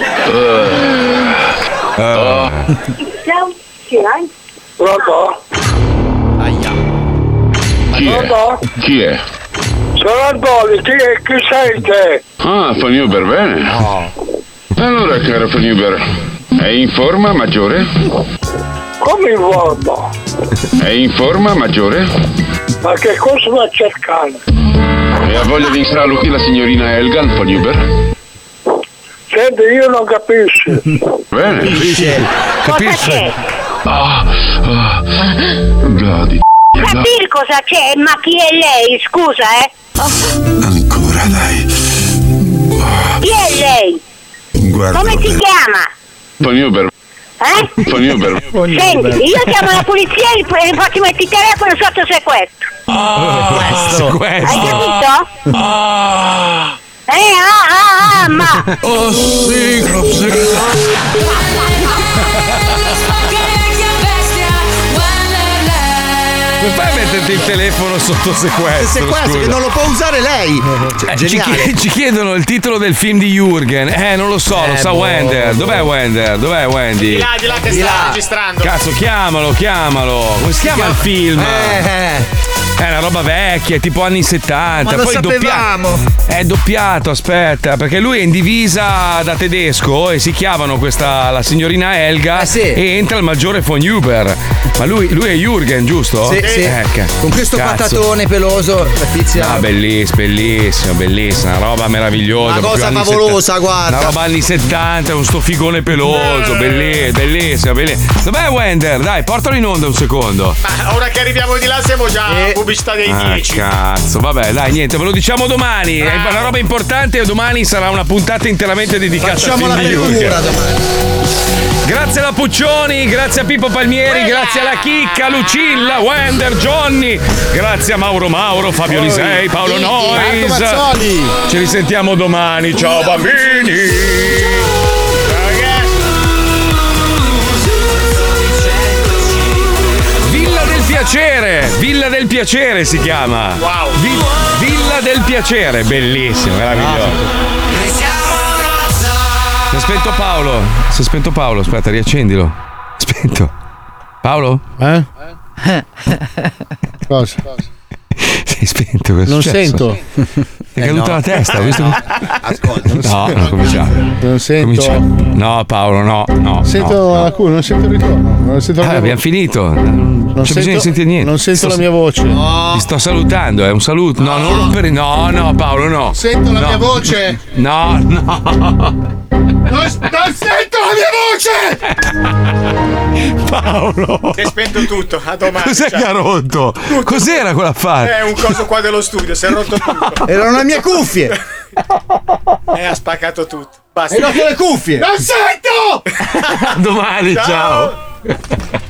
Speaker 13: Pronto?
Speaker 17: Chi è?
Speaker 13: Sono Alboli, chi sente?
Speaker 17: Fa io per bene. Allora, caro Feniber, è in forma, maggiore?
Speaker 13: Come in forma?
Speaker 17: È in forma, maggiore?
Speaker 13: Ma che cosa va a cercare?
Speaker 17: E ha voglia di entrare la signorina Elga, Feniber?
Speaker 13: Senti, io non capisco.
Speaker 17: Bene.
Speaker 13: Capisce?
Speaker 17: Godi.
Speaker 13: Capire cosa c'è, ma chi è lei? Scusa,
Speaker 17: Ancora, dai.
Speaker 13: Chi è lei?
Speaker 17: Guarda.
Speaker 13: Come si chiama?
Speaker 17: Feniber. Feniber.
Speaker 13: Senti, io chiamo la polizia e faccio mettere il telefono sotto sequestro.
Speaker 2: Sequestro.
Speaker 13: Hai capito?
Speaker 14: Ma!
Speaker 17: Oh sì,
Speaker 2: Come fai a metterti il telefono sotto sequestro?
Speaker 7: Che non lo può usare lei.
Speaker 2: Ci chiedono il titolo del film di Jürgen. Non lo so, lo sa Wender. Dov'è Wender? Dov'è Wendy?
Speaker 21: Di là che sta registrando.
Speaker 2: Cazzo, chiamalo. Come si chiama il film? È una roba vecchia, tipo anni 70.
Speaker 21: Ma lo
Speaker 2: poi
Speaker 21: sapevamo.
Speaker 2: È doppiato, aspetta, perché lui è in divisa da tedesco e si chiamano la signorina Helga e entra il maggiore von Huber. Ma lui è Jürgen, giusto?
Speaker 7: Sì. Con questo patatone peloso, la tizia.
Speaker 2: Ah, bellissimo, una roba meravigliosa.
Speaker 7: Una cosa favolosa, guarda.
Speaker 2: Una roba anni 70, con sto figone peloso, bellissimo. Dov'è Wender? Dai, portalo in onda un secondo.
Speaker 21: Ma ora che arriviamo di là siamo già a pubblicità dei 10.
Speaker 2: Cazzo, vabbè, dai, niente, ve lo diciamo domani. È una roba importante, domani sarà una puntata interamente dedicata
Speaker 7: Facciamo
Speaker 2: al film di
Speaker 7: l'apertura
Speaker 2: Jürgen.
Speaker 7: domani.
Speaker 2: Grazie alla Puccioni, grazie a Pippo Palmieri, grazie alla Chicca, Lucilla, Wender, Johnny, grazie a Mauro, Fabio Lisei, Paolo Nois. Ci risentiamo domani, ciao bambini. Villa del Piacere si chiama.
Speaker 21: Wow.
Speaker 2: Villa del Piacere, bellissimo, meraviglioso. Si è spento Paolo, aspetta, riaccendilo. Spento. Paolo?
Speaker 3: Cosa?
Speaker 2: Sei spento, cosa è
Speaker 3: Non
Speaker 2: successo?
Speaker 3: sento.
Speaker 2: È caduta la testa, ho visto?
Speaker 7: Ascolta.
Speaker 2: Non cominciamo.
Speaker 3: Non sento.
Speaker 2: No, Paolo, no.
Speaker 3: Sento la culo, non sento il ritorno. Non sento la mia
Speaker 2: abbiamo
Speaker 3: voce.
Speaker 2: finito. Non c'è bisogno di sentire niente.
Speaker 3: Non sento la mia voce.
Speaker 2: Ti sto salutando, è un saluto. No, non rompere. No, Paolo, no.
Speaker 3: Sento la mia voce.
Speaker 2: No.
Speaker 3: Non sento la mia voce!
Speaker 2: Paolo!
Speaker 21: Si è spento tutto, a domani.
Speaker 2: Cos'è che ha rotto? Cos'era quell'affare?
Speaker 21: È un coso qua dello studio, si è rotto tutto.
Speaker 7: Erano le mie cuffie.
Speaker 21: Ha spaccato tutto. Basta.
Speaker 7: E non le cuffie.
Speaker 3: Non sento!
Speaker 2: A domani, ciao.